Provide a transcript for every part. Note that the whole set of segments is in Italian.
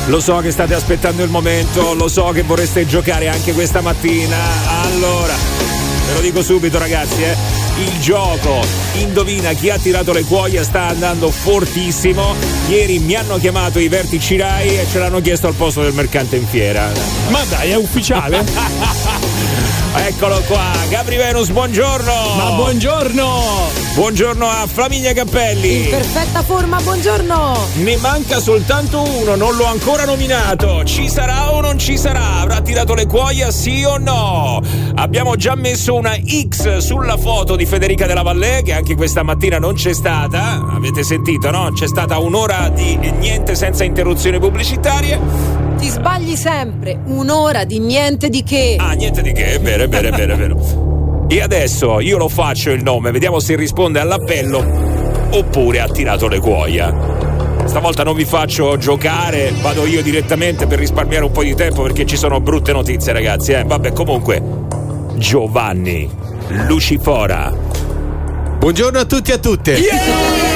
Lo so che state aspettando il momento, lo so che vorreste giocare anche questa mattina. Allora, ve lo dico subito ragazzi, il gioco indovina chi ha tirato le cuoia sta andando fortissimo. Ieri mi hanno chiamato i vertici Rai e ce l'hanno chiesto al posto del mercante in fiera. Ma dai, è ufficiale? Eccolo qua, Gabri Venus, buongiorno. Ma buongiorno. Buongiorno a Flaminia Cappelli. In perfetta forma, buongiorno. Ne manca soltanto uno, non l'ho ancora nominato. Ci sarà o non ci sarà? Avrà tirato le cuoia sì o no? Abbiamo già messo una X sulla foto di Federica Della Vallée, che anche questa mattina non c'è stata. Avete sentito, no? C'è stata un'ora di niente senza interruzioni pubblicitarie. Ti sbagli sempre, un'ora di niente di che. Ah, niente di che, è vero, è vero, è vero, è vero. E adesso io lo faccio il nome, vediamo se risponde all'appello oppure ha tirato le cuoia. Stavolta non vi faccio giocare, vado io direttamente per risparmiare un po' di tempo perché ci sono brutte notizie ragazzi, Vabbè, comunque, Giovanni Lucifora. Buongiorno a tutti e a tutte. Yeah!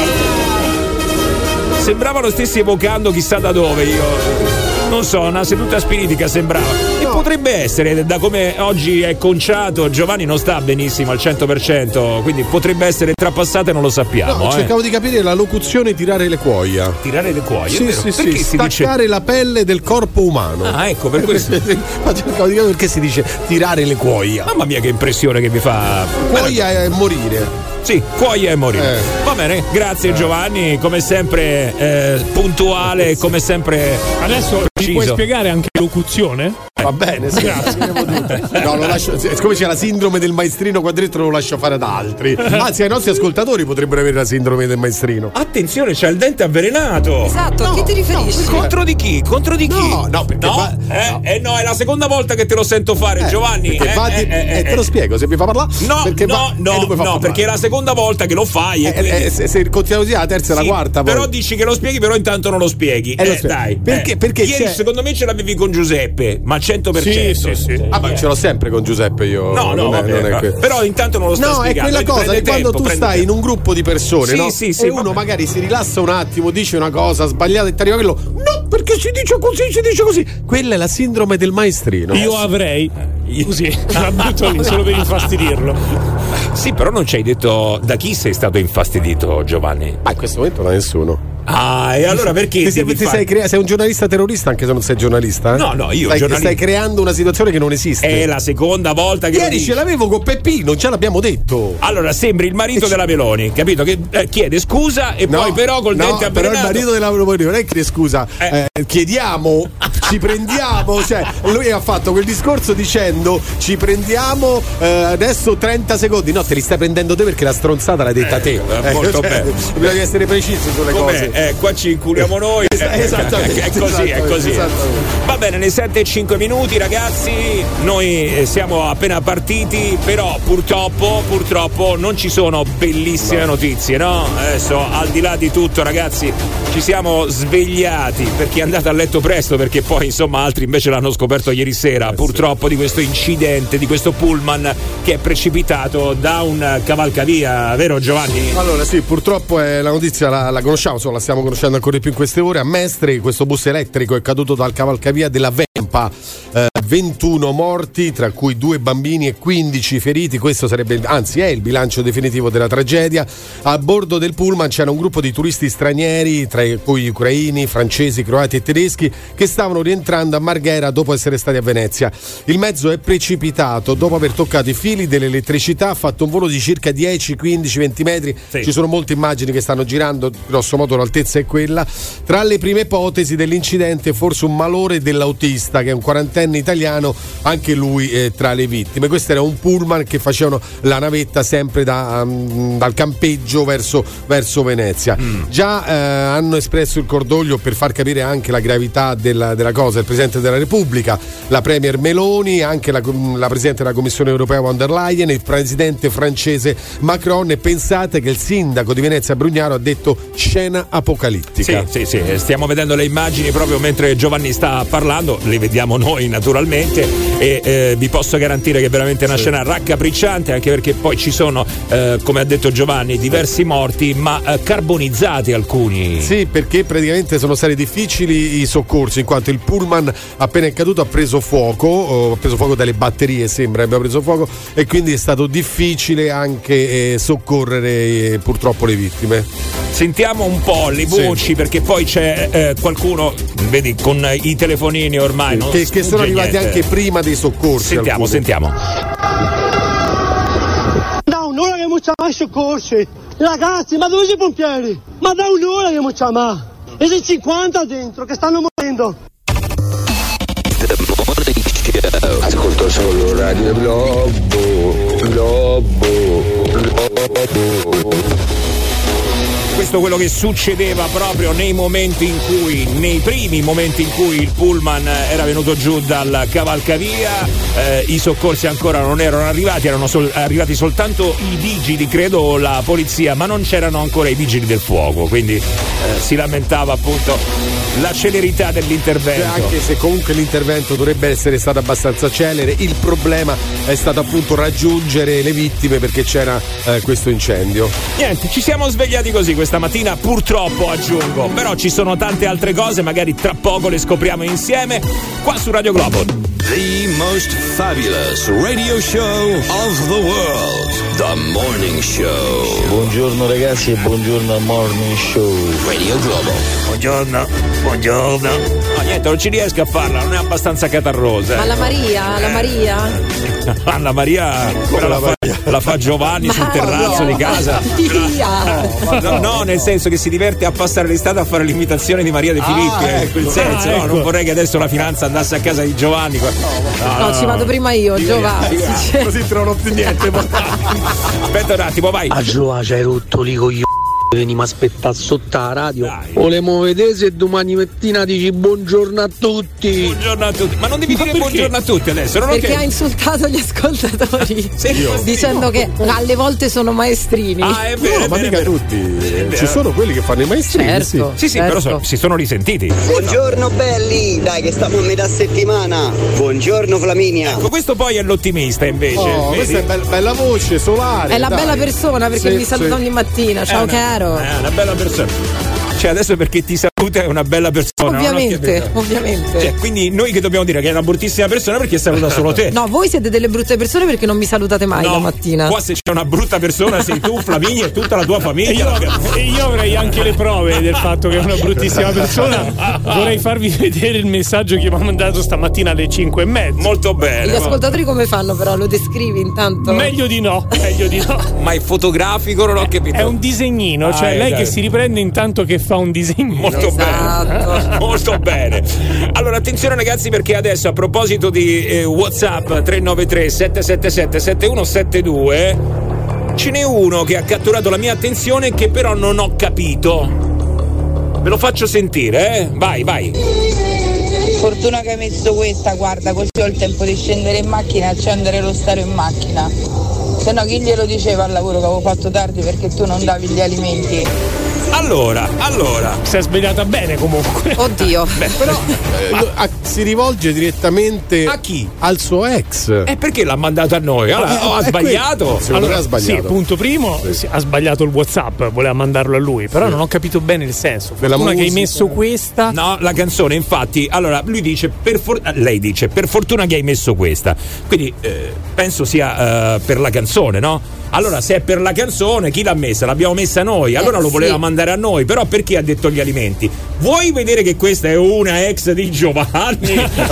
Sembrava lo stessi evocando chissà da dove, io non so, una seduta spiritica sembrava. No. E potrebbe essere, da come oggi è conciato, Giovanni non sta benissimo al 100%, quindi potrebbe essere trapassata e non lo sappiamo. No, cercavo di capire la locuzione tirare le cuoia. Tirare le cuoia? Sì, sì, sì, staccare la pelle del corpo umano. Ah, ecco, per questo. Ma cercavo di capire perché si dice tirare le cuoia. Mamma mia che impressione che mi fa. Cuoia è morire. Sì, cuoia e morire. Va bene, grazie Giovanni, come sempre puntuale, come sempre. Adesso ci puoi spiegare anche locuzione? Va bene, sì, grazie. No, lo lascio, siccome c'è la sindrome del maestrino qua dentro lo lascio fare ad altri. Anzi, ai nostri ascoltatori potrebbero avere la sindrome del maestrino. Attenzione, c'è il dente avvelenato. Esatto, a chi ti riferisci? Contro di chi? Contro di chi? No, perché no? No, è la seconda volta che te lo sento fare, Giovanni. Te lo spiego, se mi fa parlare. No, perché perché è la seconda volta che lo fai. Se continuiamo così, la terza e la quarta. Però poi. Dici che lo spieghi, però intanto non lo spieghi. Dai. Perché ieri secondo me ce l'avevi con Giuseppe, ma 100%. Sì. Ah, ma ce l'ho sempre con Giuseppe io. No, vabbè, però intanto non lo sto spiegando. No, è quella cosa di quando tu stai in un gruppo di persone, no? Sì, e uno magari si rilassa un attimo, dice una cosa sbagliata e ti arriva quello. No, perché si dice così. Quella è la sindrome del maestrino. Io avrei così, la butto lì solo per infastidirlo. Sì, però non ci hai detto da chi sei stato infastidito, Giovanni? Ma in questo momento da nessuno. Ah, e allora perché sei un giornalista terrorista anche se non sei giornalista? No, io stai creando una situazione che non esiste. È la seconda volta che ieri ce l'avevo con Peppino, non ce l'abbiamo detto. Allora sembri il marito della Meloni, capito? Che chiede scusa e poi però col dente avvelenato. Però il marito della Meloni non è che scusa, chiediamo, ci prendiamo, cioè lui ha fatto quel discorso dicendo ci prendiamo adesso 30 secondi. No, te li stai prendendo te perché la stronzata l'hai detta te. Molto bene. Bisogna essere precisi sulle cose. Qua ci inculiamo noi. Esattamente. È così. Va bene, le 7:05 minuti, ragazzi. Noi siamo appena partiti, però purtroppo non ci sono bellissime notizie, no? Adesso, al di là di tutto, ragazzi, ci siamo svegliati per chi è andato a letto presto, perché poi insomma altri invece l'hanno scoperto ieri sera, purtroppo, di questo incidente, di questo pullman che è precipitato da un cavalcavia, vero Giovanni? Allora sì, purtroppo la notizia la conosciamo, la stiamo conoscendo ancora di più in queste ore. A Mestre questo bus elettrico è caduto dal cavalcavia della Vempa, 21 morti, tra cui 2 bambini e 15 feriti. Questo sarebbe, anzi è il bilancio definitivo della tragedia. A bordo del pullman c'era un gruppo di turisti stranieri, tra cui ucraini, francesi, croati e tedeschi, che stavano rientrando a Marghera dopo essere stati a Venezia. Il mezzo è precipitato dopo aver toccato i fili dell'elettricità, ha fatto un volo di circa 10, 15, 20 metri. Ci sono molte immagini che stanno girando, grosso modo l'altezza è quella. Tra le prime ipotesi dell'incidente forse un malore dell'autista, che è un 40enne italiano, anche lui tra le vittime. Questo era un pullman che facevano la navetta sempre dal campeggio verso Venezia. Già hanno espresso il cordoglio, per far capire anche la gravità della cosa, il Presidente della Repubblica, la Premier Meloni, anche la Presidente della Commissione Europea von der Leyen, il Presidente francese Macron, e pensate che il sindaco di Venezia Brugnaro ha detto scena apocalittica. Sì, stiamo vedendo le immagini proprio mentre Giovanni sta parlando, le viviamo noi naturalmente, e vi posso garantire che è veramente una scena raccapricciante, anche perché poi ci sono, come ha detto Giovanni, diversi morti, ma carbonizzati alcuni. Sì, perché praticamente sono stati difficili i soccorsi, in quanto il pullman appena è caduto ha preso fuoco dalle batterie, sembra abbia preso fuoco, e quindi è stato difficile anche soccorrere purtroppo le vittime. Sentiamo un po' le voci, perché poi c'è qualcuno, vedi, con i telefonini ormai che sono arrivati anche prima dei soccorsi. Sentiamo. Da un'ora che non chiamano i soccorsi, ragazzi, ma dove sono i pompieri? Ma da un'ora che non chiamano, e c'è 50 dentro che stanno morendo. Ascolto solo Radio Globo. Questo è quello che succedeva proprio nei primi momenti in cui il pullman era venuto giù dal cavalcavia. I soccorsi ancora non erano arrivati, erano arrivati soltanto i vigili, credo la polizia, ma non c'erano ancora i vigili del fuoco, quindi si lamentava appunto la celerità dell'intervento. Anche se comunque l'intervento dovrebbe essere stato abbastanza celere, il problema è stato appunto raggiungere le vittime, perché c'era questo incendio. Niente, ci siamo svegliati così questa mattina, purtroppo aggiungo, però ci sono tante altre cose, magari tra poco le scopriamo insieme qua su Radio Globo. The most fabulous radio show of the world, The Morning Show. Buongiorno ragazzi e buongiorno al Morning Show. Radio Globo. Buongiorno. No, niente, non ci riesco a farla, non è abbastanza catarrosa. Ma la Maria? La Maria la fa Giovanni sul terrazzo di casa. No, nel senso che si diverte a passare l'estate a fare l'imitazione di Maria De Filippi, ecco il senso. No, non vorrei che adesso la finanza andasse a casa di Giovanni. No, ci vado prima io, Giovanni. Così trovo più niente. Aspetta un attimo, vai. A Giova c'hai rotto lì con gli veniamo a aspettare sotto la radio. Volemo vedere se domani mattina dici buongiorno a tutti. Buongiorno a tutti. Ma non devi dire buongiorno a tutti adesso, non perché ha insultato gli ascoltatori dicendo che alle volte sono maestrini. È vero, no, ma mica tutti. Ci sono quelli che fanno i maestrini. Certo, sì, certo. Però si sono risentiti. Buongiorno belli, dai che stiamo a metà settimana. Buongiorno Flaminia. Ecco, questo poi è l'ottimista invece. Questa è bella voce, solare. È la bella persona, perché mi saluta ogni mattina. Ciao caro. È una bella persona. Cioè adesso perché ti saluta è una bella persona. Ovviamente. Cioè, quindi noi che dobbiamo dire che è una bruttissima persona perché saluta solo te. No, voi siete delle brutte persone perché non mi salutate mai la mattina. Qua se c'è una brutta persona sei tu, Flaminia, e tutta la tua famiglia. E io avrei anche le prove del fatto che è una bruttissima persona. Vorrei farvi vedere il messaggio che mi ha mandato stamattina alle 5:30. Molto bene. Gli ascoltatori come fanno però? Lo descrivi intanto? Meglio di no. Ma è fotografico, non ho capito. È un disegnino, cioè lei che si riprende intanto che fa un disegno. Molto bene. Molto bene. Allora attenzione ragazzi, perché adesso a proposito di WhatsApp 393 777 7172 ce n'è uno che ha catturato la mia attenzione che però non ho capito. Ve lo faccio sentire, vai. Fortuna che hai messo questa, guarda, così ho il tempo di scendere in macchina e accendere lo stereo in macchina. Se no chi glielo diceva al lavoro che avevo fatto tardi perché tu non davi gli alimenti? Allora si è svegliata bene comunque. Oddio. Però si rivolge direttamente a chi? Al suo ex. Perché l'ha mandato a noi? Ha sbagliato. Secondo me ha sbagliato. Sì, punto primo, ha sbagliato il WhatsApp, voleva mandarlo a lui, però non ho capito bene il senso. Fortuna che hai messo questa. No, la canzone, infatti, allora lui dice lei dice per fortuna che hai messo questa. Quindi penso sia per la canzone, no? Allora se è per la canzone, chi l'ha messa? L'abbiamo messa noi, allora lo voleva mandare a noi, però perché ha detto gli alimenti? Vuoi vedere che questa è una ex di Giovanni?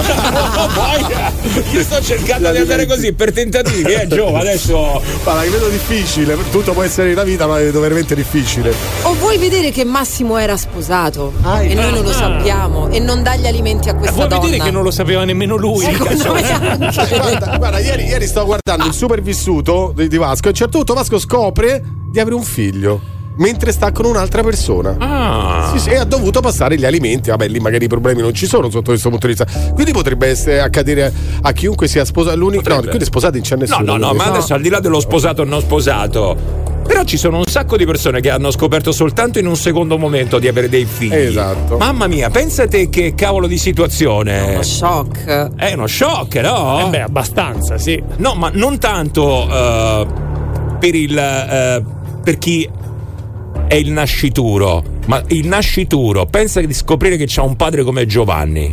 Io sto cercando di andare così per tentativi, Giova, adesso. Ma la vedo difficile, tutto può essere nella vita, ma è veramente difficile. O vuoi vedere che Massimo era sposato e noi non lo sappiamo e non dà gli alimenti a questa donna? Vuoi vedere che non lo sapeva nemmeno lui? Guarda, ieri stavo guardando il supervissuto di Vasco e a un certo punto Vasco scopre di avere un figlio. mentre sta con un'altra persona. Sì, e ha dovuto passare gli alimenti. Vabbè, lì magari i problemi non ci sono sotto questo punto di vista. Quindi potrebbe accadere a chiunque sia sposato. No, quindi sposati non c'è nessuno. No, ma adesso al di là dello sposato o non sposato, però ci sono un sacco di persone che hanno scoperto soltanto in un secondo momento di avere dei figli. Esatto. Mamma mia, pensate che cavolo di situazione. Uno shock. È uno shock, no? Beh, abbastanza, sì. No, ma non tanto per chi è il nascituro, ma il nascituro pensa di scoprire che c'ha un padre come Giovanni.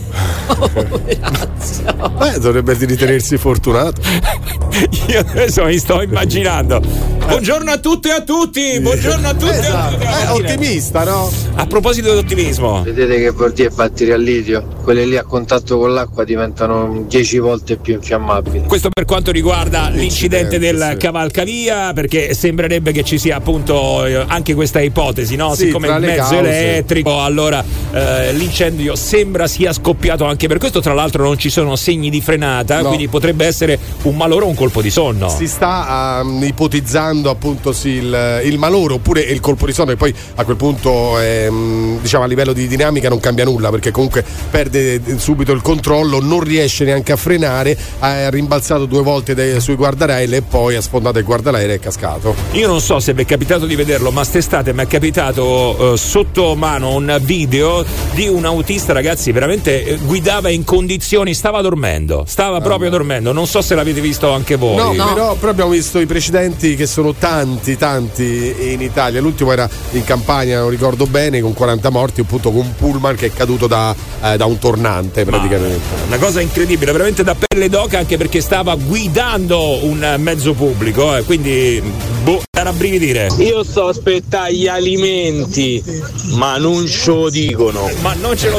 Dovrebbe ritenersi fortunato. Io adesso mi sto immaginando. Buongiorno a tutte e a tutti. Buongiorno a tutte e a tutti. È ottimista, no? A proposito di ottimismo, Vedete che vuol dire batterie al litio? Quelle lì a contatto con l'acqua diventano 10 volte più infiammabili. questo per quanto riguarda l'incidente del cavalcavia, perché sembrerebbe che ci sia appunto anche questa ipotesi, no? Sì, siccome il mezzo elettrico, allora l'incendio sembra sia scoppiato anche per questo. Tra l'altro non ci sono segni di frenata, quindi potrebbe essere un malore o un colpo di sonno. Si sta ipotizzando appunto il malore oppure il colpo di sonno, e poi a quel punto diciamo a livello di dinamica non cambia nulla, perché comunque perde subito il controllo, non riesce neanche a frenare, ha rimbalzato 2 volte sui guardrail e poi ha sfondato il guardrail e è cascato. Io non so se vi è capitato di vederlo, ma st'estate mi è capitato sotto mano un video di un autista, ragazzi, veramente guidava in condizioni, stava proprio dormendo. Non so se l'avete visto anche voi. No. Però abbiamo visto i precedenti, che sono tanti in Italia. L'ultimo era in Campania, non ricordo bene, con 40 morti, appunto con un pullman che è caduto da un tornante praticamente. Una cosa incredibile, veramente da pelle d'oca, anche perché stava guidando un mezzo pubblico, quindi da rabbrividire. Io sto aspettando gli alimenti, ma non ce lo dicono. Ma non ce lo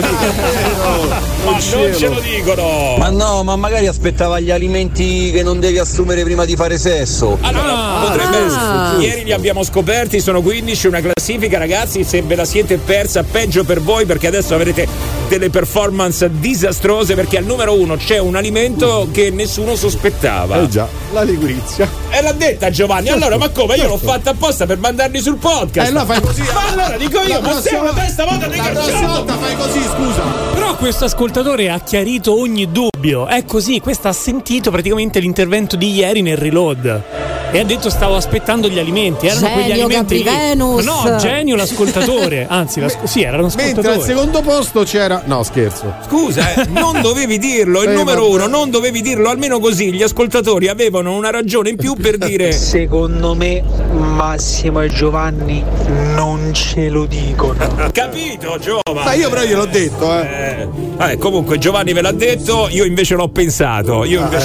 dicono. Ma no, ma magari aspettava gli alimenti che non devi assumere prima di fare sesso. Allora, potrebbe essere. Ieri li abbiamo scoperti, sono 15, una classifica, ragazzi, se ve la siete persa peggio per voi, perché adesso avrete delle performance disastrose, perché al numero 1 c'è un alimento che nessuno sospettava. Già, la ligurizia. E l'ha detta Giovanni. Allora, ma come? Io l'ho fatta apposta per mandarli sul podcast. Allora fai così. Ma allora dico io, ma sei una testa volta di prossima fai così, scusa. Però questo ascoltatore ha chiarito ogni dubbio. È così, questo ha sentito praticamente l'intervento di ieri nel Reload e ha detto stavo aspettando gli alimenti. Erano quegli alimenti lì. No, genio l'ascoltatore. Anzi, sì, era un ascoltatore. Mentre al secondo posto c'era. No, scherzo. Scusa, non dovevi dirlo, il numero 1, non dovevi dirlo, almeno così gli ascoltatori avevano una ragione in più per dire. Secondo me Massimo e Giovanni non ce lo dicono. Capito, Giovanni? Ma io però gliel'ho detto, comunque Giovanni ve l'ha detto, io invece l'ho pensato.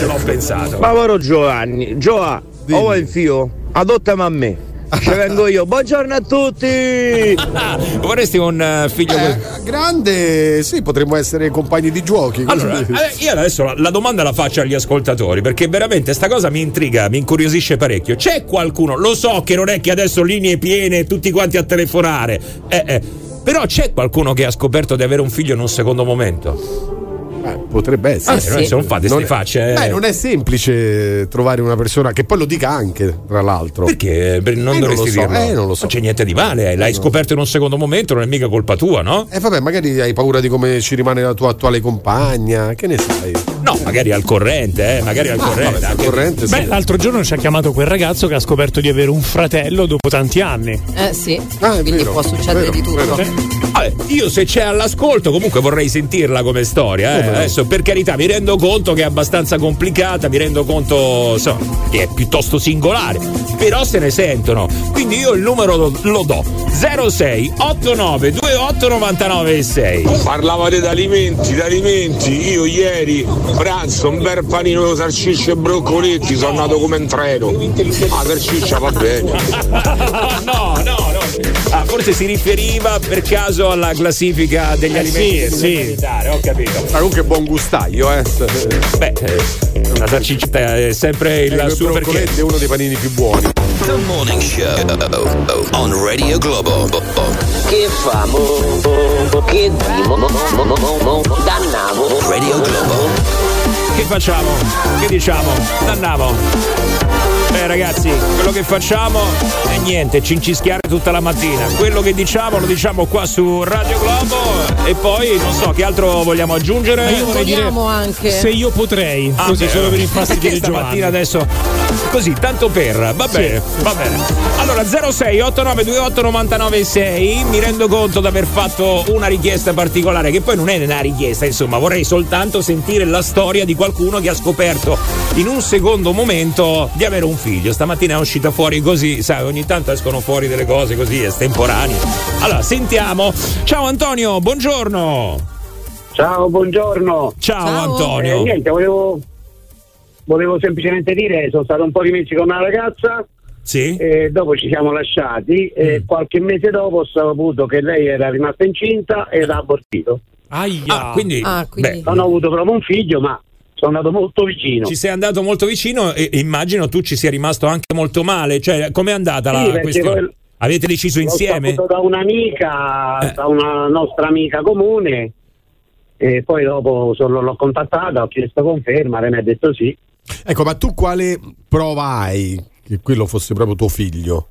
Povero Giovanni, vuoi il fio? Adottami a me. Ci vengo io. Buongiorno a tutti. Vorresti un figlio grande? Sì, potremmo essere compagni di giochi. Allora, io adesso la domanda la faccio agli ascoltatori, perché veramente sta cosa mi intriga, mi incuriosisce parecchio. C'è qualcuno, lo so che non è che adesso linee piene tutti quanti a telefonare, però c'è qualcuno che ha scoperto di avere un figlio in un secondo momento? Potrebbe essere. Sì. Non fate ste facce. Non è semplice trovare una persona che poi lo dica anche, tra l'altro. Perché non dovresti dirlo? Non lo so. Non c'è niente di male, l'hai scoperto in un secondo momento, non è mica colpa tua, no? Vabbè, magari hai paura di come ci rimane la tua attuale compagna, che ne sai? No, magari al corrente, corrente. Beh, l'altro giorno ci ha chiamato quel ragazzo che ha scoperto di avere un fratello dopo tanti anni. Sì, quindi può succedere di tutto. Vabbè, io se c'è all'ascolto comunque vorrei sentirla come storia. Adesso per carità mi rendo conto che è abbastanza complicata, mi rendo conto che è piuttosto singolare, però se ne sentono, quindi io il numero lo do: 06 89 28 99 6. Parlavate d'alimenti, io ieri pranzo un bel panino di salsicce e broccoletti, sono andato come un treno. La salsiccia va bene. No. Forse si riferiva per caso alla classifica degli alimenti. Sì. Ho capito. Ma comunque buon gustaio, Beh, una salsiccia è sempre il suo perché è uno dei panini più buoni. The Morning Show on Radio Globo. Che famo? Che dimo? Dannavo. Radio Globo. Che facciamo? Che diciamo? Dannavo. Ragazzi, quello che facciamo è niente, cincischiare tutta la mattina. Quello che diciamo lo diciamo qua su Radio Globo e poi non so che altro vogliamo aggiungere. Io vorrei dire anche se io potrei, così solo per infastidire Giovanni. Stamattina adesso così, tanto per, va bene, va bene. Allora 06 8928 996, mi rendo conto di aver fatto una richiesta particolare, che poi non è una richiesta, insomma, vorrei soltanto sentire la storia di qualcuno che ha scoperto in un secondo momento di avere un figlio. Stamattina è uscita fuori così, sai, ogni tanto escono fuori delle cose così estemporanee. Allora, sentiamo. Ciao Antonio, buongiorno. Ciao, buongiorno. Ciao. Antonio. Niente, volevo semplicemente dire, sono stato un po' di mesi con una ragazza. Sì. Dopo ci siamo lasciati e qualche mese dopo ho saputo che lei era rimasta incinta e l'ha abortito. Quindi. Non ho avuto proprio un figlio, ma sono andato molto vicino. Ci sei andato molto vicino e immagino tu ci sia rimasto anche molto male. Cioè, com'è andata la questione? Avete deciso insieme? L'ho saputo da un'amica, da una nostra amica comune, e poi dopo l'ho contattata, ho chiesto conferma, lei mi ha detto sì. Ecco, ma tu quale prova hai che quello fosse proprio tuo figlio?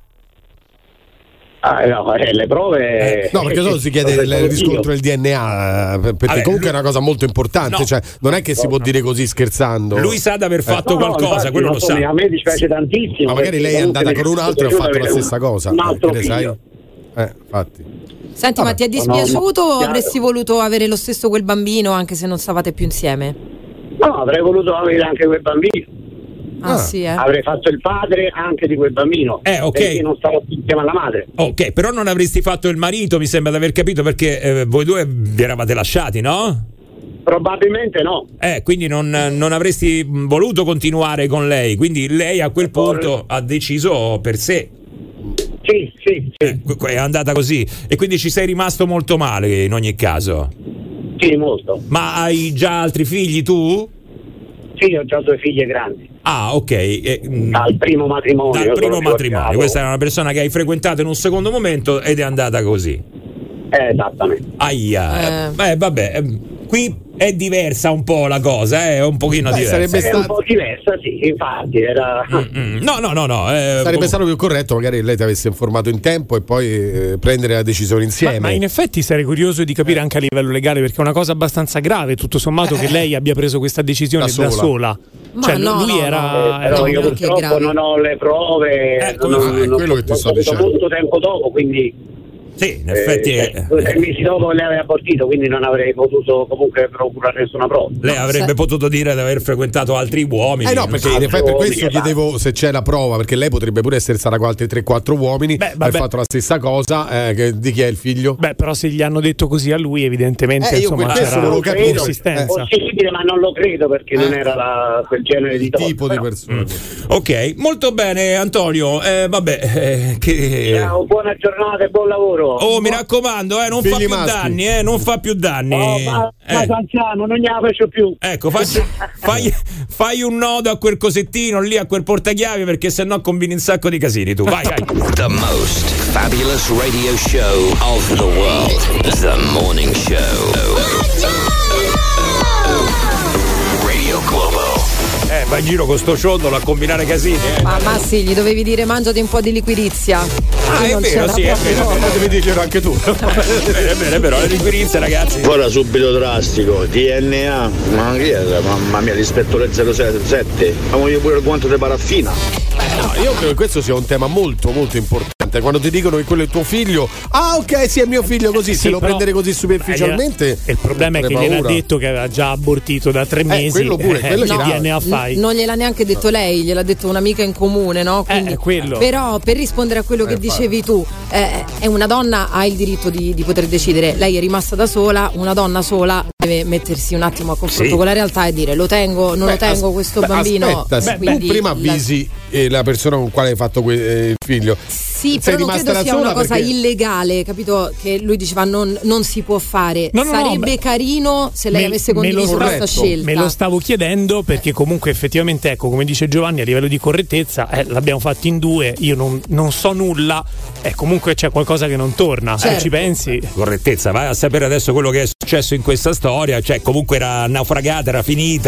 Le prove. No, perché solo si chiede il riscontro del DNA, perché comunque è una cosa molto importante, cioè non è che si può dire così scherzando. Lui sa di aver fatto qualcosa, quello lo sa. A me dispiace tantissimo. Ma magari lei è andata con un altro e ha fatto la stessa cosa. Un altro ne sai? Infatti. Senti, ma ti è dispiaciuto o avresti voluto avere lo stesso quel bambino anche se non stavate più insieme? No, avrei voluto avere anche quel bambino. Sì, Avrei fatto il padre anche di quel bambino. Ok. Perché non stavo più insieme alla madre. Ok, però non avresti fatto il marito, mi sembra di aver capito, perché voi due vi eravate lasciati, no? Probabilmente no. Quindi non avresti voluto continuare con lei, quindi lei a quel punto ha deciso per sé. Sì. È andata così. E quindi ci sei rimasto molto male in ogni caso. Sì, molto. Ma hai già altri figli tu? Sì, ho già 2 figlie grandi. Ok. Dal primo matrimonio. Questa era una persona che hai frequentato in un secondo momento ed è andata così. Esattamente. Vabbè. Qui è diversa un po' la cosa, è un pochino diversa. È un po' diversa, sì, infatti era. No. Sarebbe stato più corretto, magari lei ti avesse informato in tempo e poi prendere la decisione insieme. Ma in effetti sarei curioso di capire anche a livello legale, perché è una cosa abbastanza grave, tutto sommato, che lei abbia preso questa decisione da sola. Cioè, lui era io purtroppo non ho le prove. È quello che ti sto dicendo. Molto tempo dopo, quindi. Sì, in effetti 2 mesi dopo lei aveva abortito, quindi non avrei potuto comunque procurare nessuna prova. Lei avrebbe potuto dire di aver frequentato altri uomini. No, perché in effetti per questo chiedevo se c'è la prova, perché lei potrebbe pure essere stata con altri 3-4 uomini, aver fatto la stessa cosa. Di chi è il figlio? Però se gli hanno detto così a lui, evidentemente insomma c'era consistenza. È possibile, ma non lo credo, perché non era quel genere di tipo di persona. Ok, molto bene Antonio. Ciao, buona giornata e buon lavoro. Mi raccomando, non fa più danni, non fa più danni. Ma anziano, non ne la faccio più. Ecco, fai un nodo a quel cosettino lì, a quel portachiavi, perché sennò combini un sacco di casini tu. Vai. The most fabulous radio show of the world. The Morning Show. Radio Globo. Va in giro con sto ciondolo a combinare casini. Ma sì, gli dovevi dire mangiati un po' di liquirizia. È vero, sì, è vero. Devi dirglielo anche tu. Bene, però le liquirizia, ragazzi. Ora subito drastico, DNA, mamma mia, rispetto alle 007, ma voglio pure il guanto di paraffina. Io credo che questo sia un tema molto molto importante. Quando ti dicono che quello è tuo figlio, ok, sì, è mio figlio, così se lo prendere così superficialmente. Il problema è che gliel'ha detto che aveva già abortito da 3 mesi. Quello pure, quello che DNA fai? Non gliel'ha neanche detto lei, gliel'ha detto un'amica in comune, no? Quindi, quello. Però per rispondere a quello che dicevi tu, è una donna, ha il diritto di poter decidere. Lei è rimasta da sola, una donna sola deve mettersi un attimo a confronto con la realtà e dire lo tengo, non lo tengo questo bambino. Aspetta, tu prima avvisi la persona con quale hai fatto il figlio. Sì, però non credo sia una cosa illegale, capito? Che lui diceva non si può fare. Sarebbe carino se lei avesse condiviso questa scelta. Me lo stavo chiedendo perché comunque effettivamente, ecco, come dice Giovanni, a livello di correttezza l'abbiamo fatto in 2, io non so nulla e comunque c'è qualcosa che non torna. Se ci pensi. Correttezza, vai a sapere adesso quello che è successo in questa storia, cioè comunque era naufragata, era finita.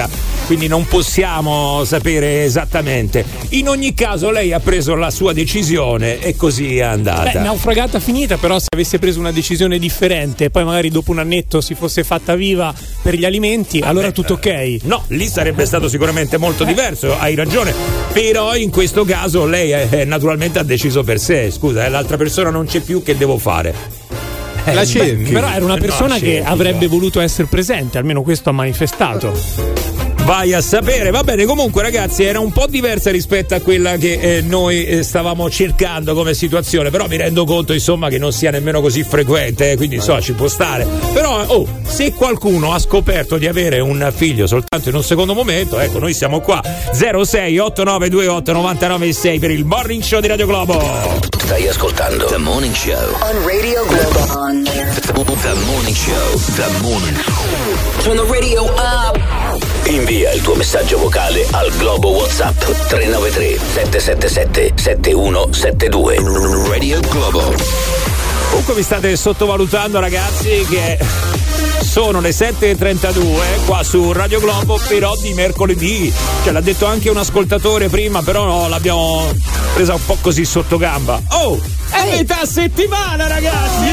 quindi non possiamo sapere esattamente. In ogni caso lei ha preso la sua decisione e così è andata. Naufragata finita, però se avesse preso una decisione differente e poi magari dopo un annetto si fosse fatta viva per gli alimenti, allora tutto ok. No, lì sarebbe stato sicuramente molto diverso, hai ragione, però in questo caso lei naturalmente ha deciso per sé. Scusa, l'altra persona non c'è più, che devo fare? La cerchi. Però era una persona che avrebbe voluto essere presente, almeno questo ha manifestato. Vai a sapere. Va bene, comunque ragazzi, era un po' diversa rispetto a quella che noi stavamo cercando come situazione, però mi rendo conto insomma che non sia nemmeno così frequente, quindi ci può stare. Però se qualcuno ha scoperto di avere un figlio soltanto in un secondo momento, ecco, noi siamo qua. 06 8928 996 per il Morning Show di Radio Globo. Stai ascoltando The Morning Show on Radio Globo. The Morning Show. The Morning Show. Turn the radio up. Invia il tuo messaggio vocale al Globo WhatsApp 393 777 7172. Radio Globo. Comunque vi state sottovalutando, ragazzi, che sono le 7.32 qua su Radio Globo, però di mercoledì. Cioè, l'ha detto anche un ascoltatore prima, però no, l'abbiamo presa un po' così sotto gamba. È metà settimana, ragazzi!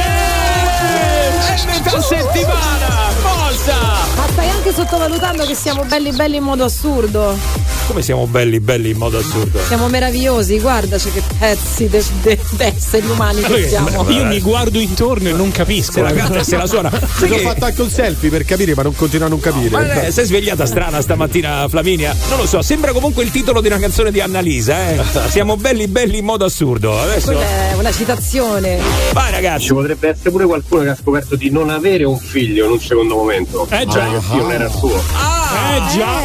È metà settimana! Forza! Ma stai anche sottovalutando che siamo belli in modo assurdo. Come siamo belli in modo assurdo? Siamo meravigliosi, guardaci che pezzi d'esseri umani che siamo. Io mi guardo intorno e non capisco. Se la canta, se la suona. Ti ho fatto anche un selfie per capire, ma non continua a non capire. Ma sei svegliata strana stamattina, Flaminia? Non lo so, sembra comunque il titolo di una canzone di Annalisa, Siamo belli in modo assurdo. Adesso quella è una citazione. Vai ragazzi. Ci potrebbe essere pure qualcuno che ha scoperto di non avere un figlio in un secondo momento. Già. Che il figlio non era il suo. Già.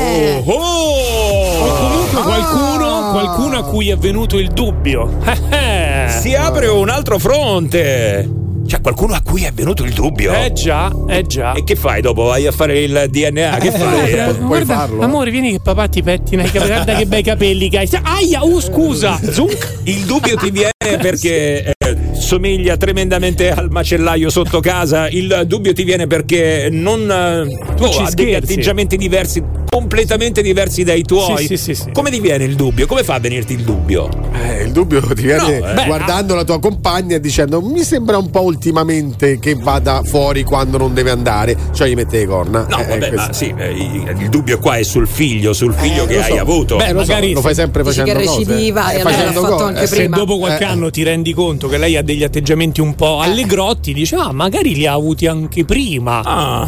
O comunque qualcuno a cui è venuto il dubbio. Si apre un altro fronte. C'è qualcuno a cui è venuto il dubbio. Già. E che fai dopo? Vai a fare il DNA? Che fai? Puoi farlo. Amore, vieni che papà ti pettina i capelli. Guarda che bei capelli che hai. Aia, scusa. Zunk. Il dubbio ti viene perché somiglia tremendamente al macellaio sotto casa. Il dubbio ti viene perché non ha degli atteggiamenti diversi, completamente diversi dai tuoi. Sì. Come ti viene il dubbio? Come fa a venirti il dubbio? Il dubbio ti viene guardando la tua compagna e dicendo: mi sembra un po' ultimamente che vada fuori quando non deve andare, cioè gli mette le corna. No, ma sì, il dubbio qua è sul figlio che hai avuto. Magari lo fai sempre facendo che recidiva e allora l'ha fatto anche prima. Se dopo qualche anno ti rendi conto che lei ha degli atteggiamenti un po' allegrotti, dici magari li ha avuti anche prima.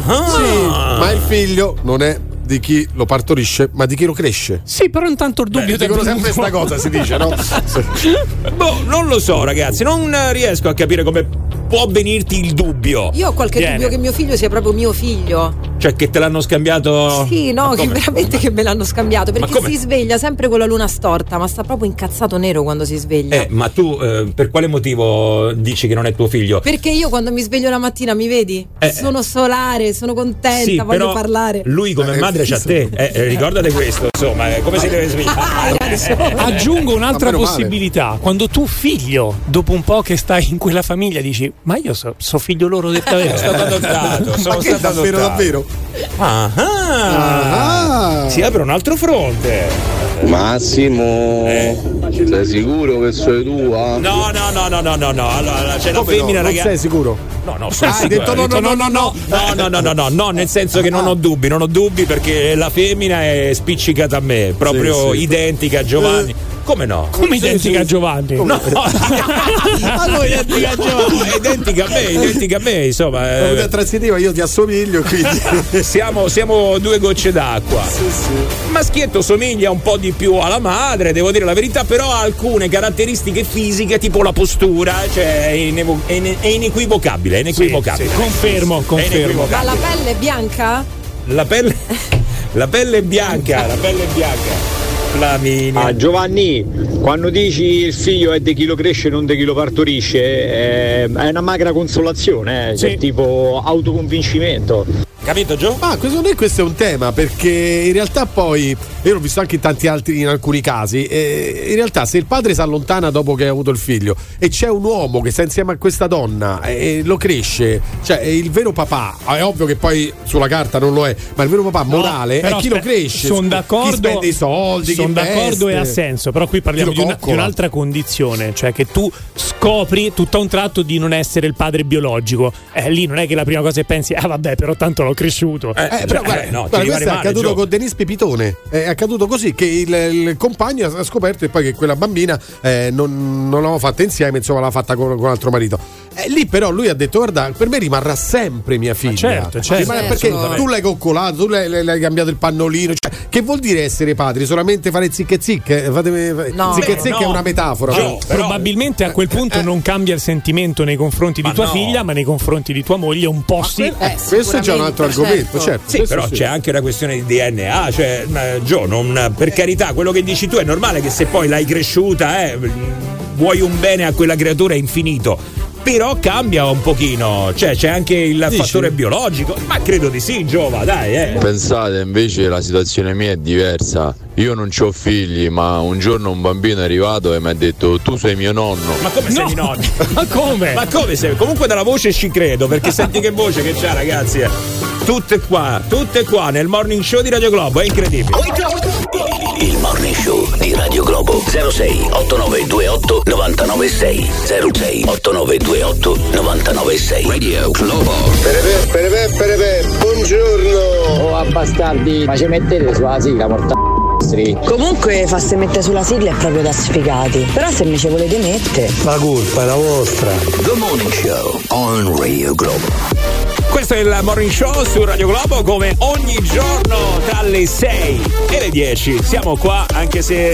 Ma il figlio non è di chi lo partorisce, ma di chi lo cresce. Sì, però intanto il dubbio dicono sempre questa cosa, si dice, no? Non lo so, ragazzi, non riesco a capire come può venirti il dubbio. Io ho qualche dubbio che mio figlio sia proprio mio figlio. Cioè che te l'hanno scambiato? Sì, no, che veramente che me l'hanno scambiato, perché si sveglia sempre con la luna storta, ma sta proprio incazzato nero quando si sveglia. Ma tu per quale motivo dici che non è tuo figlio? Perché io quando mi sveglio la mattina, mi vedi? Sono solare, sono contenta, voglio parlare. Lui come madre c'ha te, ricordate questo, insomma, come si deve svegliare? Aggiungo un'altra possibilità. Quando tu figlio, dopo un po' che stai in quella famiglia, dici: ma io so figlio loro del Sono stato adottato. Sono stato davvero. Si apre un altro fronte. Massimo, sei sicuro che sei tua? No. Allora c'è la femmina, ragazzi. Non sei sicuro? No, sono sicuro. No, nel senso che non ho dubbi perché la femmina è spiccicata a me, proprio identica a Giovanni. Come no? Come identica a Giovanni? No. Allora identica a Giovanni. Identica a me, insomma. È transitiva, io ti assomiglio, quindi siamo due gocce d'acqua. Sì. Maschietto somiglia un po' di più alla madre, devo dire la verità, però ha alcune caratteristiche fisiche, tipo la postura, cioè è inequivocabile. Sì, confermo. Ma la pelle è bianca? La pelle è bianca, Flaminia. Giovanni, quando dici il figlio è di chi lo cresce non di chi lo partorisce, è una magra consolazione, cioè tipo autoconvincimento. Capito, Gio? Questo è un tema, perché in realtà poi io l'ho visto anche in tanti altri, in alcuni casi, in realtà se il padre si allontana dopo che ha avuto il figlio e c'è un uomo che sta insieme a questa donna e lo cresce, cioè il vero papà, è ovvio che poi sulla carta non lo è, ma il vero papà morale è chi lo cresce. Sono d'accordo, chi spende i soldi, sono d'accordo e ha senso, però qui parliamo di un'altra condizione, cioè che tu scopri tutto a un tratto di non essere il padre biologico. Lì non è che la prima cosa che pensi, vabbè, però tanto l'ho cresciuto. Però guarda, questo è accaduto con Denise Pipitone, è accaduto così, che il compagno ha scoperto e poi che quella bambina non l'aveva fatta insieme, insomma l'ha fatta con altro marito. Lì però lui ha detto: guarda, per me rimarrà sempre mia figlia. Certo. Perché tu l'hai coccolato, tu l'hai cambiato il pannolino, cioè, che vuol dire essere padri? Solamente fare zicche zicche? Zicche zicche è una metafora. Probabilmente a quel punto non cambia il sentimento nei confronti di tua figlia, ma nei confronti di tua moglie un po' sì. Questo è già un altro argomento, certo. Sì, però c'è anche una questione di DNA, cioè Gio, per carità, quello che dici tu è normale che se poi l'hai cresciuta, vuoi un bene a quella creatura infinito. Però cambia un pochino, cioè c'è anche il fattore biologico, ma credo di sì, Giova, dai. Pensate, invece la situazione mia è diversa. Io non c'ho figli, ma un giorno un bambino è arrivato e mi ha detto: tu sei mio nonno. Ma come sei mio nonno? Ma come? Ma come sei? Comunque dalla voce ci credo, perché senti che voce che c'ha, ragazzi. Tutte qua nel morning show di Radio Globo, è incredibile. Il morning show di Radio Globo. 06 8928 996 06 8928 996 Radio Globo. Perepè, buongiorno. Oh, bastardi, ma ci mettete sulla sigla, mortali. Comunque farsi mettere sulla sigla è proprio da sfigati. Però se mi ci volete mettere, la colpa è la vostra. The Morning Show on Radio Globo. Questo è il Morning Show su Radio Globo, come ogni giorno tra le 6 e le 10. Siamo qua, anche se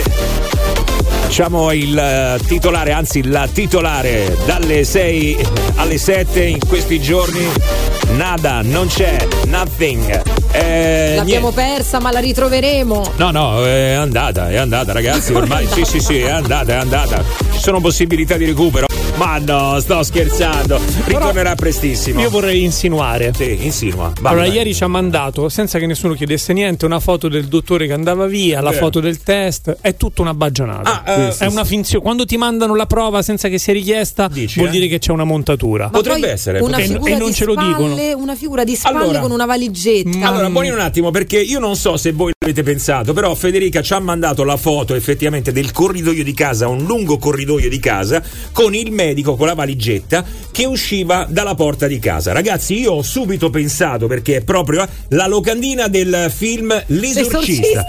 facciamo il titolare, anzi la titolare dalle 6 alle 7 in questi giorni. Nada, non c'è, nothing. L'abbiamo persa, ma la ritroveremo. No, è andata ragazzi, ormai sì, è andata. Ci sono possibilità di recupero. Ma no, sto scherzando. Ritornerà prestissimo. Io vorrei insinuare. Sì, insinua. Allora, ieri ci ha mandato, senza che nessuno chiedesse niente, una foto del dottore che andava via, la foto del test. È tutta una baggianata. È una finzione. Quando ti mandano la prova senza che sia richiesta, vuol dire che c'è una montatura. Ma potrebbe essere. E non ce lo dicono. Una figura di spalle con una valigetta. Allora, buoni un attimo, perché io non so se voi l'avete pensato, però Federica ci ha mandato la foto effettivamente del corridoio di casa, un lungo corridoio di casa, con il medico con la valigetta che usciva dalla porta di casa. Ragazzi, io ho subito pensato, perché è proprio la locandina del film L'Esorcista.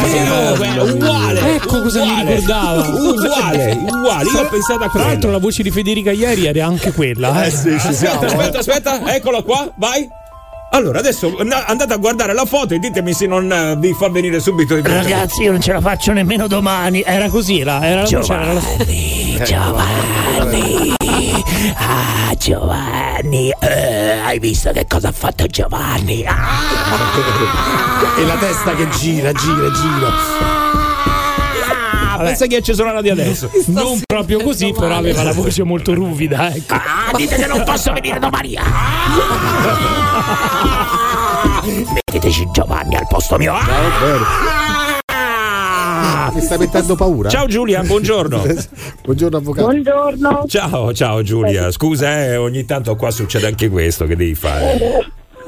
Uguale. Ecco cosa mi ricordava. Uguale. Io ho pensato a quello. Tra l'altro la voce di Federica ieri era anche quella. Aspetta, eccola qua, vai. Allora, adesso andate a guardare la foto e ditemi se non vi fa venire subito i pensieri. Ragazzi, io non ce la faccio nemmeno domani. Era così, era Giovanni. Giovanni, hai visto che cosa ha fatto Giovanni? E la testa che gira. Pensa che ci suonano di adesso. Non proprio così, però aveva la voce molto ruvida, ecco. Dite che non posso venire domani. Metteteci Giovanni al posto mio. Mi sta mettendo paura. Ciao Giulia, buongiorno. Buongiorno avvocato. Buongiorno. Ciao Giulia. Scusa, ogni tanto qua succede anche questo, che devi fare?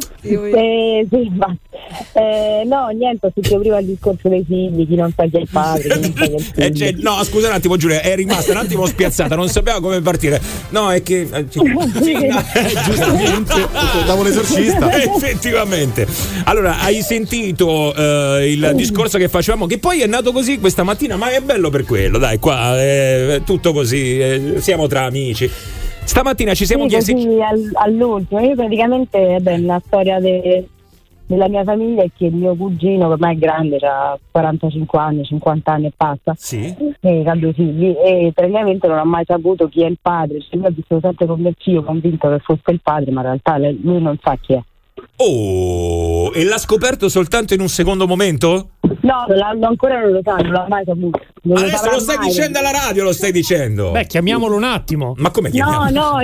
No, niente, ho sentito prima il discorso dei figli, chi non sa chi è il padre, chi non sa chi è il figlio. No, scusa un attimo Giulia, è rimasta un attimo spiazzata, non sapeva come partire. No, è che giustamente davo l'esorcista. Effettivamente. Allora, hai sentito il discorso che facevamo, che poi è nato così questa mattina, ma è bello per quello, dai, qua è tutto così, siamo tra amici. Stamattina ci siamo chiesti all'ultimo. Io praticamente la storia della mia famiglia è che mio cugino, che ormai è grande, ha 45 anni, 50 anni e passa, e ha 2 figli, e praticamente non ha mai saputo chi è il padre. Cioè, lui ha visto sempre con mio zio, convinto che fosse il padre, ma in realtà lui non sa chi è. Oh, e l'ha scoperto soltanto in un secondo momento? No, ancora non lo sa, non l'ha mai saputo. Adesso lo stai dicendo alla radio, lo stai dicendo. Beh, chiamiamolo un attimo. Ma come chiamiamo? No,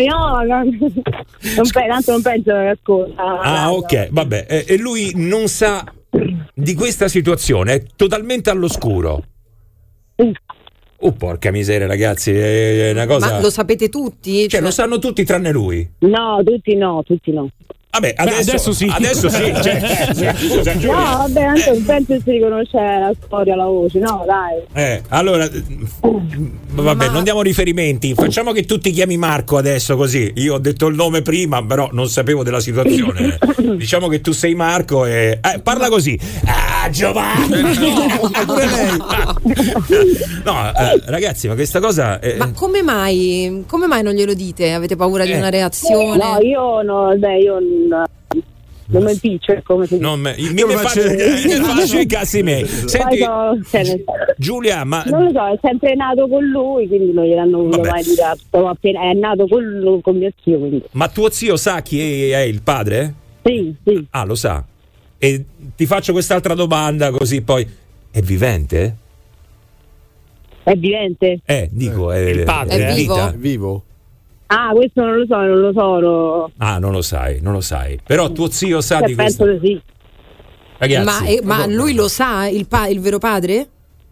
tanto non penso che ascolta. Ah, ok, vabbè. E lui non sa di questa situazione, è totalmente all'oscuro. Oh, porca miseria, ragazzi, è una cosa. Ma lo sapete tutti? Cioè, lo sanno tutti tranne lui? No, tutti no. Vabbè, adesso sì. Adesso sì. Scusa, Giulia. No, vabbè, anche non penso che si riconosce la storia, la voce, no, dai. Allora, vabbè, non diamo riferimenti. Facciamo che tu ti chiami Marco adesso, così. Io ho detto il nome prima, però non sapevo della situazione. Diciamo che tu sei Marco e parla così. Ah, Giovanni! Pure lei. No, ragazzi, ma questa cosa Ma come mai non glielo dite? Avete paura di una reazione? No, io non mi impiccio, è come se mi faccio i cazzi miei. Senti, Giulia, ma non lo so, è sempre nato con lui, quindi non gliel'hanno voluto mai dire. È nato con mio zio, quindi. Ma tuo zio sa chi è il padre? Sì. Ah, lo sa. E ti faccio quest'altra domanda, così poi è vivente? È vivente? Dico, è il padre è vivo? È vivo? Ah, questo non lo so. Ah, non lo sai. Però tuo zio sa di questo? Penso di sì. Ragazzi, ma lui lo sa, il vero padre?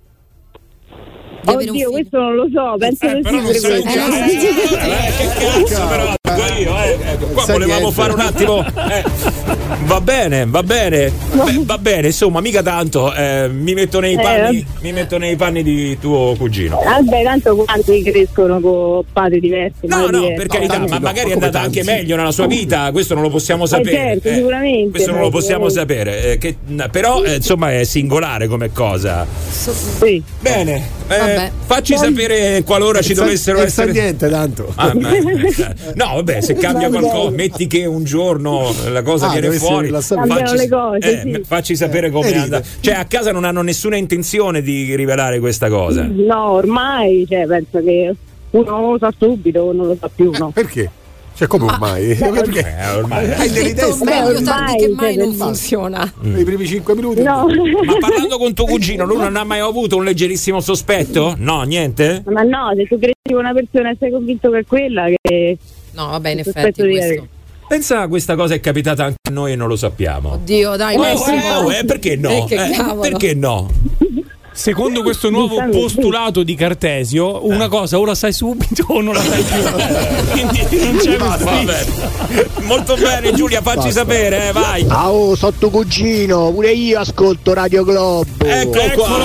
Oddio, questo non lo so, penso che sì. Che cazzo, però qua volevamo fare un attimo. Va bene. Va bene, insomma, mica tanto. Mi metto nei panni di tuo cugino. Vabbè, tanto quanti crescono con padri diversi. No, per carità, ma magari è andata anche meglio nella sua vita, questo non lo possiamo sapere. Certo, sicuramente. Questo non lo possiamo sapere. Però, insomma, è singolare come cosa. Sì. Bene. Facci sapere qualora ci dovessero essere. Niente tanto. No, vabbè, se cambia qualcosa, metti che un giorno la cosa viene fuori. Facci sapere come è andata. Cioè, a casa non hanno nessuna intenzione di rivelare questa cosa. No, ormai, penso che uno lo sa subito o non lo sa più, no? Perché? Cioè, come ormai? Perché? Ormai. Hai delle teste. Meglio tardi che mai non funziona. I primi 5 minuti. No. Ma parlando con tuo cugino, lui non ha mai avuto un leggerissimo sospetto? No, niente? Ma no, se tu credi una persona e sei convinto che è quella che. No, vabbè, in effetti questo. Pensa, questa cosa è capitata anche a noi e non lo sappiamo. Oddio, dai, Massimo. Perché no? Perché no? Secondo questo nuovo postulato di Cartesio, una cosa o la sai subito o non la sai più. Quindi non c'è vabbè. Molto bene, Giulia, facci sapere, vai. Oh, sotto cugino, pure io ascolto Radio Globo. Ecco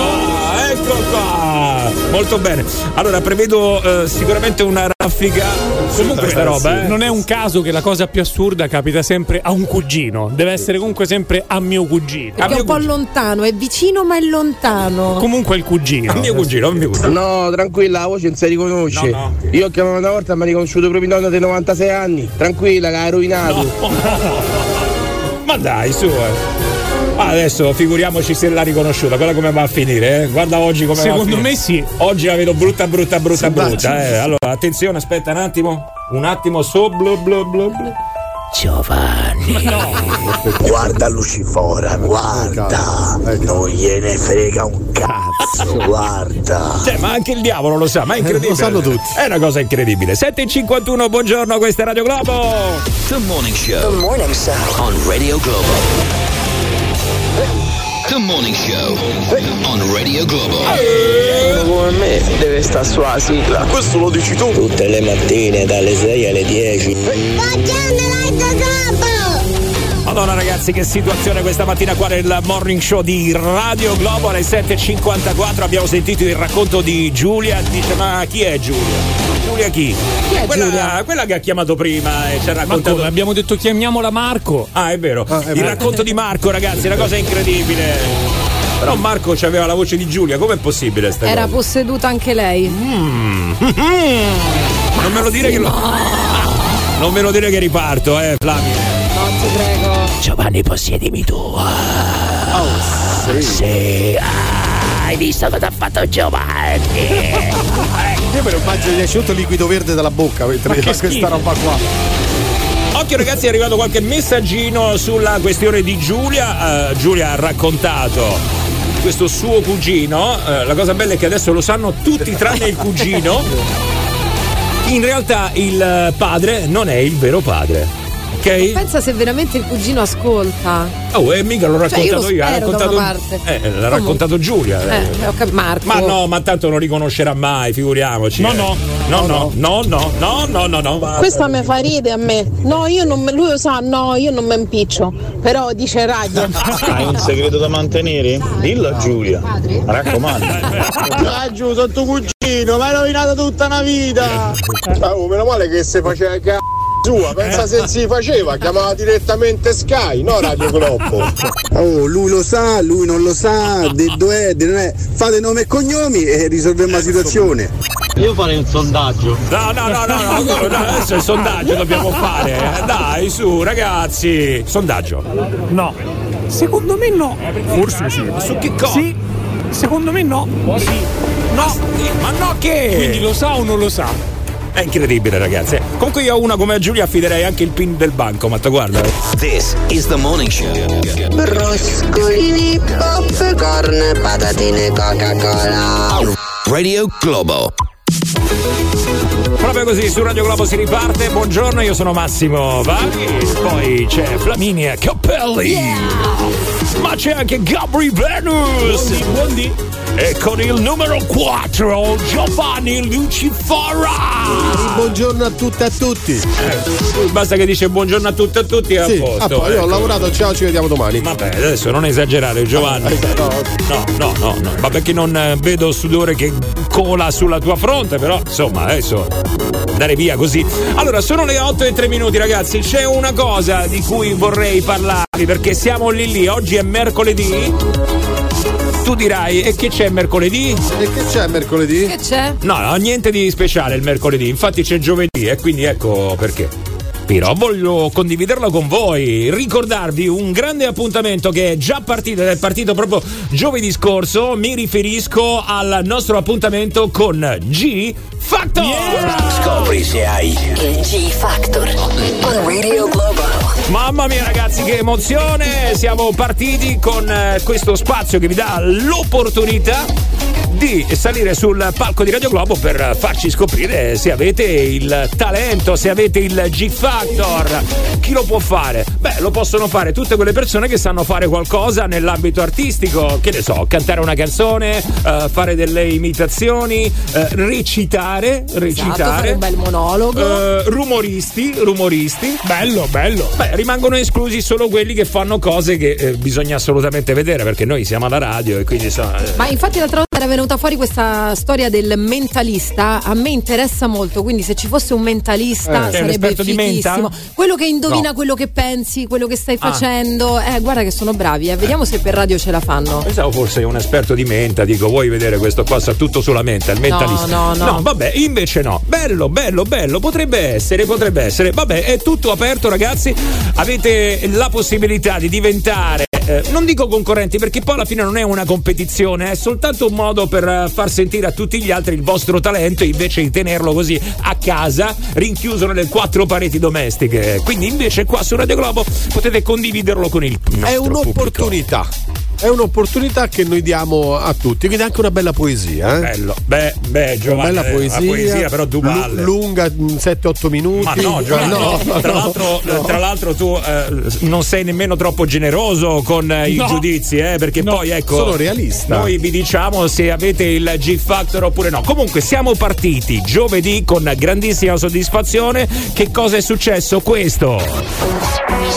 qua. Molto bene. Allora, prevedo sicuramente una raffica. Comunque questa roba, non è un caso che la cosa più assurda capita sempre a un cugino. Deve essere comunque sempre a mio cugino. Perché è un po' lontano, è vicino ma è lontano. Comunque il cugino. A mio cugino. No, tranquilla, la voce non si riconosce. No. Io ho chiamato una volta e mi ha riconosciuto proprio nonno dei 96 anni. Tranquilla, che ha rovinato. No. Ma dai, su. Adesso figuriamoci se l'ha riconosciuta, quella come va a finire, Guarda oggi come va a finire. Secondo me sì. Oggi la vedo brutta. Allora, attenzione, aspetta un attimo, blu. Giovanni, guarda Lucifora, guarda, non gliene frega un cazzo, guarda. Cioè, ma anche il diavolo lo sa, ma è incredibile. Lo sanno tutti. È una cosa incredibile. 7:51, buongiorno, questa è Radio Globo. The Morning Show on Radio Globo. The Morning Show on Radio Globo. Uno come me deve stare sulla sigla. Questo lo dici tu. Tutte le mattine dalle 6 alle 10. Madonna ragazzi, che situazione questa mattina qua nel Morning Show di Radio Globo. Alle 7:54 abbiamo sentito il racconto di Giulia. Dice, ma chi è Giulia? Giulia chi? Quella che ha chiamato prima e ci ha raccontato. Ma abbiamo detto chiamiamola Marco. Ah, è vero. Il racconto di Marco, ragazzi, è una cosa incredibile. Però Marco aveva la voce di Giulia, com'è possibile sta Era cosa? posseduta anche lei. Non me lo dire che non me lo dire che riparto, Flavio. No, ti prego. Giovanni, possiedimi tu. Sì. Hai visto cosa ha fatto Giovanni? Io me lo immagino, gli è uscito liquido verde dalla bocca mentre fa questa roba qua. Occhio ragazzi, è arrivato qualche messaggino sulla questione di Giulia. Giulia ha raccontato questo suo cugino. La cosa bella è che adesso lo sanno tutti tranne il cugino. In realtà il padre non è il vero padre. Okay. Pensa se veramente il cugino ascolta. Mica l'ho raccontato io, l'ha raccontato Giulia. Marco. Ma no, ma tanto non riconoscerà mai, figuriamoci. No. Questa me fa ridere a me. No, io non lui lo sa, no, io non mi impiccio. Però dice radio. Hai un segreto da mantenere? Dillo a Giulia. Mi raccomando. Giù, sono tuo cugino, mi hai rovinato tutta una vita. Meno male che se faceva sua, pensa se si faceva, chiamava direttamente Sky, no Radio Globo. Lui lo sa, lui non lo sa, non è. Fate nome e cognomi e risolviamo la situazione. Io farei un sondaggio. No, adesso il sondaggio dobbiamo fare. Dai, su, ragazzi. Sondaggio. No. Secondo me no. Forse sì. Su che cosa? Sì. Secondo me no. Sì. No. Ma no che? Quindi lo sa o non lo sa? È incredibile, ragazzi. Comunque io a una come Giulia affiderei anche il pin del bancomat, guarda. This is the morning show. Broscolini, popcorn, patatine, Coca-Cola. Radio Globo. Proprio così, su Radio Globo si riparte. Buongiorno, io sono Massimo Vari. Poi c'è Flaminia Cappelli. Ma c'è anche Gabri Venus. Buondì. E con il numero 4 Giovanni Lucifora. Buongiorno a tutte e a tutti. Basta che dice buongiorno a tutte e a tutti, è a posto. Io ho lavorato, ciao, ci vediamo domani. Vabbè, adesso non esagerare, Giovanni. No. Vabbè che non vedo sudore che cola sulla tua fronte, però insomma adesso andare via così. Allora, sono le 8:03, ragazzi. C'è una cosa di cui vorrei parlarvi, perché siamo lì. Oggi è mercoledì. Tu dirai, e che c'è mercoledì? E che c'è mercoledì? Che c'è? No, niente di speciale il mercoledì, infatti c'è giovedì e quindi ecco perché. Però voglio condividerlo con voi, ricordarvi un grande appuntamento che è già partito ed è partito proprio giovedì scorso. Mi riferisco al nostro appuntamento con G Factor. Scopri se hai il G Factor on Radio Globo. Mamma mia, ragazzi, che emozione! Siamo partiti con questo spazio che vi dà l'opportunità di salire sul palco di Radio Globo per farci scoprire se avete il talento, se avete il G Factor. Chi lo può fare? Beh, lo possono fare tutte quelle persone che sanno fare qualcosa nell'ambito artistico, che ne so, cantare una canzone, fare delle imitazioni, recitare, fare un bel monologo, rumoristi. Bello. Beh, rimangono esclusi solo quelli che fanno cose che bisogna assolutamente vedere, perché noi siamo alla radio e quindi Ma infatti l'altra volta era venuta fuori questa storia del mentalista. A me interessa molto, quindi se ci fosse un mentalista sarebbe fighissimo. Quello che indovina quello che pensi, quello che stai facendo. Guarda che sono bravi, vediamo se per radio ce la fanno. Pensavo fosse un esperto di menta, dico, vuoi vedere questo qua, sa tutto sulla menta, il mentalista. No, vabbè, invece no. Bello, potrebbe essere. Vabbè, è tutto aperto, ragazzi. Avete la possibilità di diventare non dico concorrenti, perché poi alla fine non è una competizione, è soltanto un modo per far sentire a tutti gli altri il vostro talento, invece di tenerlo così a casa, rinchiuso nelle 4 pareti domestiche. Quindi invece qua su Radio Globo potete condividerlo con il nostro È un'opportunità. Pubblico. È un'opportunità che noi diamo a tutti, quindi anche una bella poesia. Bello, Giovanni, una bella poesia però due palle. Lunga 7-8 minuti. Ma no, Giovanni, tra l'altro tu non sei nemmeno troppo generoso con i giudizi, perché poi ecco, sono realista. Noi vi diciamo se avete il G Factor oppure no. Comunque siamo partiti giovedì con grandissima soddisfazione. Che cosa è successo? Questo.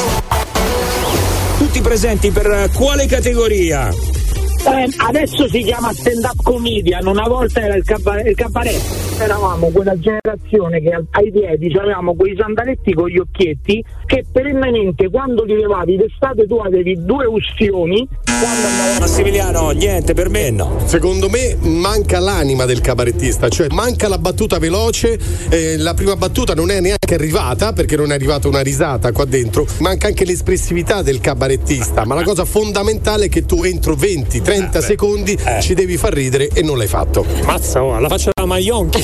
Tutti presenti per quale categoria? Adesso si chiama stand-up comedian, una volta era il cabaret. Eravamo quella generazione che ai piedi avevamo quei sandaletti con gli occhietti che perennemente quando li levavi d'estate tu avevi 2 ustioni. Massimiliano, niente, per me no. Secondo me manca l'anima del cabarettista, cioè manca la battuta veloce, la prima battuta non è neanche arrivata perché non è arrivata una risata qua dentro, manca anche l'espressività del cabarettista, ma la cosa fondamentale è che tu entro 20-30 secondi ci devi far ridere e non l'hai fatto. Mazza, la faccia da Maionchi.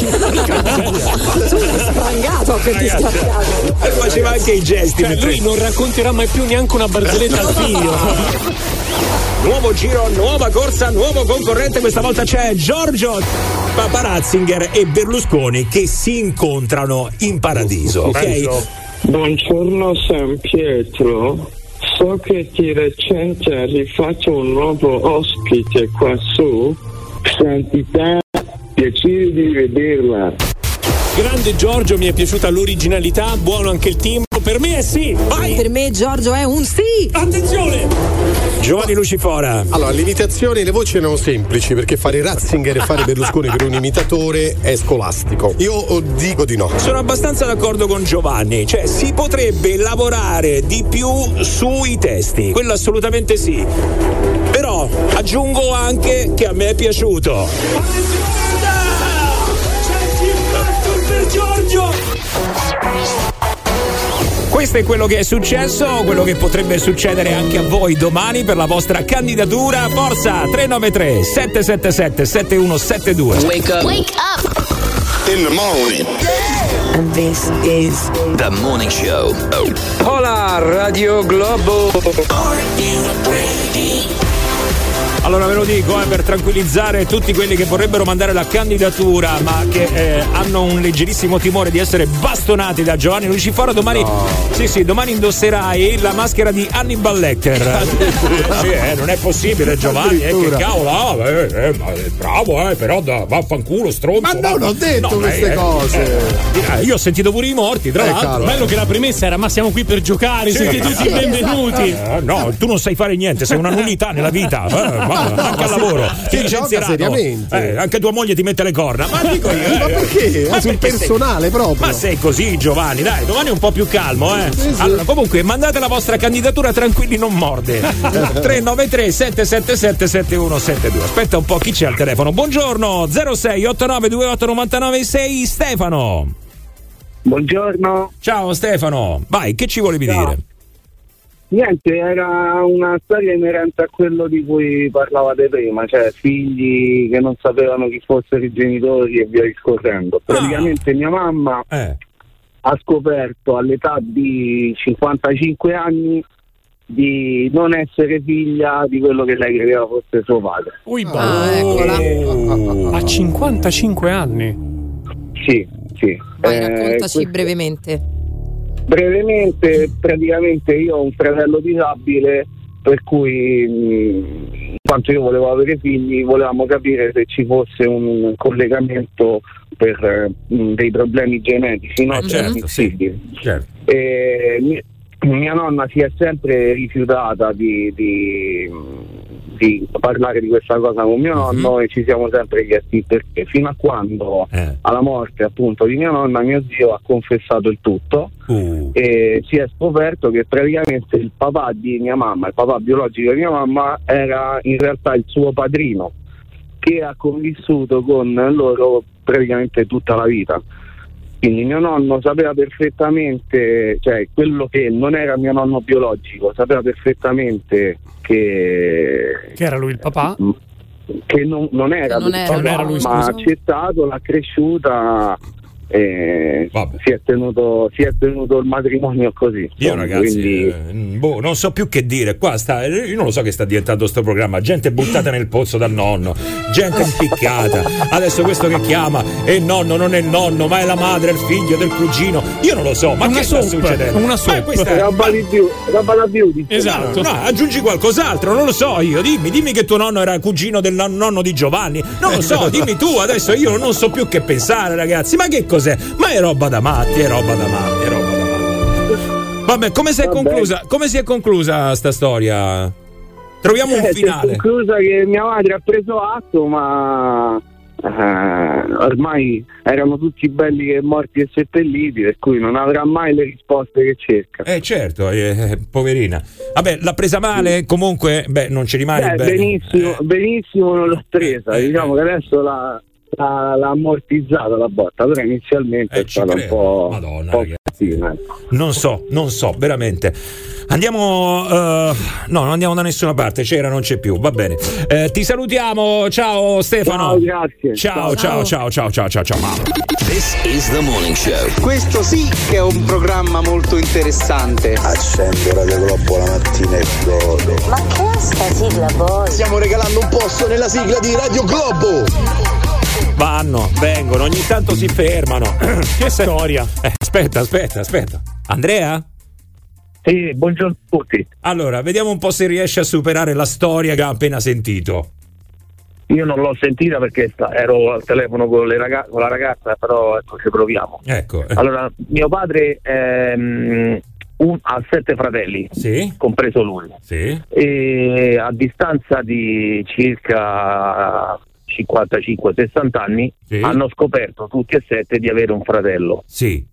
Sprangato che ti scappato. E faceva anche i gesti. Lui non racconterà mai più neanche una barzelletta al figlio. Nuovo giro, nuova corsa, nuovo concorrente. Questa volta c'è Giorgio Paparazzinger e Berlusconi che si incontrano in paradiso, ok? Buongiorno San Pietro. So che di recente hai fatto un nuovo ospite qua su. Santità, piacere di vederla. Grande Giorgio, mi è piaciuta l'originalità, buono anche il timbro. Per me è sì. Vai. Per me Giorgio è un sì. Attenzione. Giovanni Lucifora. Allora, le imitazioni, le voci erano semplici perché fare Ratzinger e fare Berlusconi per un imitatore è scolastico. Io dico di no. Sono abbastanza d'accordo con Giovanni, cioè si potrebbe lavorare di più sui testi, quello assolutamente sì. Però aggiungo anche che a me è piaciuto. Per Giorgio. Questo è quello che è successo, quello che potrebbe succedere anche a voi domani per la vostra candidatura. Forza 393 777 7172. Wake up. Wake up. In the morning. And this is The Morning Show. Hola Radio Globo. Allora ve lo dico per tranquillizzare tutti quelli che vorrebbero mandare la candidatura ma che hanno un leggerissimo timore di essere bastonati da Giovanni Lucifora. Domani domani indosserai la maschera di Hannibal Lecter. Non è possibile Giovanni, che cavolo, bravo, però vaffanculo stronzo. Ma non ho detto queste cose. Io ho sentito pure i morti, tra l'altro. Bello che la premessa era ma siamo qui per giocare, siete tutti benvenuti. No, tu non sai fare niente, sei una nullità nella vita. Anche al lavoro ti licenzieranno seriamente. Anche tua moglie ti mette le corna. Ma dico io, ma perché? Ma sul personale proprio. Ma sei così Giovanni, dai, domani è un po' più calmo, Sì. Allora, comunque mandate la vostra candidatura, tranquilli, non morde. 393 777 7172. Aspetta un po', chi c'è al telefono? Buongiorno, 06 89 28 99 6. Stefano. Buongiorno. Ciao Stefano, vai, che ci volevi dire? Niente, era una storia inerente a quello di cui parlavate prima, cioè figli che non sapevano chi fossero i genitori e via discorrendo. Praticamente mia mamma ha scoperto all'età di 55 anni di non essere figlia di quello che lei credeva fosse suo padre. Eccola. A 55 anni? Sì. Vai, raccontaci brevemente. Brevemente, praticamente io ho un fratello disabile, per cui in quanto io volevo avere figli volevamo capire se ci fosse un collegamento per dei problemi genetici, no? Certo. E mia nonna si è sempre rifiutata di parlare di questa cosa con mio nonno e ci siamo sempre chiesti perché, fino a quando alla morte appunto di mia nonna mio zio ha confessato il tutto e si è scoperto che praticamente il papà di mia mamma, il papà biologico di mia mamma, era in realtà il suo padrino che ha convissuto con loro praticamente tutta la vita. Quindi mio nonno sapeva perfettamente, cioè quello che non era mio nonno biologico, sapeva perfettamente che era lui il papà? Che non era lui, ma ha accettato, l'ha cresciuta e si è tenuto il matrimonio così. Io ragazzi non so più che dire. Qua io non lo so che sta diventando sto programma, gente buttata nel pozzo dal nonno, gente impiccata, adesso questo che chiama e il nonno non è il nonno ma è la madre, il figlio del cugino, io non lo so, ma che sta succedendo? Una questa è roba da beauty. Esatto, no, aggiungi qualcos'altro, non lo so io, dimmi che tuo nonno era cugino del nonno di Giovanni, non lo so, dimmi tu, adesso io non so più che pensare ragazzi, ma che cos'è? Ma è roba da matti. Vabbè, come si è conclusa sta storia? Troviamo un finale. Si è conclusa che mia madre ha preso atto, ma ormai erano tutti belli che morti e seppelliti, per cui non avrà mai le risposte che cerca. Certo, poverina. Vabbè, l'ha presa male, comunque non ci rimane bene. Benissimo non l'ho presa, diciamo che adesso l'ha ammortizzata la botta, però inizialmente è stata un po'. Madonna, po' ragazzi. Non so, veramente. Andiamo. No, non andiamo da nessuna parte. C'era, non c'è più. Va bene. Ti salutiamo. Ciao Stefano. Ciao, grazie. Ciao. This is the morning show. Questo sì che è un programma molto interessante. Accendo Radio Globo la mattina e godo. Ma che è sta sigla poi? Stiamo regalando un posto nella sigla di Radio Globo. Vengono, ogni tanto si fermano. Che storia. Aspetta. Andrea? Sì, buongiorno a tutti. Allora, vediamo un po' se riesci a superare la storia che ha appena sentito. Io non l'ho sentita perché ero al telefono con la ragazza, però ecco, ci proviamo. Ecco. Allora, mio padre ha 7 fratelli, sì, compreso lui. Sì. E a distanza di circa 55-60 anni, sì, hanno scoperto tutti e 7 di avere un fratello. Sì.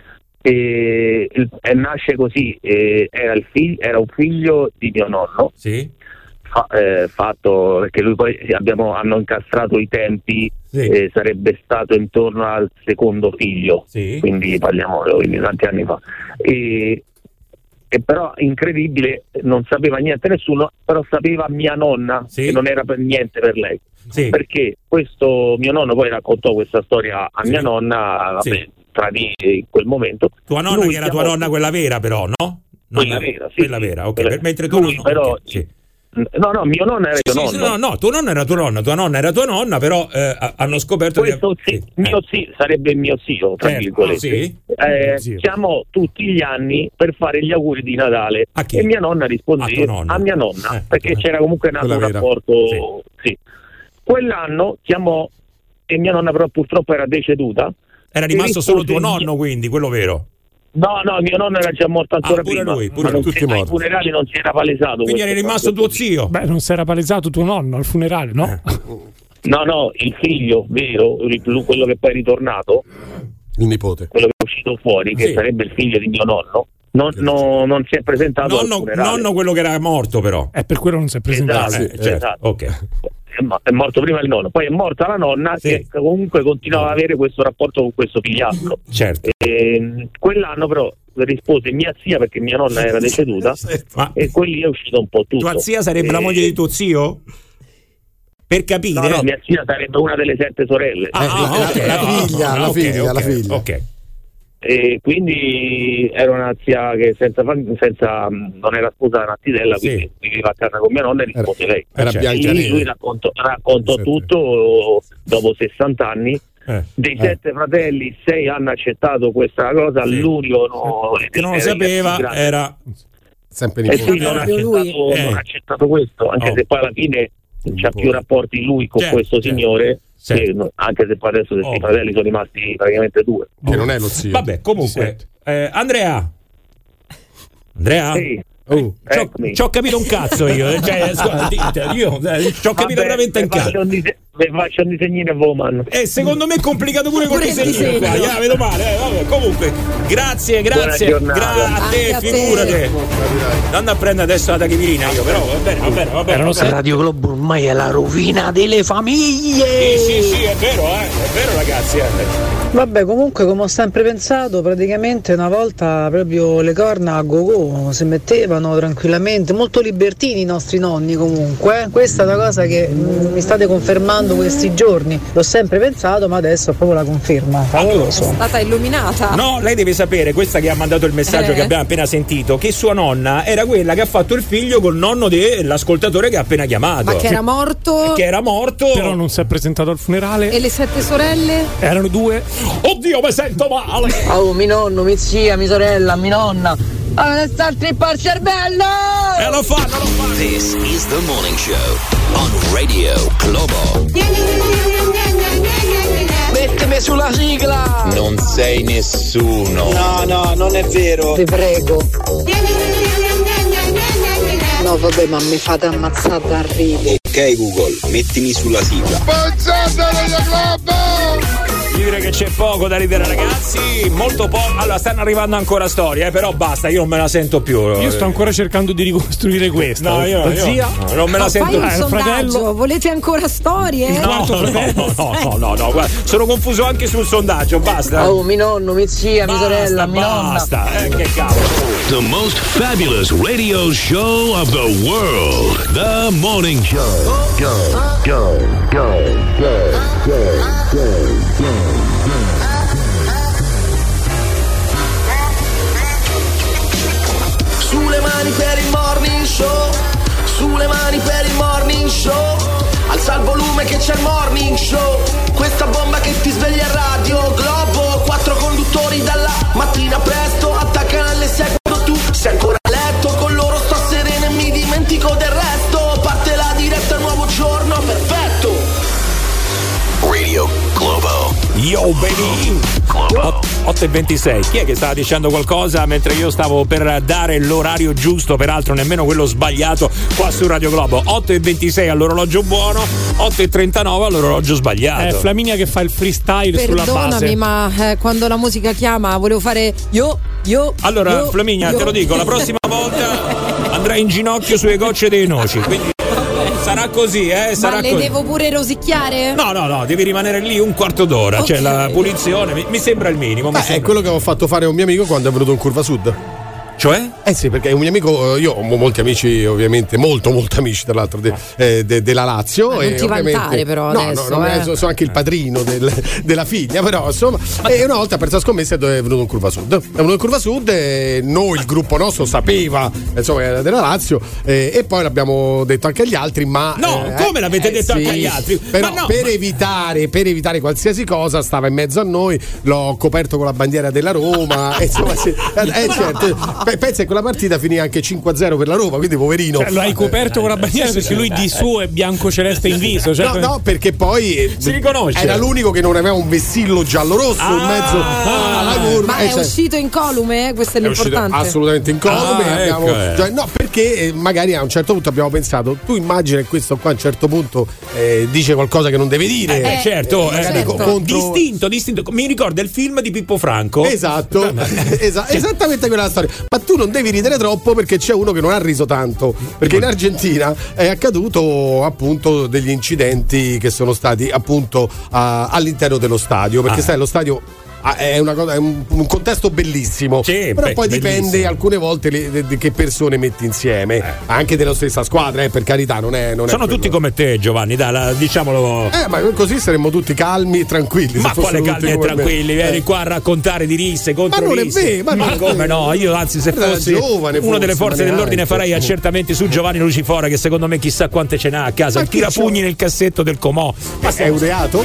E nasce così, era un figlio di mio nonno. Sì. Fatto perché lui poi hanno incastrato i tempi, sì, sarebbe stato intorno al secondo figlio, sì, quindi parliamo di tanti anni fa. E però incredibile, non sapeva niente nessuno, però sapeva mia nonna, sì, che non era per niente per lei, sì, perché questo mio nonno poi raccontò questa storia a, sì, mia nonna, vabbè, sì, in quel momento. Tua nonna, che era tua nonna quella vera, però, no? Quella vera, sì, quella vera, ok. Mentre tu lui, però, okay, sì. No, mio nonno era mio nonno. No, tuo nonno era tua nonna era tua nonna, però hanno scoperto questo che mio zio sarebbe mio zio, tra virgolette. Sì. Chiamò tutti gli anni per fare gli auguri di Natale e mia nonna rispondeva a mia nonna, perché c'era comunque nato un rapporto. Sì. Quell'anno chiamò e mia nonna però purtroppo era deceduta. Era rimasto solo tuo nonno, quindi, quello vero? No, mio nonno era già morto ancora prima. Pure tutti morti. Ai funerali non si era palesato. Quindi era rimasto tuo zio? Beh, non si era palesato tuo nonno al funerale, no? No, il figlio vero, quello che poi è ritornato, il nipote, quello che è uscito fuori, che sarebbe il figlio di mio nonno, non si è presentato al funerale. Nonno quello che era morto, però. Per quello non si è presentato. Esatto. Ok. È morto prima il nonno, poi è morta la nonna, sì, che comunque continuava ad avere questo rapporto con questo figliastro. Certo. Quell'anno però rispose mia zia, perché mia nonna era deceduta, e quelli è uscito un po' tutto. Tua zia sarebbe la moglie di tuo zio? Per capire? No, mia zia sarebbe una delle 7 sorelle. La figlia. Ok. E quindi era una zia che senza non era sposa, era attidella, quindi viveva a casa con mia nonna e rispose lei. Era Biancaneve. Lui raccontò tutto dopo 60 anni. Dei 7 fratelli, 6 hanno accettato questa cosa, l'unico che non lo sapeva era sempre non ha accettato questo, anche se poi alla fine c'ha più rapporti lui con questo signore. Sì, anche se poi adesso questi fratelli sono rimasti praticamente 2. Che non è lo zio. Vabbè, comunque Andrea? Sì. Ci ho capito un cazzo io, io ci ho capito veramente un cazzo. Vi faccio un disegnino Woman. Secondo me è complicato pure con il disegnino qua. Vedo male. Vabbè, comunque, grazie. Grazie a te, figurati. Non a prendere adesso la tachipirina io, però va bene. Radio Globo ormai è la rovina delle famiglie. Sì, è vero ragazzi. Vabbè, comunque, come ho sempre pensato, praticamente una volta proprio le corna a go-go si mettevano tranquillamente, molto libertini i nostri nonni comunque. Questa è una cosa che mi state confermando questi giorni, l'ho sempre pensato, ma adesso è proprio la conferma. Favoloso. È stata illuminata. No, lei deve sapere, questa che ha mandato il messaggio che abbiamo appena sentito, che sua nonna era quella che ha fatto il figlio col nonno dell'ascoltatore che ha appena chiamato. Ma che era morto. Però non si è presentato al funerale. E le 7 sorelle? Erano 2. Oddio, mi sento male. Oh, mio nonno, mia zia, mia sorella, mia nonna. Sta a trippare il cervello! Lo fa. This is the morning show on Radio Globo. Mettimi sulla sigla! Non sei nessuno. No, non è vero. Ti prego. No, vabbè, ma mi fate ammazzare da ridere. Ok, Google, mettimi sulla sigla. Buongiorno Radio Globo! Dire che c'è poco da ridere, ragazzi, molto poco. Allora stanno arrivando ancora storie, però basta, io non me la sento più. Io sto ancora cercando di ricostruire questa. No, io non me la sento più. Fratello, volete ancora storie? No, guarda, sono confuso anche sul sondaggio, basta. Oh, mio nonno, mia zia, mia sorella, mia nonna. Basta, che cavolo. The most fabulous radio show of the world. The Morning Show. Go. Sulle mani per il morning show, sulle mani per il morning show. Alza il volume che c'è il morning show. Questa bomba che ti sveglia a Radio Globo. 4 conduttori dalla mattina presto. Attaccano alle 6 quando tu sei ancora a letto. Con loro sto sereno e mi dimentico del resto. Parte la diretta, nuovo giorno perfetto. Radio Globo. Yo baby. 8:26. Chi è che stava dicendo qualcosa mentre io stavo per dare l'orario giusto, peraltro nemmeno quello sbagliato, qua su Radio Globo? 8:26 all'orologio buono, 8:39 all'orologio sbagliato. Flaminia che fa il freestyle sulla base. Perdonami, ma quando la musica chiama volevo fare io. Allora, Flaminia, te lo dico, la prossima volta andrai in ginocchio sulle gocce dei noci. Quindi sarà così, sarà ma le così. devo pure rosicchiare? No, devi rimanere lì un quarto d'ora, okay. Cioè la punizione mi sembra il minimo. È quello che avevo fatto fare a un mio amico quando è venuto in Curva Sud. Cioè? Sì, perché un mio amico, io ho molti amici, ovviamente, molto amici tra l'altro della Lazio. Ma non ti vantare però adesso. Sono anche il padrino della figlia, però insomma. E una volta perso la scommessa è venuto in Curva Sud. È venuto in Curva Sud e noi, il gruppo nostro, sapeva insomma era della Lazio e poi l'abbiamo detto anche agli altri, ma. No, come l'avete detto anche agli altri? Però per evitare qualsiasi cosa, stava in mezzo a noi, l'ho coperto con la bandiera della Roma. Insomma, certo. Pensa che quella partita finì anche 5-0 per la Roma, quindi poverino. Cioè, l'hai coperto con la bandiera perché lui di suo è bianco-celeste in viso. Cioè no, perché poi si riconosce. Era l'unico che non aveva un vessillo giallo-rosso in mezzo alla curva. Ma è uscito incolume? Questo è l'importante. Assolutamente incolume. Cioè, no, perché magari a un certo punto abbiamo pensato, tu immagina che questo qua a un certo punto dice qualcosa che non deve dire. Certo. Distinto. Mi ricorda il film di Pippo Franco. Esatto. Esattamente quella storia. Ma tu non devi ridere troppo perché c'è uno che non ha riso tanto, perché in Argentina è accaduto appunto degli incidenti che sono stati appunto all'interno dello stadio, perché sai, lo stadio è un contesto bellissimo, sì, però poi dipende bellissimo. Alcune volte che persone metti insieme, anche della stessa squadra, per carità, non è sono tutti come te, Giovanni, dai, diciamolo. Ma così saremmo tutti calmi e tranquilli. Ma quale calmi e tranquilli? Vieni qua a raccontare di risse contro risse. Ma come no? Io anzi, se fossi una delle forze dell'ordine farei accertamenti su Giovanni Lucifora, che secondo me chissà quante ce n'ha a casa. Il tirapugni nel cassetto del Comò. Ma è un reato?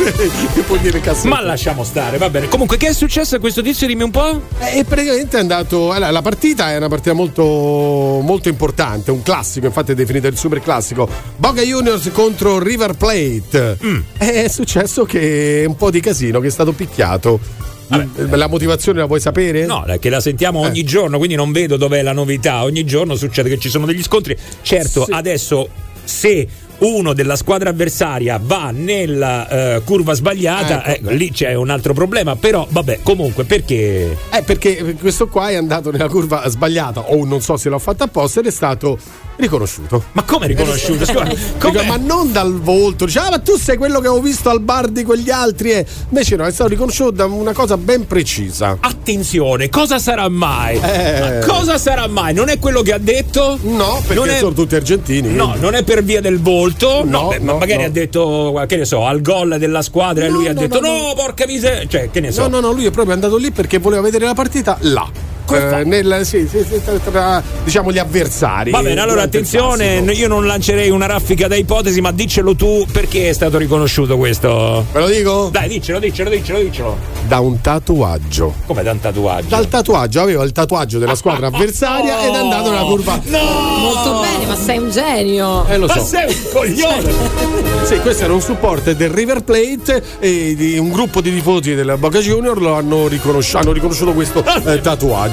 Ma lasciamo stare, va bene. Comunque, che è successo a questo tizio? Dimmi un po'. Praticamente è andato. La partita è una partita molto, molto importante, un classico, infatti è definito il super classico. Boca Juniors contro River Plate. È successo che un po' di casino, che è stato picchiato. La motivazione la vuoi sapere? No, che la sentiamo ogni giorno, quindi non vedo dov'è la novità. Ogni giorno succede che ci sono degli scontri. Certo, sì. Adesso se uno della squadra avversaria va nella curva sbagliata, lì c'è un altro problema, però vabbè, comunque perché? Perché questo qua è andato nella curva sbagliata, o non so se l'ho fatta apposta, ed è stato riconosciuto. Ma come riconosciuto? Ma non dal volto, diceva, ma tu sei quello che ho visto al bar di quegli altri, invece no, è stato riconosciuto da una cosa ben precisa. Attenzione, cosa sarà mai? Ma cosa sarà mai? Non è quello che ha detto? No, perché sono tutti argentini. No, non è per via del volto. No, magari ha detto, che ne so, al gol della squadra, e lui ha detto no, porca miseria, cioè, che ne so. No, lui è proprio andato lì perché voleva vedere la partita là. Tra, diciamo, gli avversari. Va bene, allora attenzione, io non lancerei una raffica da ipotesi, ma diccelo tu, perché è stato riconosciuto questo? Ve lo dico? Dai, diccelo. Da un tatuaggio. Come da un tatuaggio? Dal tatuaggio, aveva il tatuaggio della squadra avversaria ed è andato nella curva. No! Molto bene, ma sei un genio. Lo so. Ma sei un coglione. Sì, questo era un supporter del River Plate e di un gruppo di tifosi della Boca Junior hanno riconosciuto questo tatuaggio.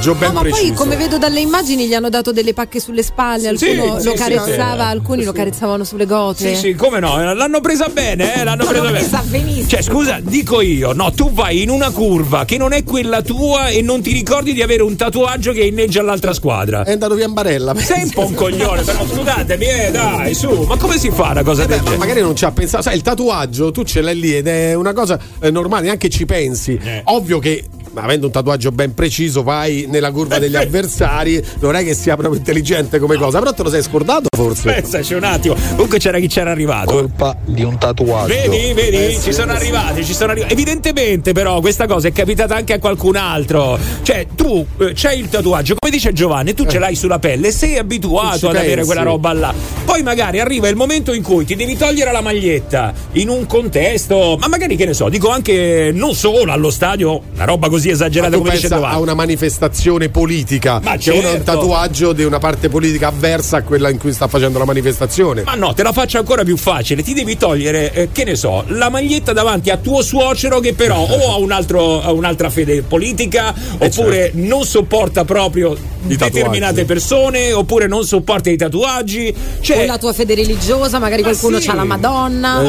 tatuaggio ben preciso. Poi come vedo dalle immagini gli hanno dato delle pacche sulle spalle, alcuno lo carezzava, alcuni lo carezzavano sulle gote. Sì, come no, l'hanno presa bene, l'hanno presa benissimo. Cioè scusa, dico io, no, tu vai in una curva che non è quella tua e non ti ricordi di avere un tatuaggio che inneggia all'altra squadra. È andato via in barella. Sei un po' un coglione, però scusatemi, dai, su, ma come si fa una cosa del genere? Magari non ci ha pensato, sai, il tatuaggio tu ce l'hai lì ed è una cosa normale, neanche ci pensi. Ovvio che avendo un tatuaggio ben preciso vai nella curva degli avversari, non è che sia proprio intelligente come cosa, però te lo sei scordato forse. Pensaci un attimo. Comunque c'era chi c'era arrivato. Colpa di un tatuaggio. Vedi, ci sono arrivati. Evidentemente però questa cosa è capitata anche a qualcun altro. Cioè tu c'hai il tatuaggio, come dice Giovanni, tu ce l'hai sulla pelle, sei abituato ad avere quella roba là. Poi magari arriva il momento in cui ti devi togliere la maglietta in un contesto, ma magari, che ne so, dico anche non solo allo stadio, una roba così esagerata come dice Giovanni. A una manifestazione politica, ma che uno ha un tatuaggio di una parte politica avversa a quella in cui sta facendo la manifestazione. Ma no, te la faccio ancora più facile, ti devi togliere che ne so, la maglietta davanti a tuo suocero che però o ha un'altra fede politica, oppure non sopporta proprio determinate persone, oppure non sopporta i tatuaggi, o la tua fede religiosa, magari qualcuno c'ha la Madonna.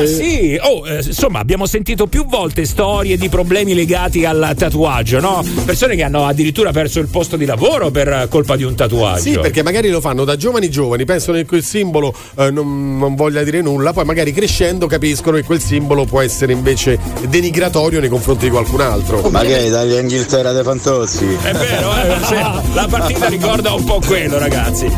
Insomma, abbiamo sentito più volte storie di problemi legati al tatuaggio, no? Persone che hanno addirittura perso il posto di lavoro per colpa di un tatuaggio. Sì, perché magari lo fanno da giovani, pensano che quel simbolo non voglia dire nulla, poi magari crescendo capiscono che quel simbolo può essere invece denigratorio nei confronti di qualcun altro. Ma che dagli Inghilterra dei Fantozzi? È vero, la partita ricorda un po' quello, ragazzi.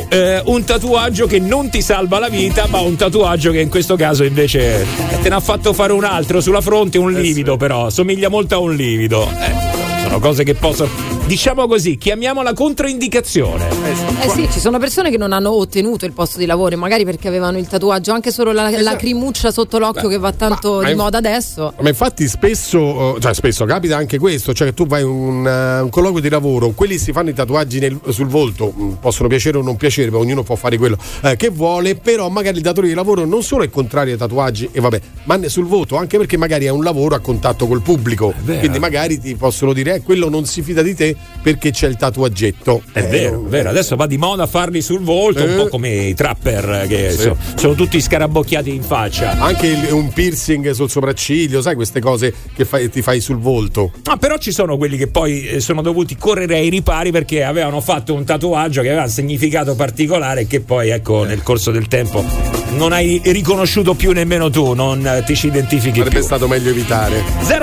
Un tatuaggio che non ti salva la vita, ma un tatuaggio che in questo caso invece te ne ha fatto fare un altro sulla fronte, un livido, però somiglia molto a un livido. Sono cose che possono, diciamo così, chiamiamola controindicazione. Sì, ci sono persone che non hanno ottenuto il posto di lavoro, magari perché avevano il tatuaggio, anche solo la lacrimuccia sotto l'occhio, che va tanto di moda adesso. Ma infatti spesso capita anche questo, cioè che tu vai in un colloquio di lavoro, quelli si fanno i tatuaggi sul volto, possono piacere o non piacere, ognuno può fare quello che vuole, però magari il datore di lavoro non solo è contrario ai tatuaggi ma sul volto, anche perché magari è un lavoro a contatto col pubblico, quindi magari ti possono dire quello non si fida di te perché c'è il tatuaggetto. È vero. Adesso va di moda farli sul volto, un po' come i trapper che sono tutti scarabocchiati in faccia. Anche un piercing sul sopracciglio, sai, queste cose che ti fai sul volto. Però ci sono quelli che poi sono dovuti correre ai ripari perché avevano fatto un tatuaggio che aveva un significato particolare e che poi nel corso del tempo non hai riconosciuto più nemmeno tu, non ti ci identifichi Sarebbe stato meglio evitare.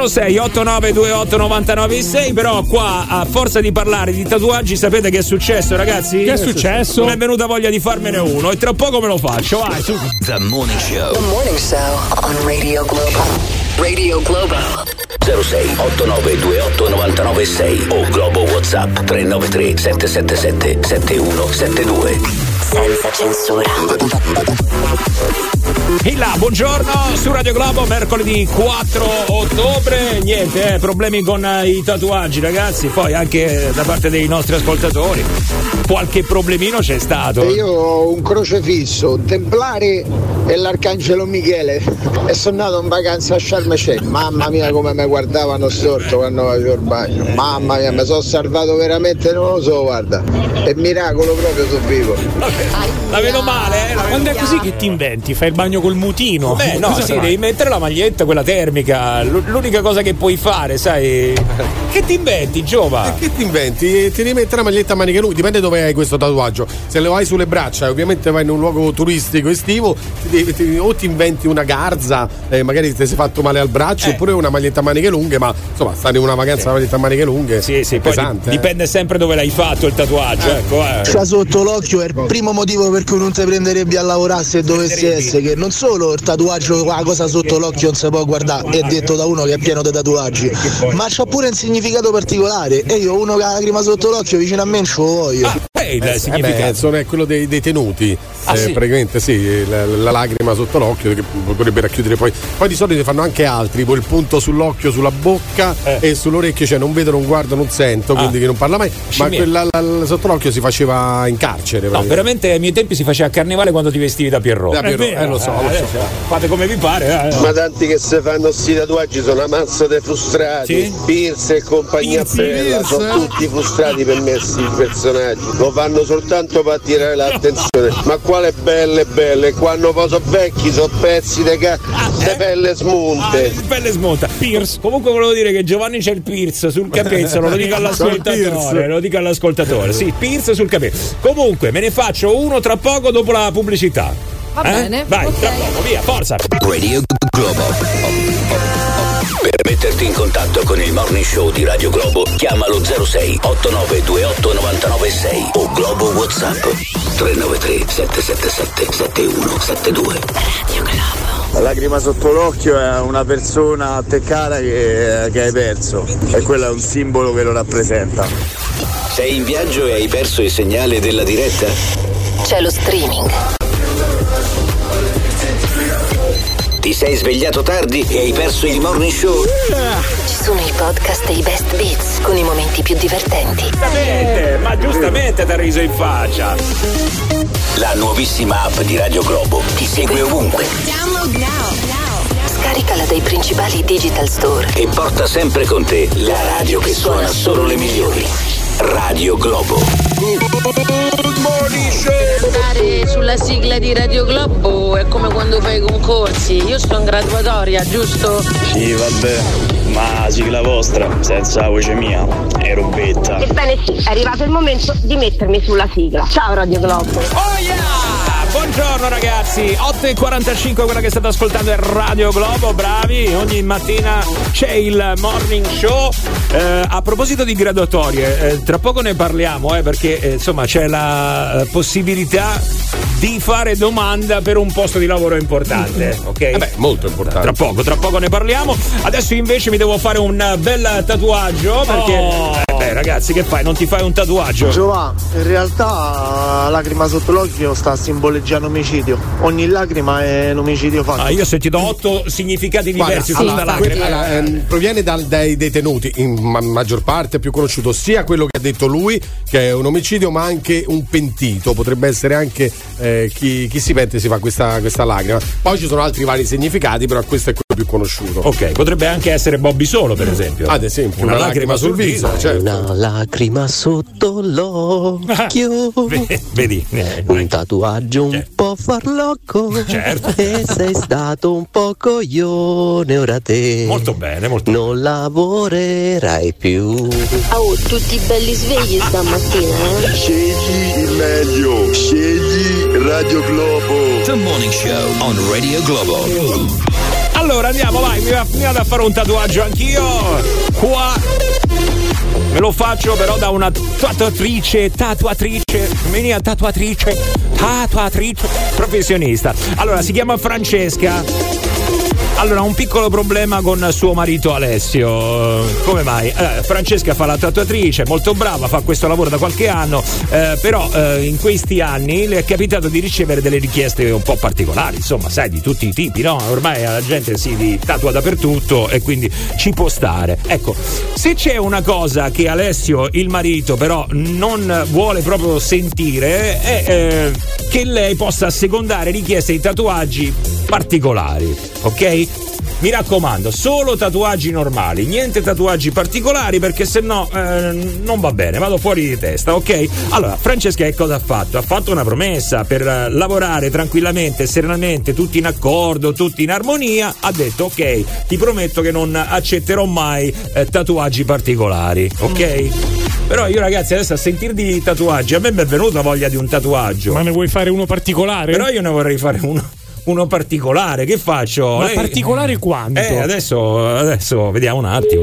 0689289996. Però qua, a forza di parlare di tatuaggi, sapete che è successo, ragazzi? Che è successo? Mi è venuta voglia di farmene uno e tra poco me lo faccio. Vai, su. The Morning Show. The Morning Show on Radio Globo. Radio Globo. 06 89 28 996 o Globo WhatsApp 393 777 7172. Senza censura. E là, buongiorno su Radio Globo, mercoledì 4 ottobre. Niente, problemi con i tatuaggi, ragazzi. Poi anche da parte dei nostri ascoltatori qualche problemino c'è stato. Io ho un crocefisso, un templare e l'arcangelo Michele e sono andato in vacanza a Sharm el Sheikh. Mamma mia come mi guardavano storto quando facevo il bagno. Mamma mia, mi sono salvato veramente, non lo so, guarda. È miracolo proprio, sono vivo. La vedo male, Quando è così che ti inventi? Fai il bagno col mutino? Devi mettere la maglietta, quella termica. L'unica cosa che puoi fare, sai. Che ti inventi, Giova? Che ti inventi? Ti devi mettere la maglietta a maniche lunghe, dipende dove hai questo tatuaggio. Se lo hai sulle braccia, ovviamente vai in un luogo turistico estivo, o ti inventi una garza, magari ti sei fatto male al braccio, oppure una maglietta a maniche lunghe, ma insomma, stare in una vacanza a maglietta a maniche lunghe è pesante. Dipende sempre dove l'hai fatto il tatuaggio, C'ha sotto l'occhio è il primo motivo per cui non ti prenderebbe a lavorare se dovessi essere, che non solo il tatuaggio, la cosa sotto l'occhio non si può guardare, è detto da uno che è pieno di tatuaggi, ma c'ha pure un significato particolare e io uno che ha la lacrima sotto l'occhio vicino a me non ce lo voglio. è il significato? È quello dei tenuti. Sì. Praticamente sì, la lacrima sotto l'occhio che potrebbe racchiudere poi di solito fanno anche altri, poi il punto sull'occhio, sulla bocca e sull'orecchio, cioè non vedo, non guardo, non sento, quindi che non parla mai, ma quella sotto l'occhio si faceva in carcere. No, veramente ai miei tempi si faceva a Carnevale quando ti vestivi da Pierrot. Lo so. Fate come vi pare. Ma tanti che si fanno sti tatuaggi sono una mazza dei frustrati. Pierce e compagnia bella, sono tutti frustrati per me sti personaggi. Lo fanno soltanto per attirare l'attenzione. Ma quale belle, quando poi sono vecchi, sono pezzi di pelle smunte. Pelle smunta. Pierce. Comunque volevo dire che Giovanni c'è il Pierce sul capezzolo, lo dico all'ascoltatore. Sì, Pierce sul capezzolo. Comunque me ne faccio uno tra poco dopo la pubblicità. Va bene. Vai, tra poco, via, forza. Radio Globo. Per metterti in contatto con il Morning Show di Radio Globo, chiamalo 06 8928 996 o Globo WhatsApp 393 777 7172. Radio Globo. La lacrima sotto l'occhio è una persona a te cara che hai perso, e quello è un simbolo che lo rappresenta. Sei in viaggio e hai perso il segnale della diretta? C'è lo streaming. Ti sei svegliato tardi e hai perso il Morning Show? Ci sono i podcast e i best beats con i momenti più divertenti. Giustamente t'ha riso in faccia. La nuovissima app di Radio Globo ti segue ovunque. Download now. Scaricala dai principali digital store E porta sempre con te la radio che suona solo le migliori. Radio Globo. Stare sulla sigla di Radio Globo è come quando fai i concorsi. Io sto in graduatoria, giusto? Sì, vabbè, ma sigla vostra, senza voce mia, è robetta. Ebbene sì, è arrivato il momento di mettermi sulla sigla. Ciao Radio Globo. Oh yeah! Buongiorno ragazzi, 8:45, quella che state ascoltando è Radio Globo, bravi, ogni mattina c'è il Morning Show. A proposito di graduatorie, tra poco ne parliamo, perché insomma c'è la possibilità di fare domanda per un posto di lavoro importante, ok? Molto importante. Tra poco ne parliamo. Adesso invece mi devo fare un bel tatuaggio perché ragazzi, che fai? Non ti fai un tatuaggio? Giovanni, in realtà lacrima sotto l'occhio sta a simboleggiando omicidio. Ogni lacrima è un omicidio fatto. Io se ti do 8 significati diversi sulla lacrima. Proviene dai detenuti, in maggior parte più conosciuto sia quello che ha detto lui, che è un omicidio, ma anche un pentito. Potrebbe essere anche chi si pente si fa questa lacrima. Poi ci sono altri vari significati, però questo è quello più conosciuto. Ok, potrebbe anche essere Bobby Solo, per esempio. Ad esempio, una lacrima sul viso, certo. Una lacrima sotto l'occhio. Vedi, un tatuaggio un po' farlocco. Certo. E sei stato un po' coglione, ora te. Molto bene, non lavorerai più. Oh, tutti belli svegli stamattina, Scegli il meglio, scegli Radio Globo. The Morning Show on Radio Globo. Allora andiamo, vai, mi vado a fare un tatuaggio anch'io. Qua me lo faccio però da una tatuatrice professionista. Allora, si chiama Francesca. Allora, un piccolo problema con suo marito Alessio. Come mai? Francesca fa la tatuatrice, molto brava, fa questo lavoro da qualche anno, però in questi anni le è capitato di ricevere delle richieste un po' particolari, insomma, sai, di tutti i tipi, no? Ormai la gente si tatua dappertutto e quindi ci può stare. Ecco, se c'è una cosa che Alessio, il marito, però non vuole proprio sentire, è che lei possa assecondare richieste di tatuaggi particolari, ok? Mi raccomando, solo tatuaggi normali, niente tatuaggi particolari, perché sennò non va bene, vado fuori di testa, ok? Allora, Francesca che cosa ha fatto? Ha fatto una promessa per lavorare tranquillamente, serenamente, tutti in accordo, tutti in armonia. Ha detto ok, ti prometto che non accetterò mai tatuaggi particolari, ok? Però io, ragazzi, adesso a sentir di tatuaggi, a me mi è venuta voglia di un tatuaggio. Ma ne vuoi fare uno particolare? Però io ne vorrei fare uno particolare. Che faccio? Ma particolare quanto? Adesso vediamo un attimo.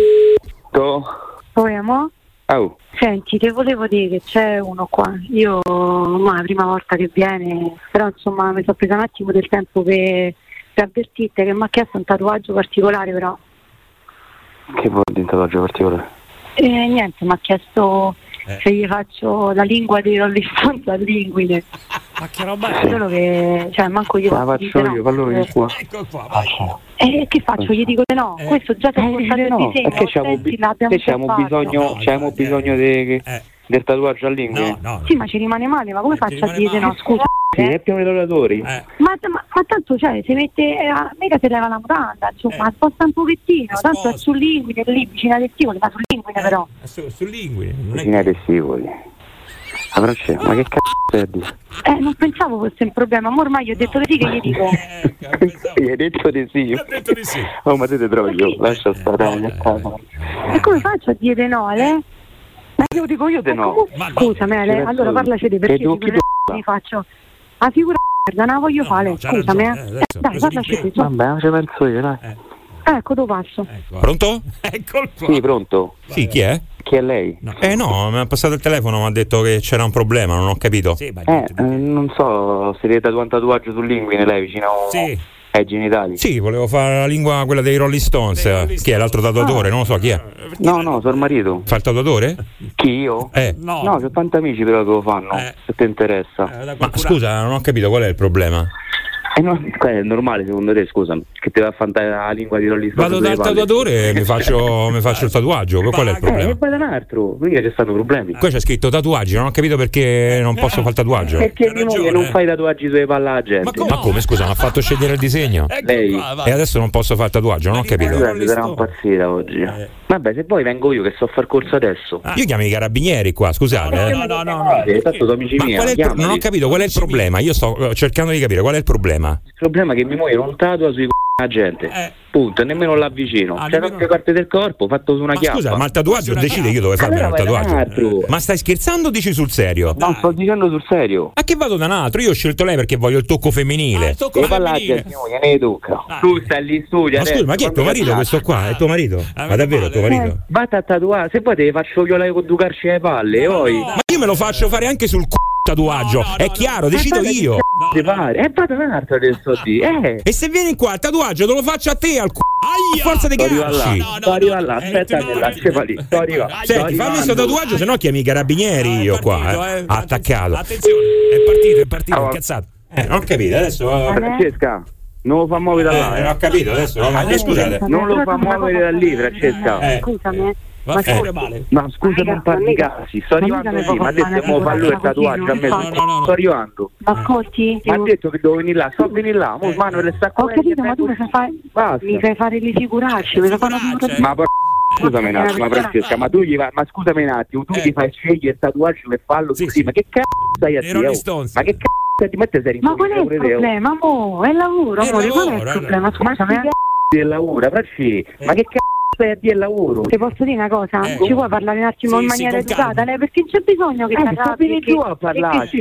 Poi amo? Oh. Senti, ti volevo dire che c'è uno qua. Io ma la prima volta che viene, però insomma mi sono presa un attimo del tempo per avvertirti che mi ha chiesto un tatuaggio particolare, però. Che vuol dire un tatuaggio particolare? Niente, mi ha chiesto se gli faccio la lingua dei Rolling Stones al linguine. Ma che roba è? Solo che, cioè, manco gli la faccio io, fallo io qua. Ecco qua. Che faccio? Gli dico di no. Questo già ti ho portato il no, disegno. perché c'abbiamo bisogno del tatuaggio al linguine. Sì, ma ci rimane male, ma come faccio a dire no? Scusa. Sì, è pieno di lavoratori. Ma tanto, cioè, si mette mica si leva la mutanda, insomma, sposta un pochettino, tanto è sul linguine, lì vicino ai testicoli, ma sul linguine però. Sul linguine, Vicino ai testicoli. Ma che cazzo stai a dire? Non pensavo fosse un problema, ma ormai gli ho detto di sì, che gli dico. Gli hai detto di sì. Oh, ma te trovi, lascia stare a casa. E come faccio a dire no, Ale? Ma io dico io di no. Scusami, Ale, allora parlaci di perché mi faccio. La figura merda, non la voglio fare, scusami. Dai, parlaci di. Vabbè, ci penso io, dai. Ecco, dove passo. Pronto? Eccolo qua. Sì, pronto. Sì, chi è? Chi è lei? No, mi ha passato il telefono, mi ha detto che c'era un problema, non ho capito. Non so, se deve tatuare un tatuaggio sul linguine lei vicino ai genitali. Sì, volevo fare la lingua quella dei Rolling Stones. Chi è l'altro tatuatore? Non lo so chi è. No, sono il marito. Fa il tatuatore? Chi, io? No, c'ho tanti amici però che lo fanno, se ti interessa. Ma scusa, non ho capito qual è il problema. È normale secondo te, scusami, che ti va a fare la lingua di Rolling Stones? Vado dal tatuatore e mi faccio il tatuaggio. Qual è il problema? E poi da un altro, mica ci stanno problemi. Qua c'è scritto tatuaggi, non ho capito perché non posso fare il tatuaggio. Perché che non fai tatuaggi sulle palle alla gente? Ma come, scusa, mi ha fatto scegliere il disegno? Lei. E adesso non posso fare il tatuaggio, non ho capito. Sarà un pazzire oggi. Vabbè, se poi vengo io che so far corso adesso. Io chiamo i carabinieri qua, scusate. No. Tanto amici miei. Non ho capito qual è il problema. Io sto cercando di capire qual è il problema. Il problema è che mia moglie non tatua sui la gente. Punto, e nemmeno l'avvicino. C'è tante parte del corpo fatto su una chiappa. Scusa, ma il tatuaggio decide io dove farmi il tatuaggio. Ma stai scherzando o dici sul serio? No, sto dicendo sul serio. A che vado da un altro? Io ho scelto lei perché voglio il tocco femminile. E pallaggia, signore, ne tocca. Tu stai lì in studio. Ma scusa, ma chi è tuo marito questo qua? È tuo marito? Ma davvero è tuo marito? Vatti a tatuare, se poi te faccio violare con due carci alle palle, poi. Ma io me lo faccio fare anche sul tatuaggio, è chiaro, decido io. E vado un altro adesso E se vieni qua il tatuaggio te lo faccio a te al forza dei calci. Sto arrivando là, aspetta che là, sto arrivando. Senti, fammi questo tatuaggio, se no chiami i carabinieri io qua, attaccato. Attenzione, è partito, incazzato. Non ho capito, adesso. Francesca, non lo fa muovere da là. Non ho capito, adesso. Scusate. Non lo fa muovere da lì, Francesca. Scusami. Ma scusa, non parli cazzi, sto arrivando lì, ma ha detto che fa lui il tatuaggio a me, sto arrivando. Ma ascolti? Ma ha detto che devo venire là, sto venire là, Manuel sta qua. Ho capito, ma tu mi fai fare le figuracce, mi fai fare ma scusami un attimo, Francesca, ma tu gli vai, ma scusami un attimo, tu gli fai scegliere il tatuaggio per farlo così, ma che cazzo stai a dire? Ma che cazzo ti metti serio? Ma qual è il problema, amore? È lavoro, amore, qual è il problema? Scusami. Del lavoro, Francesca, ma che cazzo stai a dire il lavoro? Ti posso dire una cosa? Ci puoi parlare un attimo in maniera educata, perché non c'è bisogno che ti arrabbi tu a parlarci.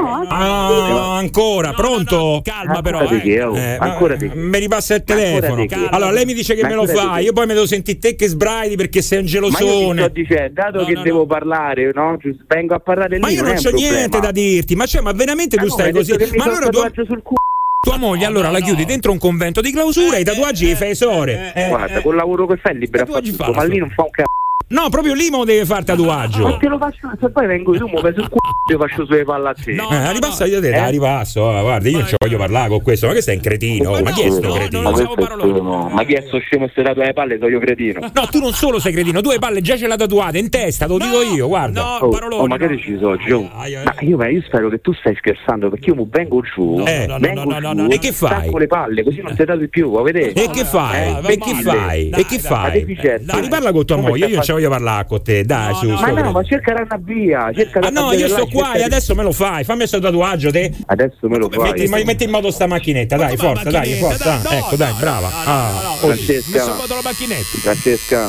No, ancora, pronto? Calma però. Ancora di che? Mi ripassa il telefono. Allora lei mi dice che me lo fa, io poi mi devo sentire te che sbraidi perché sei un gelosone. Ma io ti sto dicendo, dato che devo parlare, no? Vengo a parlare lì. Ma io non c'ho niente da dirti, ma veramente tu stai così? Ma allora tua moglie allora la chiudi dentro un convento di clausura e i tatuaggi li fai esore. Guarda, col lavoro che fai libera, ma lì non fa un cazzo. No, proprio lì mo deve fare tatuaggio. Ma te lo faccio, se poi vengo io, mo sul io faccio sulle pallazzine. Ripassa io te, ripasso. Guarda, io non ci voglio parlare con questo, ma che sei un cretino? Ma chi è sto cretino? Ma chi è sto scemo se tatuato le palle, sono io cretino. No, tu non solo sei cretino, tu le palle già ce l'hai tatuate in testa, te lo dico io, guarda. Oh, ma che deciso, Gio? Ma io spero che tu stai scherzando, perché io mo vengo giù. No. E che fai? Con le palle, così non ti tatui più, vedete? E che fai? E che fai? Riparla con tua moglie, io non ci voglio parlare con te, dai, su. Ma no, ma cerca una via. No, io sto qua e adesso me lo fai. Fammi questo tatuaggio, te. Adesso me lo fai. Metti in moto sta macchinetta, dai, forza. Ecco, dai, brava. Francesca. La macchinetta. Francesca.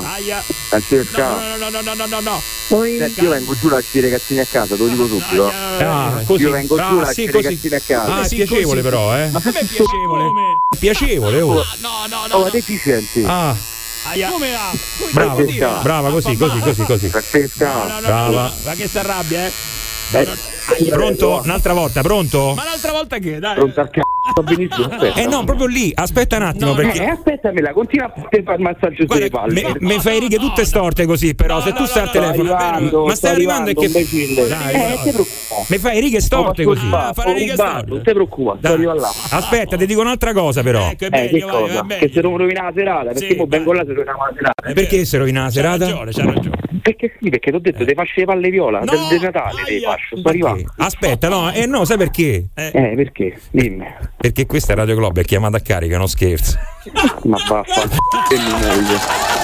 No. Io vengo giù a lasciare i ragazzini a casa, te lo dico subito. Così. Io vengo giù a lasciare i ragazzini a casa. È piacevole però, Ma che è piacevole, No. Oh, deficienti. Brava, così. Francesca. Brava. Ma che si arrabbia, Pronto? Un'altra volta, pronto? Ma l'altra volta che? Dai. Pronto al cazzo. benissimo. No, proprio lì, aspetta un attimo. Perché... aspettamela, continua a fare il massaggio sulle palle. Mi fai righe tutte storte così, però se tu stai al telefono. Ma stai arrivando e che. Mi fai righe storte così. Fare righe storte. Non ti preoccupare, sto arrivando là. Aspetta, ti dico un'altra cosa però. Che cosa? Che se non rovina la serata, perché mo vengo là se rovina la serata. Perché se rovina la serata? C'ha ragione. Perché sì, perché ti ho detto, ti faccio le palle viola del Natale, ti faccio, sto arrivando. Aspetta, no, sai perché? Perché? Dimmi. Perché questa è Radio Globo, è chiamata a carica, non scherzo. Ma vaffa, che mi moglie.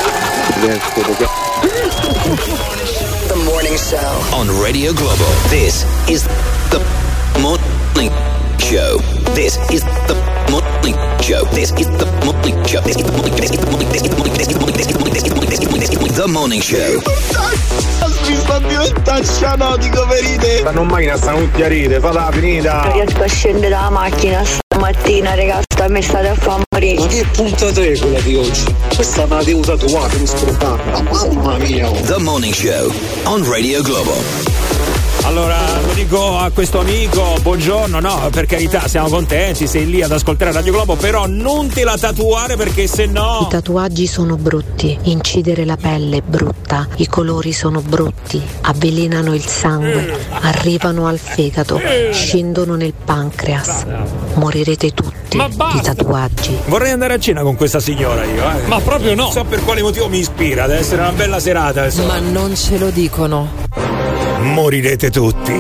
The Morning Show on Radio Globo. This is the Morning Show. This is the Morning Show. This is the Morning Show. This is the Morning Show. This is the Morning Show. This is the Morning Show. The Morning Show. Mi sta diventando cianotico per ride. Stanno in macchina, stanno tutti a ride, falla finita. Non riesco a scendere dalla macchina stamattina, ragazzi, mi state a far morire. Ma che puntata è quella di oggi? Questa me la devo tatuare, mi scordata. Mamma mia. The Morning Show on Radio Globo. Allora, lo dico a questo amico, buongiorno, no, per carità, siamo contenti, sei lì ad ascoltare Radio Globo, però non te la tatuare perché sennò... I tatuaggi sono brutti, incidere la pelle è brutta, i colori sono brutti, avvelenano il sangue, arrivano al fegato, scendono nel pancreas, morirete tutti di tatuaggi. Vorrei andare a cena con questa signora io, Ma proprio no! Non so per quale motivo mi ispira, deve essere una bella serata. Ma non ce lo dicono. Morirete tutti.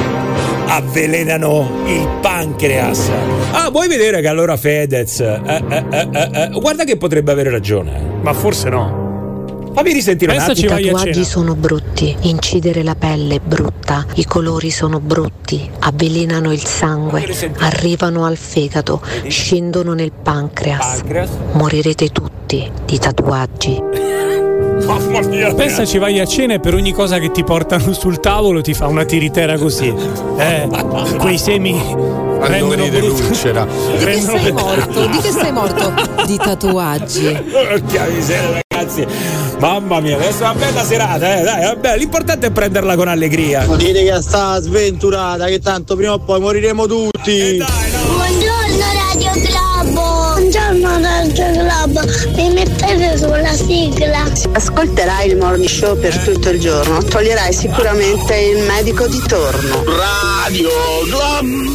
Avvelenano il pancreas. Vuoi vedere che allora Fedez guarda che potrebbe avere ragione. Ma forse no. Fammi risentire un attimo. I tatuaggi sono brutti, incidere la pelle è brutta, i colori sono brutti, avvelenano il sangue, arrivano al fegato, scendono nel pancreas. Morirete tutti di tatuaggi. Mamma mia, pensaci, vai a cena e per ogni cosa che ti portano sul tavolo ti fa una tiritera così. Quei semi rendono brutto. Di che sei morto? Di che sei morto? Di tatuaggi. Porca miseria, ragazzi. Mamma mia, adesso è una bella serata, dai, vabbè, l'importante è prenderla con allegria. Dite che sta sventurata, che tanto prima o poi moriremo tutti. Dai, no. Buongiorno Radio Globo. Buongiorno Radio Globo. Mi mettete sulla sigla. Ascolterai il Morning Show per tutto il giorno. Toglierai sicuramente il medico di torno. Radio Globo.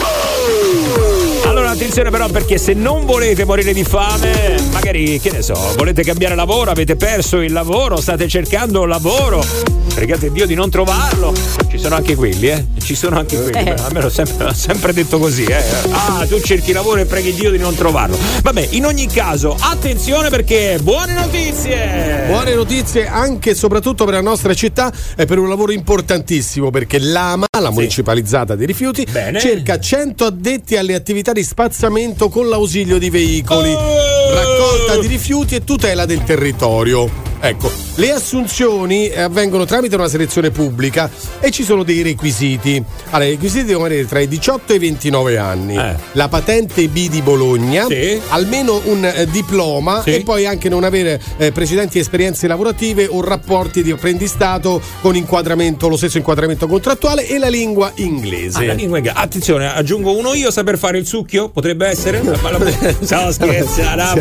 Allora attenzione però, perché se non volete morire di fame, magari, che ne so, volete cambiare lavoro, avete perso il lavoro, state cercando lavoro, pregate Dio di non trovarlo. Ci sono anche quelli, ci sono anche quelli. A me l'ho sempre detto così, tu cerchi lavoro e preghi Dio di non trovarlo. Vabbè, in ogni caso, attenzione perché buone notizie! Buone notizie anche e soprattutto per la nostra città e per un lavoro importantissimo, perché l'AMA, la municipalizzata dei rifiuti, cerca 100 addetti alle attività di spazzamento con l'ausilio di veicoli, raccolta di rifiuti e tutela del territorio. Ecco, le assunzioni avvengono tramite una selezione pubblica e ci sono dei requisiti. Allora, i requisiti devono avere tra i 18 e i 29 anni, la patente B di Bologna, almeno un diploma e poi anche non avere precedenti esperienze lavorative o rapporti di apprendistato con inquadramento, lo stesso inquadramento contrattuale, e la lingua inglese. La lingua inglese. Attenzione, aggiungo uno io, saper fare il succhio, potrebbe essere? Ciao, scherza, era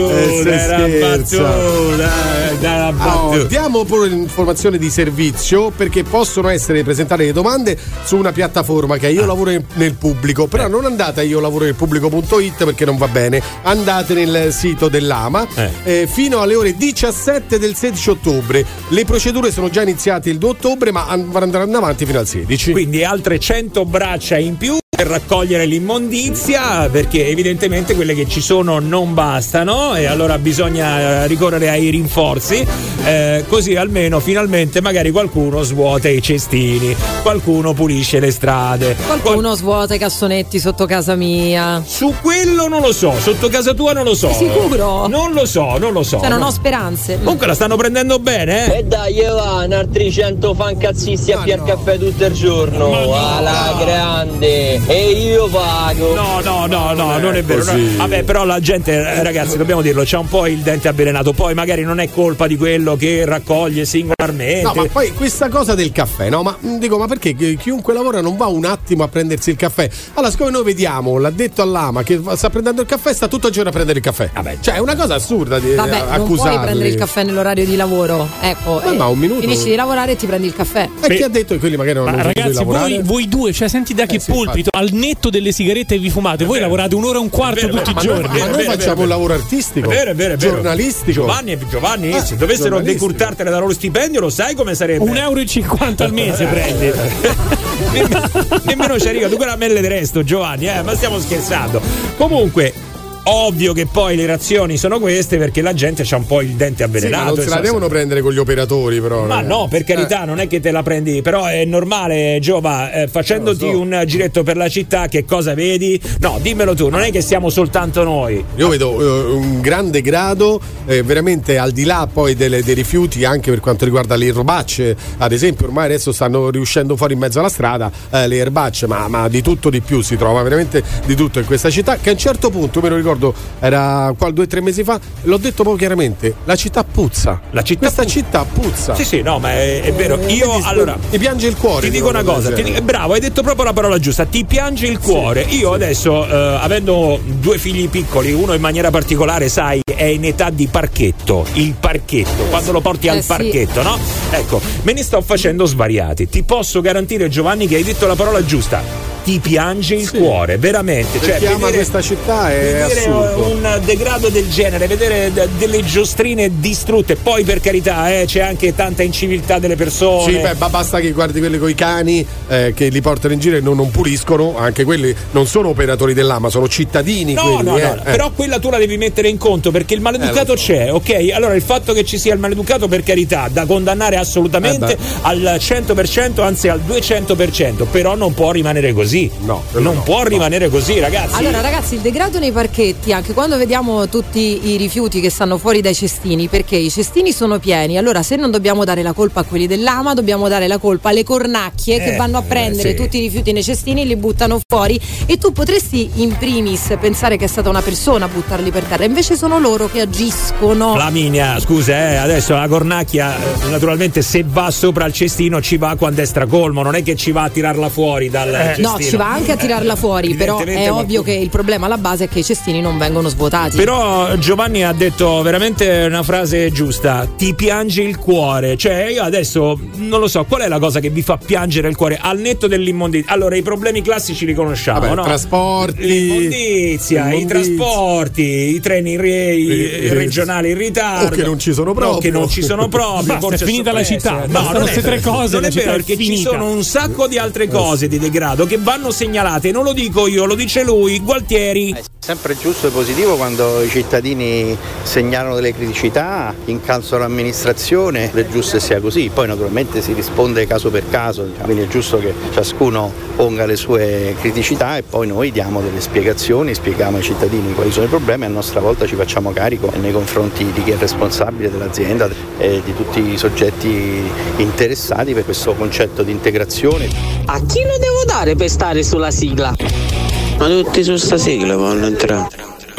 battuta. Diamo pure l'informazione di servizio, perché possono essere presentate le domande su una piattaforma che è Io lavoro nel pubblico, però non andate a iolavoronelpubblico.it perché non va bene, andate nel sito dell'AMA fino alle ore 17 del 16 ottobre. Le procedure sono già iniziate il 2 ottobre ma andranno avanti fino al 16. Quindi altre 100 braccia in più per raccogliere l'immondizia, perché evidentemente quelle che ci sono non bastano e allora bisogna ricorrere ai rinforzi, così almeno finalmente magari qualcuno svuota i cestini, qualcuno pulisce le strade, qualcuno svuota i cassonetti sotto casa mia. Su quello non lo so, sotto casa tua non lo so. Sicuro? Non lo so. Cioè non ho speranze. Comunque la stanno prendendo bene, E dai, va, altri 100 fancazzisti a piar caffè tutto il giorno, alla grande. e io pago. No, non è vero. No. Vabbè, però la gente, ragazzi, dobbiamo dirlo, c'ha un po' il dente avvelenato, poi magari non è colpa di quello che raccoglie singolarmente. No, ma poi questa cosa del caffè, no? Ma dico, ma perché chiunque lavora non va un attimo a prendersi il caffè? Allora, siccome noi vediamo l'addetto all'AMA che sta prendendo il caffè, sta tutto il giorno a prendere il caffè. Vabbè, cioè è una cosa assurda di accusarli. Non puoi prendere il caffè nell'orario di lavoro. Ecco, ma un minuto. Finisci di lavorare e ti prendi il caffè. E chi ha detto che quelli magari non hanno ragazzi, lavorare? Voi due, cioè senti da che pulpito, al netto delle sigarette che vi fumate, voi lavorate un'ora e un quarto tutti i giorni. Ma noi facciamo un lavoro artistico, vero. Giornalistico. Giovanni, se dovessero decurtartene da loro stipendio, lo sai come sarebbe? €1,50 al mese prendi. Nemmeno ci arriva, tu quella melle di resto, Giovanni, ma stiamo scherzando. Comunque, ovvio che poi le reazioni sono queste perché la gente c'ha un po' il dente avvelenato. Ma non se la devono prendere con gli operatori, però. Ma no, per carità, non è che te la prendi, però è normale, Giova, facendoti un giretto per la città, che cosa vedi? No, dimmelo tu, non è che siamo soltanto noi. Io vedo un grande grado, veramente al di là poi dei rifiuti, anche per quanto riguarda le erbacce, ad esempio, ormai adesso stanno riuscendo fuori in mezzo alla strada le erbacce, ma di tutto di più, si trova veramente di tutto in questa città, che a un certo punto, me lo ricordo, era 2 o 3 mesi fa, l'ho detto proprio chiaramente, la città puzza. Questa città puzza. Sì, no, ma è vero. Io allora mi piange il cuore. Ti dico una cosa, bravo, hai detto proprio la parola giusta, ti piange il cuore. Sì. Io adesso, avendo 2 figli piccoli, uno in maniera particolare, sai, è in età di parchetto, il parchetto, quando lo porti al parchetto, no? Ecco, me ne sto facendo svariati. Ti posso garantire, Giovanni, che hai detto la parola giusta. Ti piange il cuore, veramente. Cioè, vedere questa città è assurdo. Un degrado del genere, vedere delle giostrine distrutte. Poi, per carità, c'è anche tanta inciviltà delle persone. Sì, basta che guardi quelli coi cani che li portano in giro e non puliscono. Anche quelli non sono operatori dell'AMA, sono cittadini. No, però quella tu la devi mettere in conto, perché il maleducato c'è, ok? Allora, il fatto che ci sia il maleducato, per carità, da condannare assolutamente al 100%, anzi al 200%, però non può rimanere così. Non può rimanere così, ragazzi. Allora, ragazzi, il degrado nei parchetti, anche quando vediamo tutti i rifiuti che stanno fuori dai cestini, perché i cestini sono pieni. Allora, se non dobbiamo dare la colpa a quelli dell'AMA, dobbiamo dare la colpa alle cornacchie che vanno a prendere tutti i rifiuti nei cestini e li buttano fuori. E tu potresti in primis pensare che è stata una persona a buttarli per terra, invece sono loro che agiscono. Flaminia, scusa, adesso la cornacchia, naturalmente, se va sopra il cestino ci va quando è stracolmo, non è che ci va a tirarla fuori dal cestino. No, ci va anche a tirarla fuori, però è ovvio che il problema alla base è che i cestini non vengono svuotati. Però Giovanni ha detto veramente una frase giusta: ti piange il cuore. Cioè, io adesso non lo so, qual è la cosa che vi fa piangere il cuore al netto dell'immondizia? Allora, i problemi classici li conosciamo, no? Trasporti, l'immondizia, i trasporti, i treni regionali in ritardo, o che non ci sono proprio, Basta, è finita la città. Bastano queste 3 cose. Non è vero, perché ci sono un sacco di altre cose di degrado che vanno segnalate, non lo dico io, lo dice lui, Gualtieri. È sempre giusto e positivo quando i cittadini segnalano delle criticità, incalzano l'amministrazione, è giusto che sia così, poi naturalmente si risponde caso per caso, quindi è giusto che ciascuno ponga le sue criticità e poi noi diamo delle spiegazioni, spieghiamo ai cittadini quali sono i problemi e a nostra volta ci facciamo carico nei confronti di chi è responsabile dell'azienda e di tutti i soggetti interessati per questo concetto di integrazione. A chi lo devo dare per stare sulla sigla? Ma tutti su sta sigla vogliono entrare.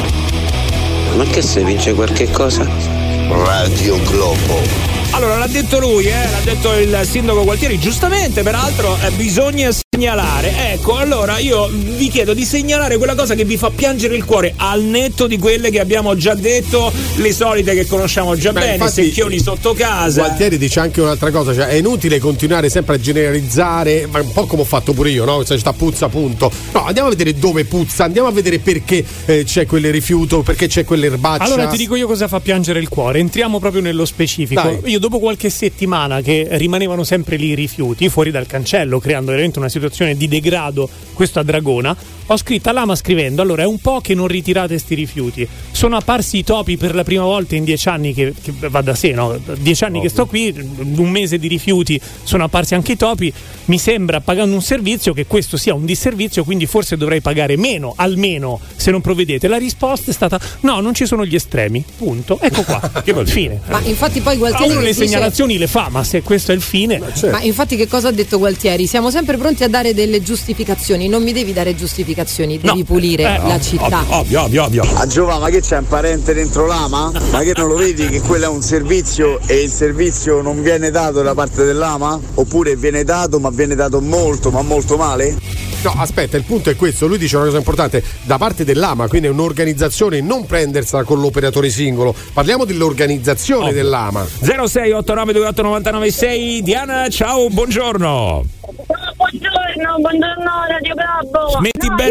Ma che se vince qualche cosa? Radio Globo. Allora, l'ha detto lui, l'ha detto il sindaco Gualtieri, giustamente, peraltro bisogna segnalare. Ecco, allora io vi chiedo di segnalare quella cosa che vi fa piangere il cuore, al netto di quelle che abbiamo già detto, le solite che conosciamo già bene, infatti, secchioni sotto casa. Gualtieri dice anche un'altra cosa, cioè è inutile continuare sempre a generalizzare, ma un po' come ho fatto pure io, no? Questa città puzza, punto. No, andiamo a vedere dove puzza, andiamo a vedere perché c'è quel rifiuto, perché c'è quell'erbaccia. Allora ti dico io cosa fa piangere il cuore, entriamo proprio nello specifico. Dai. Io dopo qualche settimana che rimanevano sempre lì i rifiuti fuori dal cancello, creando veramente una situazione di degrado, questo a Dragona, ho scritto all'AMA scrivendo: allora è un po' che non ritirate sti rifiuti, sono apparsi i topi per la prima volta in 10 anni che va da sé, no? 10 anni che sto qui, un mese di rifiuti, sono apparsi anche i topi, mi sembra, pagando un servizio, che questo sia un disservizio, quindi forse dovrei pagare meno, almeno, se non provvedete. La risposta è stata: no, non ci sono gli estremi, punto, ecco qua. Fine. Ma infatti poi Gualtieri le segnalazioni le fa, ma se questo è il fine, Ma infatti che cosa ha detto Gualtieri? Siamo sempre pronti a dare dare delle giustificazioni, non mi devi dare giustificazioni, devi pulire la città. Ovvio. A Giova, ma che c'è un parente dentro l'AMA? Ma che non lo vedi che quello è un servizio e il servizio non viene dato da parte dell'AMA? Oppure viene dato ma viene dato molto ma molto male? No, aspetta, il punto è questo, lui dice una cosa importante, da parte dell'AMA, quindi è un'organizzazione, non prendersela con l'operatore singolo, parliamo dell'organizzazione dell'AMA. 06 8928 996. Diana, ciao, buongiorno. Buongiorno Radio Globo.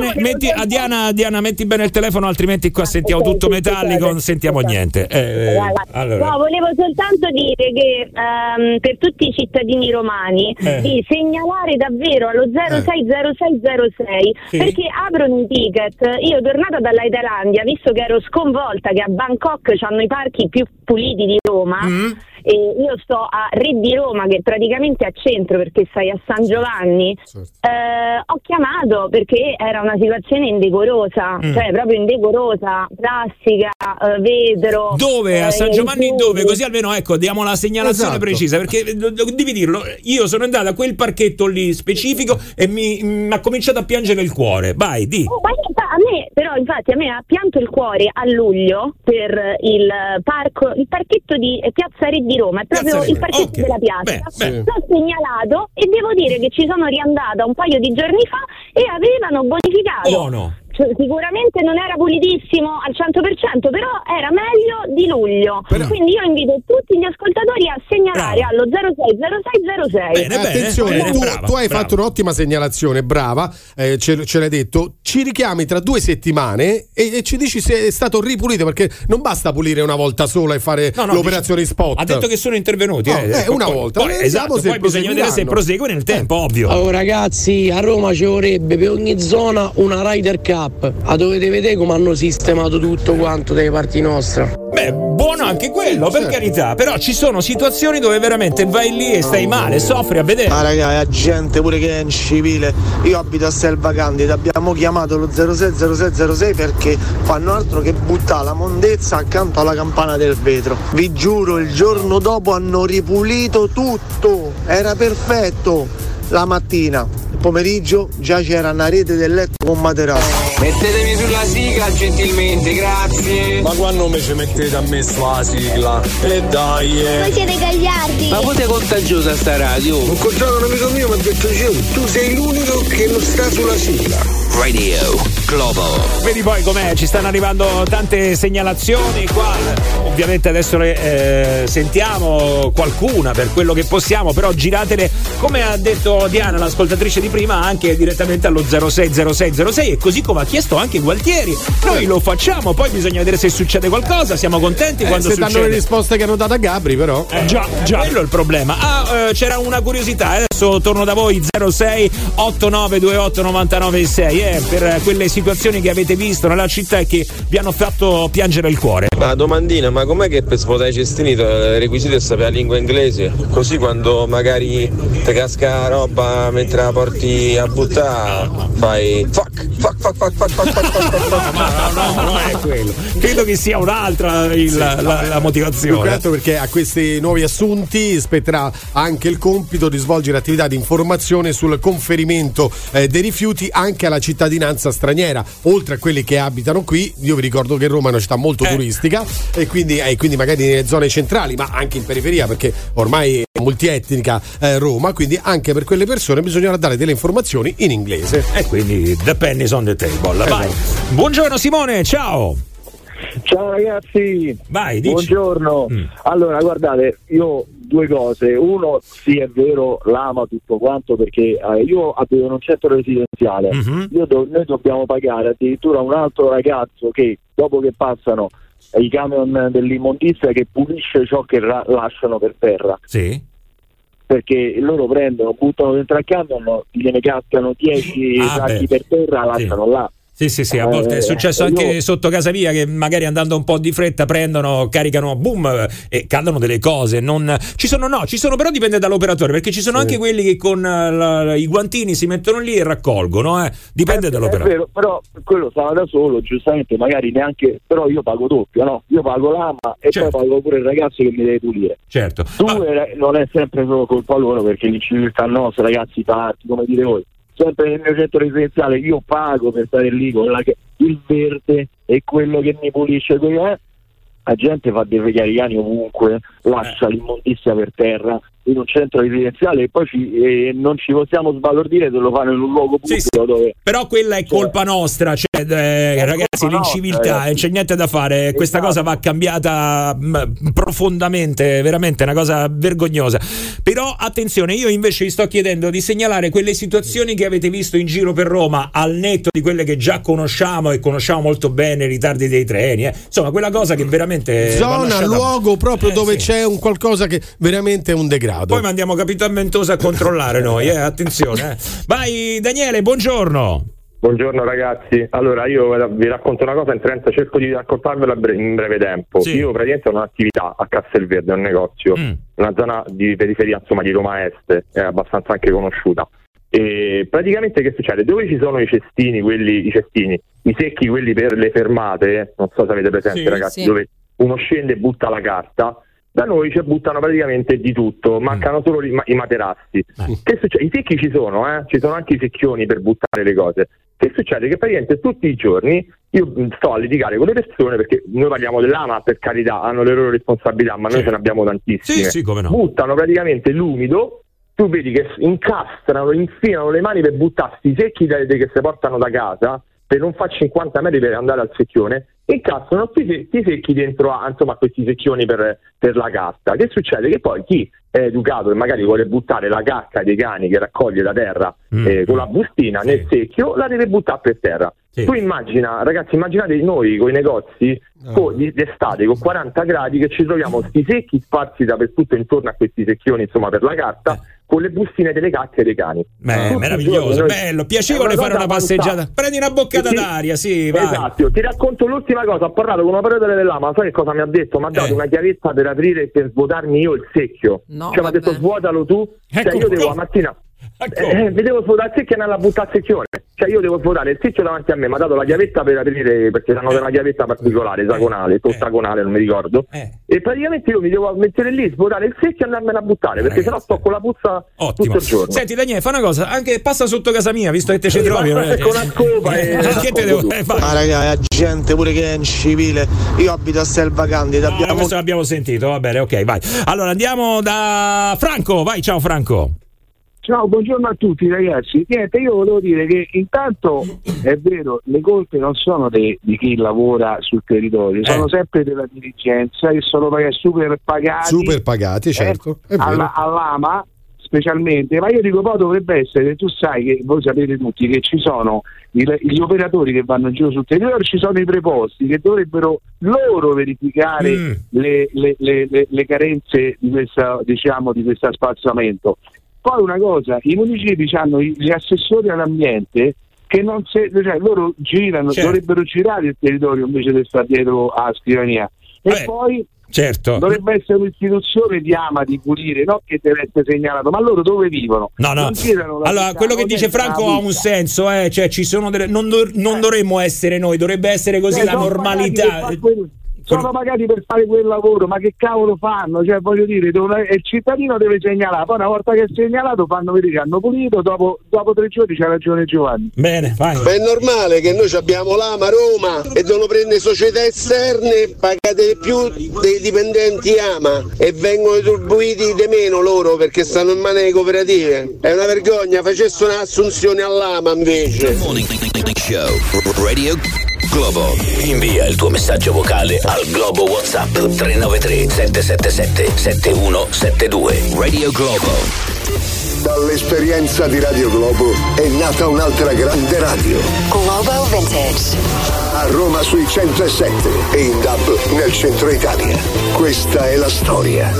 Diana, metti bene il telefono, altrimenti qua sentiamo tutto metallico, non sentiamo niente. Allora. No, volevo soltanto dire che per tutti i cittadini romani di segnalare davvero allo 060606 perché aprono i ticket. Io tornata dalla Thailandia, visto che ero sconvolta che a Bangkok c'hanno i parchi più puliti di Roma. E io sto a Re di Roma, che è praticamente a centro perché stai a San Giovanni. Ho chiamato perché era una situazione indecorosa, cioè proprio indecorosa, plastica, vetro. Dove? A San Giovanni dove? Così almeno diamo la segnalazione precisa, perché devi dirlo, io sono andato a quel parchetto lì specifico e mi ha cominciato a piangere il cuore. Vai, di. A me ha pianto il cuore a luglio per il parchetto di Piazza Re di Roma, è proprio il parchetto della piazza. L'ho segnalato e devo dire che ci sono riandata un paio di giorni fa e avevano bonificato. Sicuramente non era pulitissimo al 100%, però era meglio di luglio. Quindi io invito tutti gli ascoltatori a segnalare allo 060606. Attenzione, tu hai fatto un'ottima segnalazione, brava, ce l'hai detto. Ci richiami tra 2 settimane e ci dici se è stato ripulito, perché non basta pulire una volta sola e fare l'operazione spot. Ha detto che sono intervenuti. Una volta. Poi bisogna vedere se prosegue nel tempo, ovvio. Oh, ragazzi, a Roma ci vorrebbe per ogni zona una Ryder Cup. Dovete vedere come hanno sistemato tutto quanto delle parti nostre. Buono anche quello, per carità. Però ci sono situazioni dove veramente vai lì e stai male, soffri a vedere. Raga, è gente pure che è in civile. Io abito a Selva Candida, abbiamo chiamato lo 060606 perché fanno altro che buttare la mondezza accanto alla campana del vetro. Vi giuro, il giorno dopo hanno ripulito tutto, era perfetto. La mattina, il pomeriggio già c'era una rete del letto con materasso. Mettetemi sulla sigla gentilmente, grazie. Ma quando mi ci mettete a me sulla sigla? E dai, Voi siete gagliardi. Ma poi è contagiosa sta radio. Ho incontrato un amico mio, mi ha detto tu sei l'unico che non sta sulla sigla. Radio Globo. Vedi poi com'è, ci stanno arrivando tante segnalazioni qua. Ovviamente adesso le sentiamo qualcuna per quello che possiamo, però giratele, come ha detto Diana, l'ascoltatrice di prima, anche direttamente allo 060606, e così come ha chiesto anche Gualtieri. Noi lo facciamo, poi bisogna vedere se succede qualcosa, siamo contenti quando succede. Se danno le risposte che hanno dato a Gabri, però. Già, quello è il problema. C'era una curiosità, adesso torno da voi, 06 8928 996, per quelle situazioni che avete visto nella città e che vi hanno fatto piangere il cuore. Ma domandina, ma com'è che per svuotare i cestini il requisito è sapere la lingua inglese? Così quando magari ti casca roba mentre la porti a buttare fai fuck. No, non è quello. Credo che sia un'altra la motivazione. Perché a questi nuovi assunti spetterà anche il compito di svolgere attività di informazione sul conferimento dei rifiuti anche alla cittadinanza straniera, oltre a quelli che abitano qui. Io vi ricordo che Roma è una città molto turistica e quindi magari nelle zone centrali, ma anche in periferia, perché ormai è multietnica Roma, quindi anche per quelle persone bisognerà dare delle informazioni in inglese. E quindi the penny is on the table. Vai. Buongiorno Simone, ciao. Ciao ragazzi. Vai, dici. Buongiorno. Allora, guardate, io due cose. Uno, sì, è vero, l'ama tutto quanto, perché io abito in un centro residenziale. Noi dobbiamo pagare addirittura un altro ragazzo che dopo che passano i camion dell'immondizia che pulisce ciò che lasciano per terra. Sì. Perché loro prendono, buttano dentro al camion, gliene cascano 10 sacchi per terra, lasciano là. Sì, a volte è successo anche sotto casa mia, che magari andando un po' di fretta prendono, caricano, boom, e cadono delle cose. Ci sono, però dipende dall'operatore, perché ci sono anche quelli che con i guantini si mettono lì e raccolgono, dipende dall'operatore. È vero, però quello stava da solo, giustamente, magari neanche, però io pago doppio, no? Io pago l'ama e poi pago pure il ragazzo che mi deve pulire. Certo. Non è sempre solo colpa loro, perché l'inciviltà nostra, ragazzi, parti, come dite voi. sempre nel mio centro residenziale, io pago per stare lì con il verde e quello che mi pulisce, la gente fa defecare i cani ovunque, lascia l'immondizia per terra in un centro residenziale e poi non ci possiamo sbalordire se lo fanno in un luogo pubblico dove... Però quella è colpa nostra, ragazzi, l'inciviltà, non c'è niente da fare, questa cosa va cambiata profondamente, veramente è una cosa vergognosa. Però attenzione, io invece vi sto chiedendo di segnalare quelle situazioni che avete visto in giro per Roma, al netto di quelle che già conosciamo e conosciamo molto bene, i ritardi dei treni, insomma quella cosa che veramente zona, luogo proprio dove c'è un qualcosa che veramente è un degrado. Poi mandiamo Capitan Ventosa a controllare noi, attenzione. Vai Daniele, buongiorno. Buongiorno ragazzi, allora io vi racconto una cosa in 30, cerco di raccontarvela in breve tempo. Sì. Io praticamente ho un'attività a Castelverde, un negozio, una zona di periferia insomma di Roma Est, è abbastanza anche conosciuta. E praticamente che succede? Dove ci sono i cestini, i secchi, quelli per le fermate, non so se avete presente ragazzi, dove uno scende e butta la carta. Da noi ci buttano praticamente di tutto, mancano solo i materassi. Che succede? I secchi ci sono anche i secchioni per buttare le cose. Che succede? Che praticamente tutti i giorni io sto a litigare con le persone, perché noi parliamo dell'AMA, per carità, hanno le loro responsabilità, ma noi ce ne abbiamo tantissime. Sì, come no. Buttano praticamente l'umido, tu vedi che incastrano, infilano le mani per buttarsi i secchi che si portano da casa, per non fare 50 metri per andare al secchione, incastrano questi secchi dentro a questi secchioni per la carta. Che succede? Che poi chi è educato e magari vuole buttare la cacca dei cani che raccoglie da terra con la bustina nel secchio, la deve buttare per terra. Tu immaginate noi con i negozi d'estate con 40 gradi che ci troviamo sti secchi sparsi dappertutto intorno a questi secchioni per la carta, con le bustine delle cacche dei cani. Meraviglioso, bello, piacevole fare una passeggiata. Prendi una boccata d'aria, vai. Esatto, ti racconto l'ultima cosa. Ho parlato con un operatore dell'AMA, sai che cosa mi ha detto? Mi ha dato una chiavetta per aprire e per svuotarmi io il secchio. Mi ha detto svuotalo tu. Io devo la mattina mi devo svuotare il secchio e andare a buttare il secchione. Io devo svuotare il secchio davanti a me. Mi ha dato la chiavetta per aprire, perché hanno una chiavetta particolare, esagonale, ottagonale, non mi ricordo. E praticamente io mi devo mettere lì, svuotare il secchio e andarmela a buttare, perché sennò sto con la puzza tutto il giorno. Senti Daniele, fa una cosa, anche passa sotto casa mia, visto che te ci trovi. Con una scopa che te devo raga, gente pure che è in civile. Io abito a Selva Candida. Questo l'abbiamo sentito, va bene, ok, vai. Allora andiamo da Franco, vai, ciao Franco. Ciao, buongiorno a tutti ragazzi. Niente, io volevo dire che intanto è vero, le colpe non sono di chi lavora sul territorio, sono sempre della dirigenza che sono super pagati, certo, all'AMA specialmente, ma io dico poi dovrebbe essere, tu sai che voi sapete tutti che ci sono gli operatori che vanno in giro sul territorio, ci sono i preposti che dovrebbero loro verificare le carenze di questa, di questo spalzamento. Poi una cosa, i municipi hanno gli assessori all'ambiente che loro girano, dovrebbero girare il territorio invece di stare dietro alla scrivania. E poi dovrebbe essere un'istituzione di AMA di pulire, non che deve essere segnalato, ma loro dove vivono? No. Allora, quello che dice Franco ha un senso, cioè ci sono non dovremmo essere noi, dovrebbe essere così la normalità. Sono pagati per fare quel lavoro, ma che cavolo fanno? Cioè, voglio dire, il cittadino deve segnalare, poi una volta che è segnalato fanno vedere che hanno pulito, dopo 3 giorni c'ha ragione Giovanni. Bene, vai. Ma è normale che noi abbiamo l'AMA Roma e devono prendere società esterne pagate più dei dipendenti AMA e vengono retribuiti di meno loro perché stanno in mano alle cooperative. È una vergogna, facesse un'assunzione all'AMA invece. Radio Globo. Invia il tuo messaggio vocale al Globo WhatsApp 393 777 7172. Radio Globo. Dall'esperienza di Radio Globo è nata un'altra grande radio. Globo Vintage. A Roma sui 107 e in DAB nel centro Italia. Questa è la storia.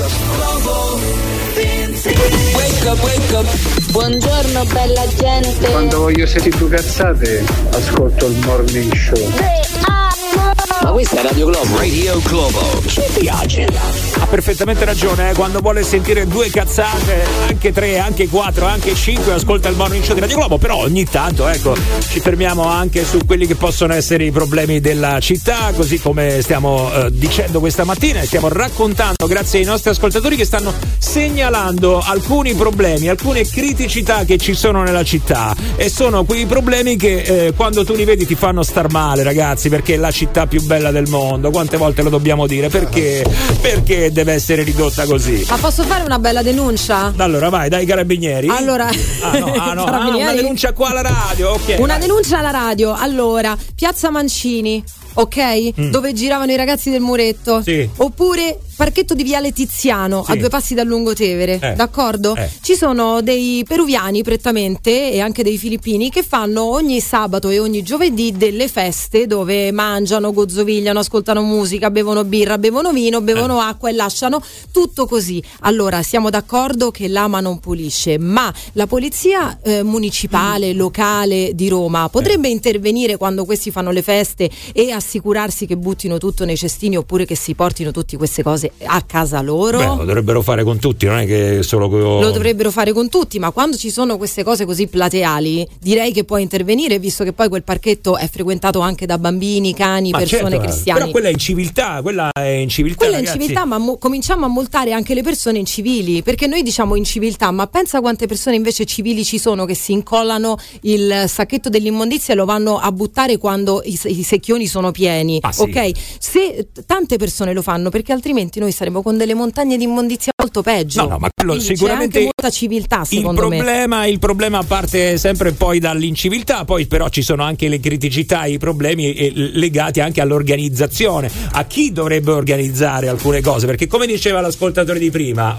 Wake up. Buongiorno bella gente. Quando voglio sentire due cazzate ascolto il morning show. Ma Questa è Radio Globo. Radio Globo. Ci piace. Ha perfettamente ragione, quando vuole sentire due cazzate, anche 3, anche 4, anche 5, ascolta il Morning Show di Radio Globo, però ogni tanto, ecco, ci fermiamo anche su quelli che possono essere i problemi della città, così come stiamo dicendo questa mattina e stiamo raccontando, grazie ai nostri ascoltatori che stanno segnalando alcuni problemi, alcune criticità che ci sono nella città, e sono quei problemi che quando tu li vedi ti fanno star male, ragazzi, perché è la città più bella del mondo. Quante volte lo dobbiamo dire? Perché deve essere ridotta così? Ma posso fare una bella denuncia? Allora vai, dai carabinieri. Allora una denuncia qua alla radio, ok. Una denuncia alla radio. Allora, Piazza Mancini, ok? Dove giravano i ragazzi del muretto. Sì. Oppure parchetto di Viale Tiziano, sì, a 2 passi dal Lungotevere, d'accordo? Ci sono dei peruviani prettamente e anche dei filippini che fanno ogni sabato e ogni giovedì delle feste dove mangiano, gozzovigliano, ascoltano musica, bevono birra, bevono vino, bevono acqua e lasciano tutto così. Allora, siamo d'accordo che l'AMA non pulisce, ma la polizia municipale, locale di Roma potrebbe intervenire quando questi fanno le feste e assicurarsi che buttino tutto nei cestini, oppure che si portino tutte queste cose a casa loro. Beh, lo dovrebbero fare con tutti, non è che solo lo dovrebbero fare con tutti, ma quando ci sono queste cose così plateali direi che può intervenire, visto che poi quel parchetto è frequentato anche da bambini, cani, persone cristiane. Però quella è inciviltà, ragazzi. Ma cominciamo a multare anche le persone incivili, perché noi diciamo inciviltà, ma pensa quante persone invece civili ci sono che si incollano il sacchetto dell'immondizia e lo vanno a buttare quando i secchioni sono pieni, sì. Ok? Se tante persone lo fanno, perché altrimenti noi saremo con delle montagne di immondizia molto peggio. No, ma quello quindi sicuramente c'è anche molta civiltà, secondo me. Il problema parte sempre poi dall'inciviltà, poi però ci sono anche le criticità, i problemi legati anche all'organizzazione, a chi dovrebbe organizzare alcune cose, perché come diceva l'ascoltatore di prima,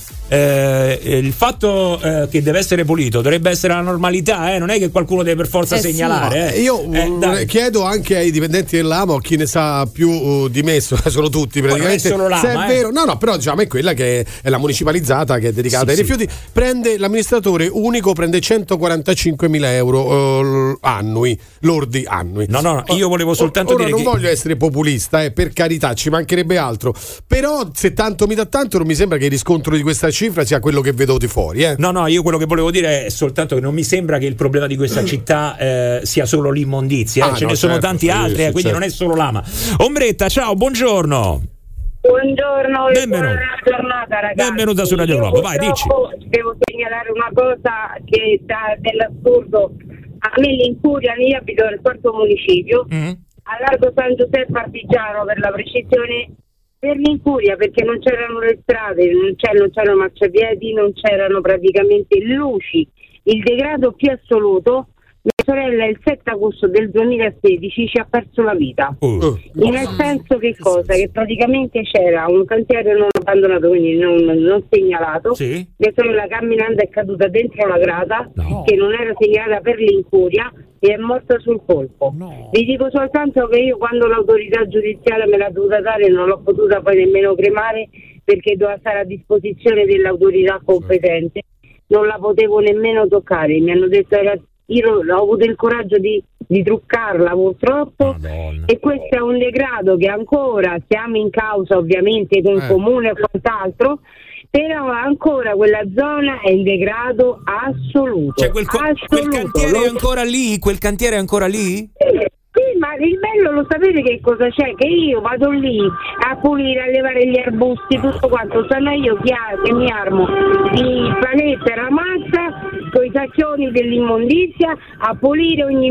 il fatto che deve essere pulito dovrebbe essere la normalità, non è che qualcuno deve per forza segnalare. Sì. Io chiedo anche ai dipendenti dell'AMA, chi ne sa più di me, sono tutti praticamente. Non è solo l'AMA, se è vero, no, però diciamo è quella che è la municipalizzata, che è dedicata ai rifiuti. Prende l'amministratore unico, prende 145.000 euro annui, lordi annui. No, io volevo soltanto dire non voglio essere populista, per carità, ci mancherebbe altro. Però se tanto mi dà tanto, non mi sembra che il riscontro di questa cifra sia quello che vedo di fuori. No, io quello che volevo dire è soltanto che non mi sembra che il problema di questa città sia solo l'immondizia, ce ne sono tanti altri, quindi non è solo l'AMA. Ombretta, ciao, buongiorno. Buongiorno e buona giornata, ragazzi. Benvenuta su Radio Globo, vai, dici. Devo segnalare una cosa che dà dell'assurdo. A me l'incuria, io abito nel quarto municipio, a Largo San Giuseppe Artigiano per la precisione, per l'incuria, perché non c'erano le strade, non c'erano marciapiedi, non c'erano praticamente luci. Il degrado più assoluto, mia sorella il 7 agosto del 2016 ci ha perso la vita. Nel senso che cosa? Che praticamente c'era un cantiere non abbandonato, quindi non segnalato. Sì. Mia sorella camminando è caduta dentro la grata, che non era segnalata per l'incuria, e è morta sul colpo. Vi dico soltanto che io, quando l'autorità giudiziaria me l'ha dovuta dare, non l'ho potuta poi nemmeno cremare, perché doveva stare a disposizione dell'autorità competente. Non la potevo nemmeno toccare. Mi hanno detto io ho avuto il coraggio di truccarla, purtroppo. Madonna. E questo è un degrado che ancora siamo in causa, ovviamente, con il comune e quant'altro, però ancora quella zona è in degrado assoluto. Cioè quel cantiere è ancora lì? Quel cantiere è ancora lì? Sì, ma il bello lo sapete che cosa c'è? Che io vado lì a pulire, a levare gli arbusti, tutto quanto, sono io che mi armo di paletta e la mazza con i sacchioni dell'immondizia a pulire ogni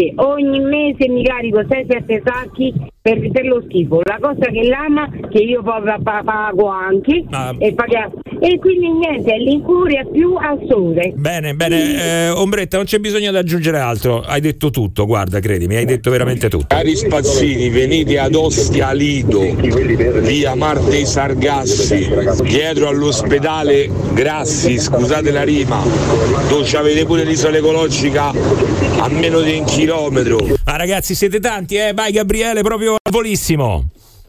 mese mi carico 6-7 sacchi per lo schifo. La cosa che l'ama, che io pago anche e quindi niente, è l'incuria più assoluta. Bene, Ombretta, non c'è bisogno di aggiungere altro, hai detto tutto, guarda, credimi, hai detto veramente tutto. Cari spazzini, venite ad Ostia Lido, via Marte Sargassi, dietro all'ospedale Grassi, scusate la rima, dove avete pure l'isola ecologica a meno di 1 chilometro. Ah, ragazzi, siete tanti, vai Gabriele, proprio a volissimo.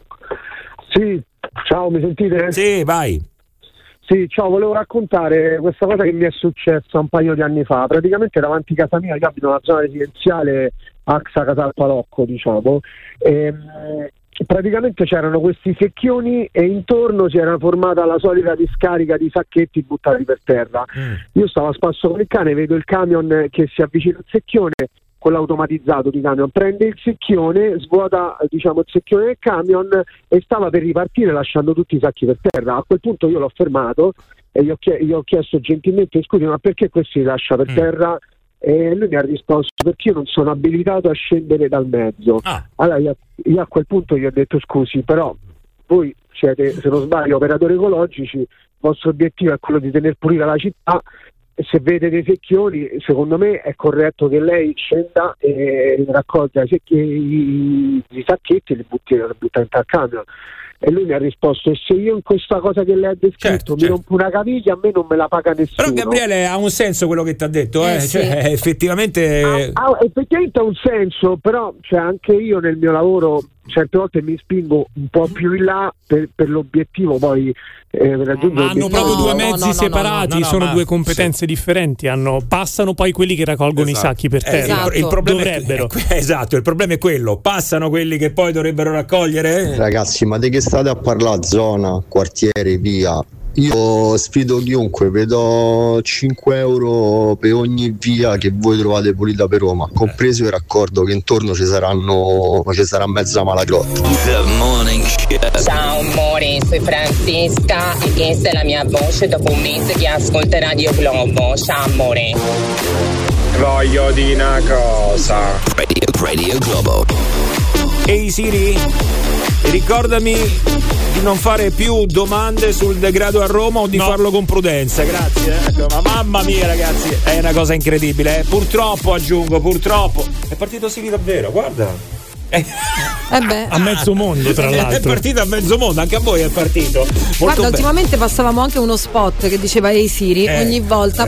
Sì, ciao, mi sentite? Sì, vai. Sì, ciao, volevo raccontare questa cosa che mi è successa un paio di anni fa. Praticamente davanti a casa mia, io abito in una zona residenziale Axa Casalpalocco, diciamo, praticamente c'erano questi secchioni e intorno si era formata la solita discarica di sacchetti buttati per terra. Io stavo a spasso con il cane, vedo il camion che si avvicina al secchione, quello automatizzato di camion prende il secchione, svuota il secchione del camion e stava per ripartire lasciando tutti i sacchi per terra. A quel punto io l'ho fermato e gli ho chiesto gentilmente: scusi, ma perché questo si lascia per terra? E lui mi ha risposto: perché io non sono abilitato a scendere dal mezzo. Allora io a quel punto gli ho detto: scusi, però voi siete, se non sbaglio, operatori ecologici, il vostro obiettivo è quello di tenere pulita la città, e se vede dei secchioni, secondo me è corretto che lei scenda e raccolga i sacchetti e li butta dentro al camion. E lui mi ha risposto: e se io in questa cosa che lei ha descritto mi rompo una caviglia, a me non me la paga nessuno. Però Gabriele ha un senso quello che ti ha detto, sì. Cioè, effettivamente effettivamente ha un senso, però anche io nel mio lavoro certe volte mi spingo un po' più in là per l'obiettivo poi raggiungere. Hanno proprio due mezzi separati, sono due competenze differenti, passano poi quelli che raccolgono i sacchi per terra. Il problema dovrebbero. Esatto, il problema è quello, passano quelli che poi dovrebbero raccogliere. Ragazzi, ma di che state a parlare? Zona, quartiere, via? Io sfido chiunque, vedo 5 euro per ogni via che voi trovate pulita per Roma, compreso il raccordo che intorno ci sarà mezza malagrotta. Ciao amore, sono Francesca e questa è la mia voce dopo un mese che ascolta Radio Globo. Ciao amore. Voglio di una cosa. Radio Globo. Ehi Siri, ricordami di non fare più domande sul degrado a Roma o di farlo con prudenza, grazie. Ecco, ma mamma mia ragazzi, è una cosa incredibile, Purtroppo aggiungo, è partito Siri davvero, guarda. A mezzo mondo, tra l'altro. È partito a mezzo mondo, anche a voi è partito. Guarda, ultimamente passavamo anche uno spot che diceva Ehi Siri, ogni volta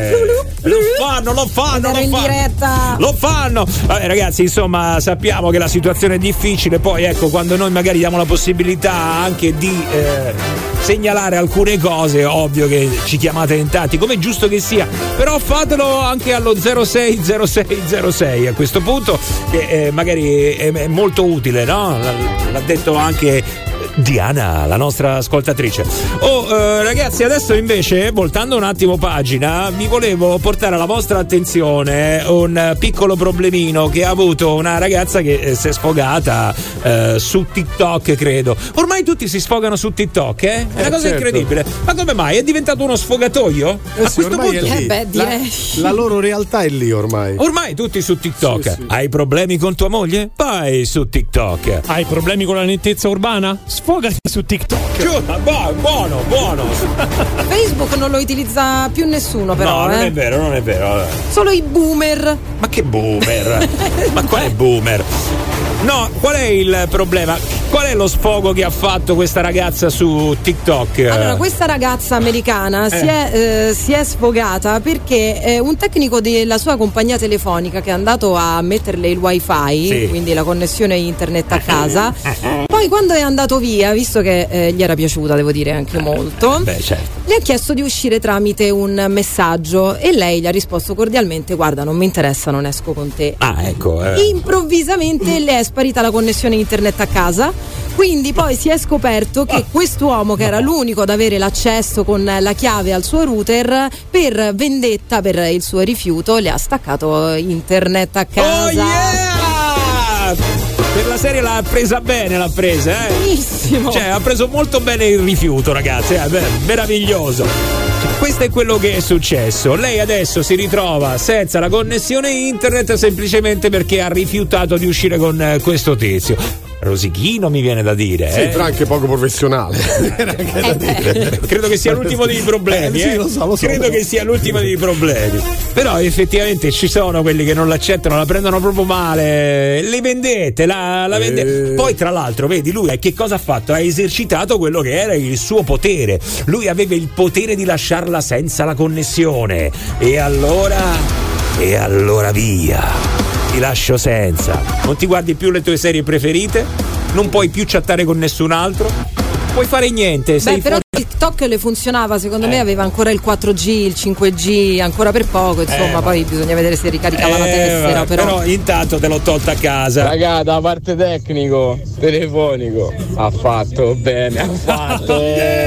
lo fanno in diretta. Lo fanno. Vabbè ragazzi, insomma, sappiamo che la situazione è difficile, poi ecco, quando noi magari diamo la possibilità anche di segnalare alcune cose, ovvio che ci chiamate in tanti, come è giusto che sia, però fatelo anche allo 060606 a questo punto, che magari è molto utile, no? L'ha detto anche Diana, la nostra ascoltatrice. Ragazzi, adesso invece, voltando un attimo pagina, vi volevo portare alla vostra attenzione un piccolo problemino che ha avuto una ragazza che si è sfogata su TikTok, credo. Ormai tutti si sfogano su TikTok, È una cosa incredibile. Ma come mai? È diventato uno sfogatoio? A questo punto direi. La loro realtà è lì ormai. Ormai tutti su TikTok. Sì. Hai problemi con tua moglie? Vai su TikTok. Hai problemi con la nettezza urbana? Sfogati su TikTok. Buono. Facebook non lo utilizza più nessuno, però. No, non è vero. Solo i boomer. Ma che boomer? Ma quale boomer? No, qual è il problema? Qual è lo sfogo che ha fatto questa ragazza su TikTok? Allora, questa ragazza americana si è sfogata perché un tecnico della sua compagnia telefonica che è andato a metterle il wifi, quindi la connessione internet a casa, poi quando è andato via, visto che gli era piaciuta, devo dire anche molto, gli ha chiesto di uscire tramite un messaggio e lei gli ha risposto cordialmente: guarda, non mi interessa, non esco con te. Improvvisamente le è sparita la connessione internet a casa, quindi poi si è scoperto che quest'uomo, che era l'unico ad avere l'accesso con la chiave al suo router, per vendetta, per il suo rifiuto, le ha staccato internet a casa. Per la serie l'ha presa bene, Benissimo. Cioè, ha preso molto bene il rifiuto, ragazzi, meraviglioso. Questo è quello che è successo. Lei adesso si ritrova senza la connessione internet semplicemente perché ha rifiutato di uscire con questo tizio. Rosichino, mi viene da dire. Sì, però anche poco professionale. Credo che sia l'ultimo dei problemi. Sì, lo so. Credo che sia l'ultimo dei problemi. Però effettivamente ci sono quelli che non l'accettano, la prendono proprio male. Le vendette, la vendetta. Poi tra l'altro, vedi, lui che cosa ha fatto? Ha esercitato quello che era il suo potere. Lui aveva il potere di lasciarla senza la connessione. E allora via. Ti lascio senza. Non ti guardi più le tue serie preferite, non puoi più chattare con nessun altro, puoi fare niente. Però TikTok TikTok le funzionava, secondo me aveva ancora il 4G, il 5G, ancora per poco, insomma, poi bisogna vedere se ricaricava la tessera. Però intanto te l'ho tolta a casa. Raga, da parte tecnico, telefonico, ha fatto bene, ha fatto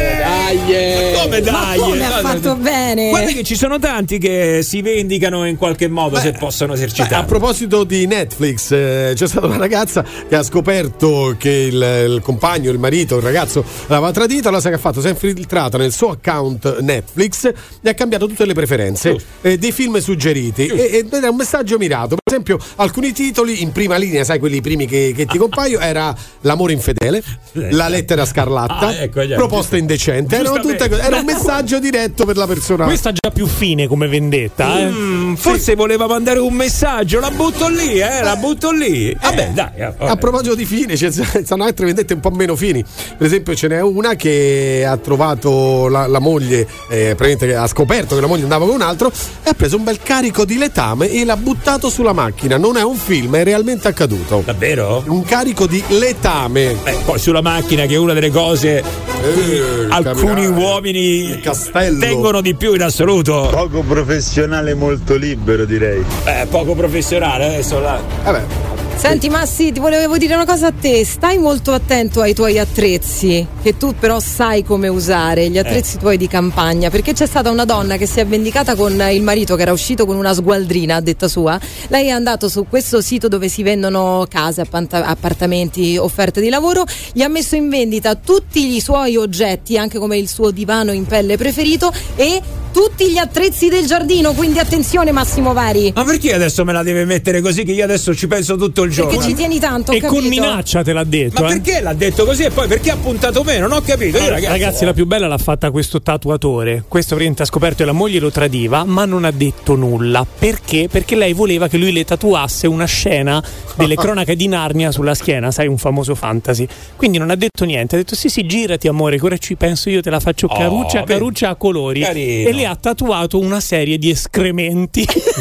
dai. Come dai? Come ha fatto bene? Guarda che ci sono tanti che si vendicano in qualche modo, se possono esercitare. A proposito di Netflix, c'è stata una ragazza che ha scoperto che il compagno, il marito, il ragazzo l'aveva tradita. Allora, sai che ha fatto? Si è infiltrata nel suo account Netflix e ha cambiato tutte le preferenze dei film suggeriti ed è un messaggio mirato. Per esempio, alcuni titoli in prima linea, sai, quelli primi che ti compaio, era L'amore infedele, La lettera scarlatta, Proposta indecente. Era un messaggio diretto per la persona. Questa già più fine come vendetta, Forse voleva mandare un messaggio, la butto lì. Vabbè, dai. A proposito di fine, ci sono altre vendette un po' meno fini. Per esempio, ce n'è una che ha trovato la moglie, praticamente ha scoperto che la moglie andava con un altro e ha preso un bel carico di letame e l'ha buttato sulla macchina. Non è un film, è realmente accaduto. Davvero? Un carico di letame. Poi sulla macchina, che è una delle cose alcuni uomini tengono di più in assoluto. Poco professionale, molto libero, direi. Poco professionale adesso là. Vabbè. Senti Massi, ti volevo dire una cosa a te, stai molto attento ai tuoi attrezzi, che tu però sai come usare, gli attrezzi tuoi di campagna, perché c'è stata una donna che si è vendicata con il marito che era uscito con una sgualdrina, a detta sua. Lei è andato su questo sito dove si vendono case, appartamenti, offerte di lavoro, gli ha messo in vendita tutti i suoi oggetti, anche come il suo divano in pelle preferito e tutti gli attrezzi del giardino, quindi attenzione Massimo Vari. Ma perché adesso me la deve mettere così che io adesso ci penso tutto il giorno? Perché ci tieni tanto, e con minaccia te l'ha detto. Ma perché l'ha detto così e poi perché ha puntato me? Non ho capito. Ragazzi, la più bella l'ha fatta questo tatuatore. Questo praticamente ha scoperto che la moglie lo tradiva, ma non ha detto nulla. Perché? Perché lei voleva che lui le tatuasse una scena delle cronache di Narnia sulla schiena, sai, un famoso fantasy. Quindi non ha detto niente, ha detto sì, girati amore, che ora ci penso io, te la faccio caruccia a colori. Carino. E le ha tatuato una serie di escrementi.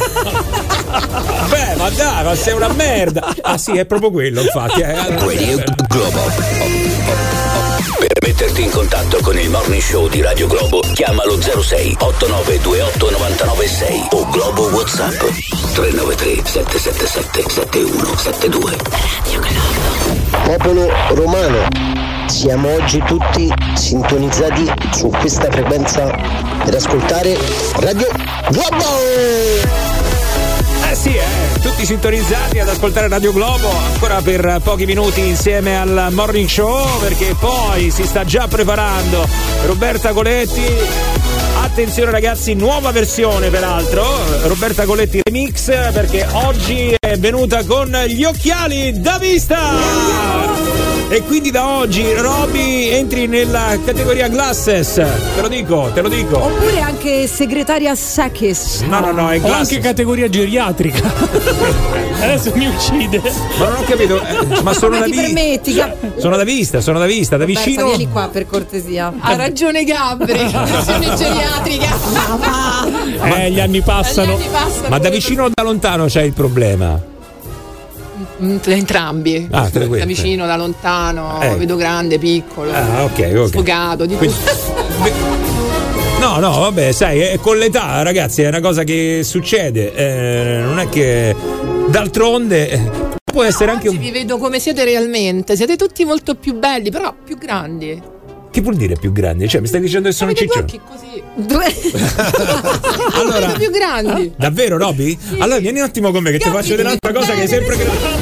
Beh, ma dai, ma sei una merda. Ah sì, è proprio quello, infatti. Radio Globo. Per metterti in contatto con il Morning Show di Radio Globo, chiamalo 06 8928 996 o Globo WhatsApp 393 777 7172. Radio Globo. Popolo romano, siamo oggi tutti sintonizzati su questa frequenza per ascoltare Radio Globo. Sì, tutti sintonizzati ad ascoltare Radio Globo ancora per pochi minuti insieme al Morning Show, perché poi si sta già preparando Roberta Coletti. Attenzione ragazzi, nuova versione peraltro, Roberta Coletti remix, perché oggi è venuta con gli occhiali da vista. E quindi da oggi, Roby, entri nella categoria glasses. Te lo dico. Oppure anche segretaria Sakis. No, è glasses. O anche categoria geriatrica. Adesso mi uccide. Ma non ho capito. Ma sono da vista. Permetti? Sono da vista, da vicino. Vieni qua per cortesia. Ha ragione Gabri. Versione geriatrica. Gli anni passano. Ma da vicino o da lontano c'è il problema? Entrambi. Da vicino, da lontano, vedo grande, piccolo, ok. Sfogato, di tutto. No, vabbè, sai, con l'età, ragazzi, è una cosa che succede. Non è che d'altronde può essere anche vi vedo come siete realmente. Siete tutti molto più belli, però più grandi. Che vuol dire più grandi? Cioè, mi stai dicendo che sono un ciccione? Così. Allora, più grandi. Davvero, Roby? Sì. Allora vieni un attimo con me che ti faccio vedere un'altra cosa che hai sempre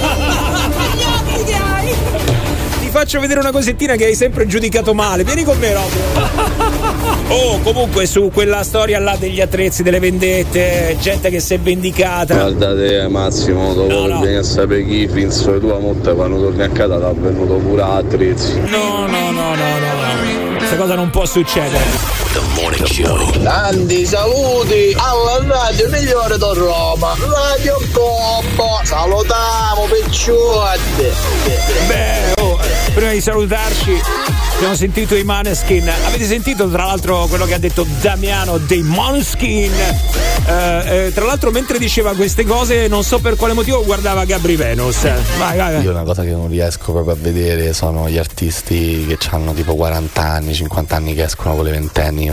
ti faccio vedere una cosettina che hai sempre giudicato male. Vieni con me, Roby. Comunque su quella storia là degli attrezzi, delle vendette, gente che si è vendicata. Guardate Massimo, dopo che vieni a sapere chi finso tua molte quando torni a casa ti ha venuto pure attrezzi. No. Questa cosa non può succedere. The Morning Show. Tanti saluti alla radio migliore da Roma, Radio Globo. Salutiamo picciotte. Prima di salutarci abbiamo sentito i Måneskin. Avete sentito tra l'altro quello che ha detto Damiano dei Måneskin? Tra l'altro mentre diceva queste cose non so per quale motivo guardava Gabry Venus. Vai. Io una cosa che non riesco proprio a vedere sono gli artisti che hanno tipo 40 anni, 50 anni che escono con le ventenni.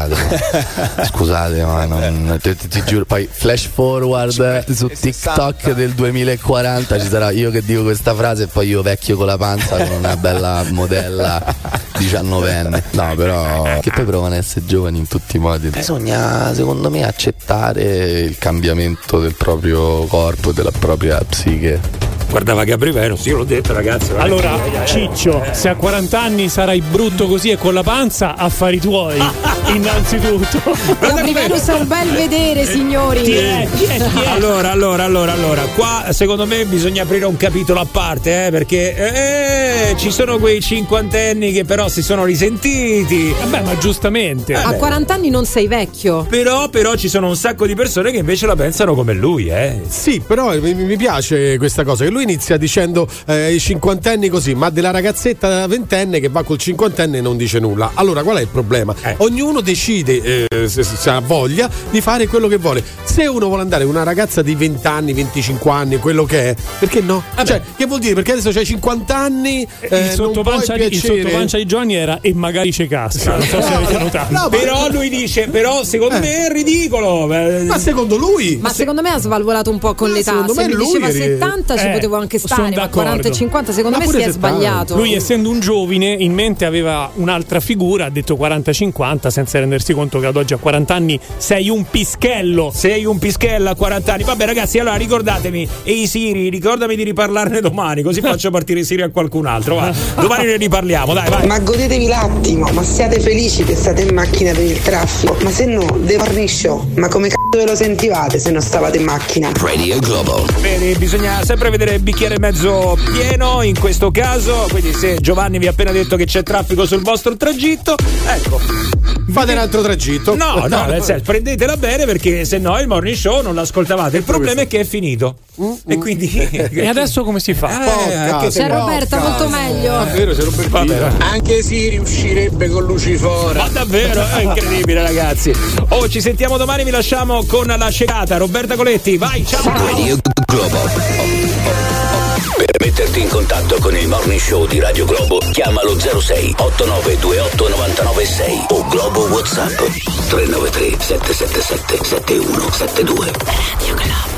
Scusate, ma non, ti giuro. Poi flash forward su TikTok del 2040 ci sarà io che dico questa frase e poi io vecchio con la panza con una bella modella 19enne. No, però che poi provano a essere giovani in tutti i modi. Bisogna secondo me accettare il cambiamento del proprio corpo, della propria psiche. Guardava Gabry Venus, io l'ho detto, ragazzi. Allora, Ciccio, se a 40 anni sarai brutto così e con la panza, affari tuoi, innanzitutto. Gabry Venus è un bel vedere, signori. Chi è? Allora, qua secondo me bisogna aprire un capitolo a parte, perché ci sono quei cinquantenni che però si sono risentiti. Vabbè, ma giustamente. A 40 anni non sei vecchio. Però ci sono un sacco di persone che invece la pensano come lui, Sì, però mi piace questa cosa, che lui inizia dicendo i cinquantenni così, ma della ragazzetta ventenne che va col cinquantenne e non dice nulla. Allora qual è il problema? Ognuno decide se ha voglia di fare quello che vuole. Se uno vuole andare con una ragazza di 20 anni, 25 anni, quello che è, perché no? Cioè, che vuol dire? Perché adesso c'hai 50 anni, il sottopancia di Giovanni era e magari c'è cassa. Non so se avete notato. No, però lui dice, secondo me è ridicolo. Ma secondo lui? Ma secondo me ha svalvolato un po' con l'età. Se mi diceva 70 ci potevo anche stare, ma 40 e 50 secondo me si è sbagliato. Lui, essendo un giovine, in mente aveva un'altra figura, ha detto 40-50 senza rendersi conto che ad oggi a 40 anni sei un pischello. Sei un pischello a 40 anni. Vabbè ragazzi, allora ricordatemi, i Siri, ricordami di riparlarne domani, così faccio partire i Siri a qualcun altro. Va. Domani ne riparliamo, dai, vai. Ma godetevi l'attimo, ma siate felici che state in macchina per il traffico. Ma se no, The Morning Show, ma come c***o ve lo sentivate se non stavate in macchina? Radio Globo. Vedi, bisogna sempre vedere il bicchiere mezzo pieno in questo caso, quindi se Giovanni vi ha appena detto che c'è traffico sul vostro tragitto, ecco, fate un altro tragitto. No, nel senso, prendetela bene, perché se no il Morning Show non l'ascoltavate. Il problema è che è finito. E quindi e adesso come si fa? C'è Roberta, molto meglio. Davvero, c'è Roberta. Anche Siri uscirebbe con Lucifora. Ma davvero, è incredibile, ragazzi. Ci sentiamo domani, vi lasciamo con la cecata Roberta Coletti. Vai, ciao. Radio Globo. Per metterti in contatto con il Morning Show di Radio Globo, chiamalo 06 8928 996 o Globo WhatsApp 393 777 7172. Radio Globo.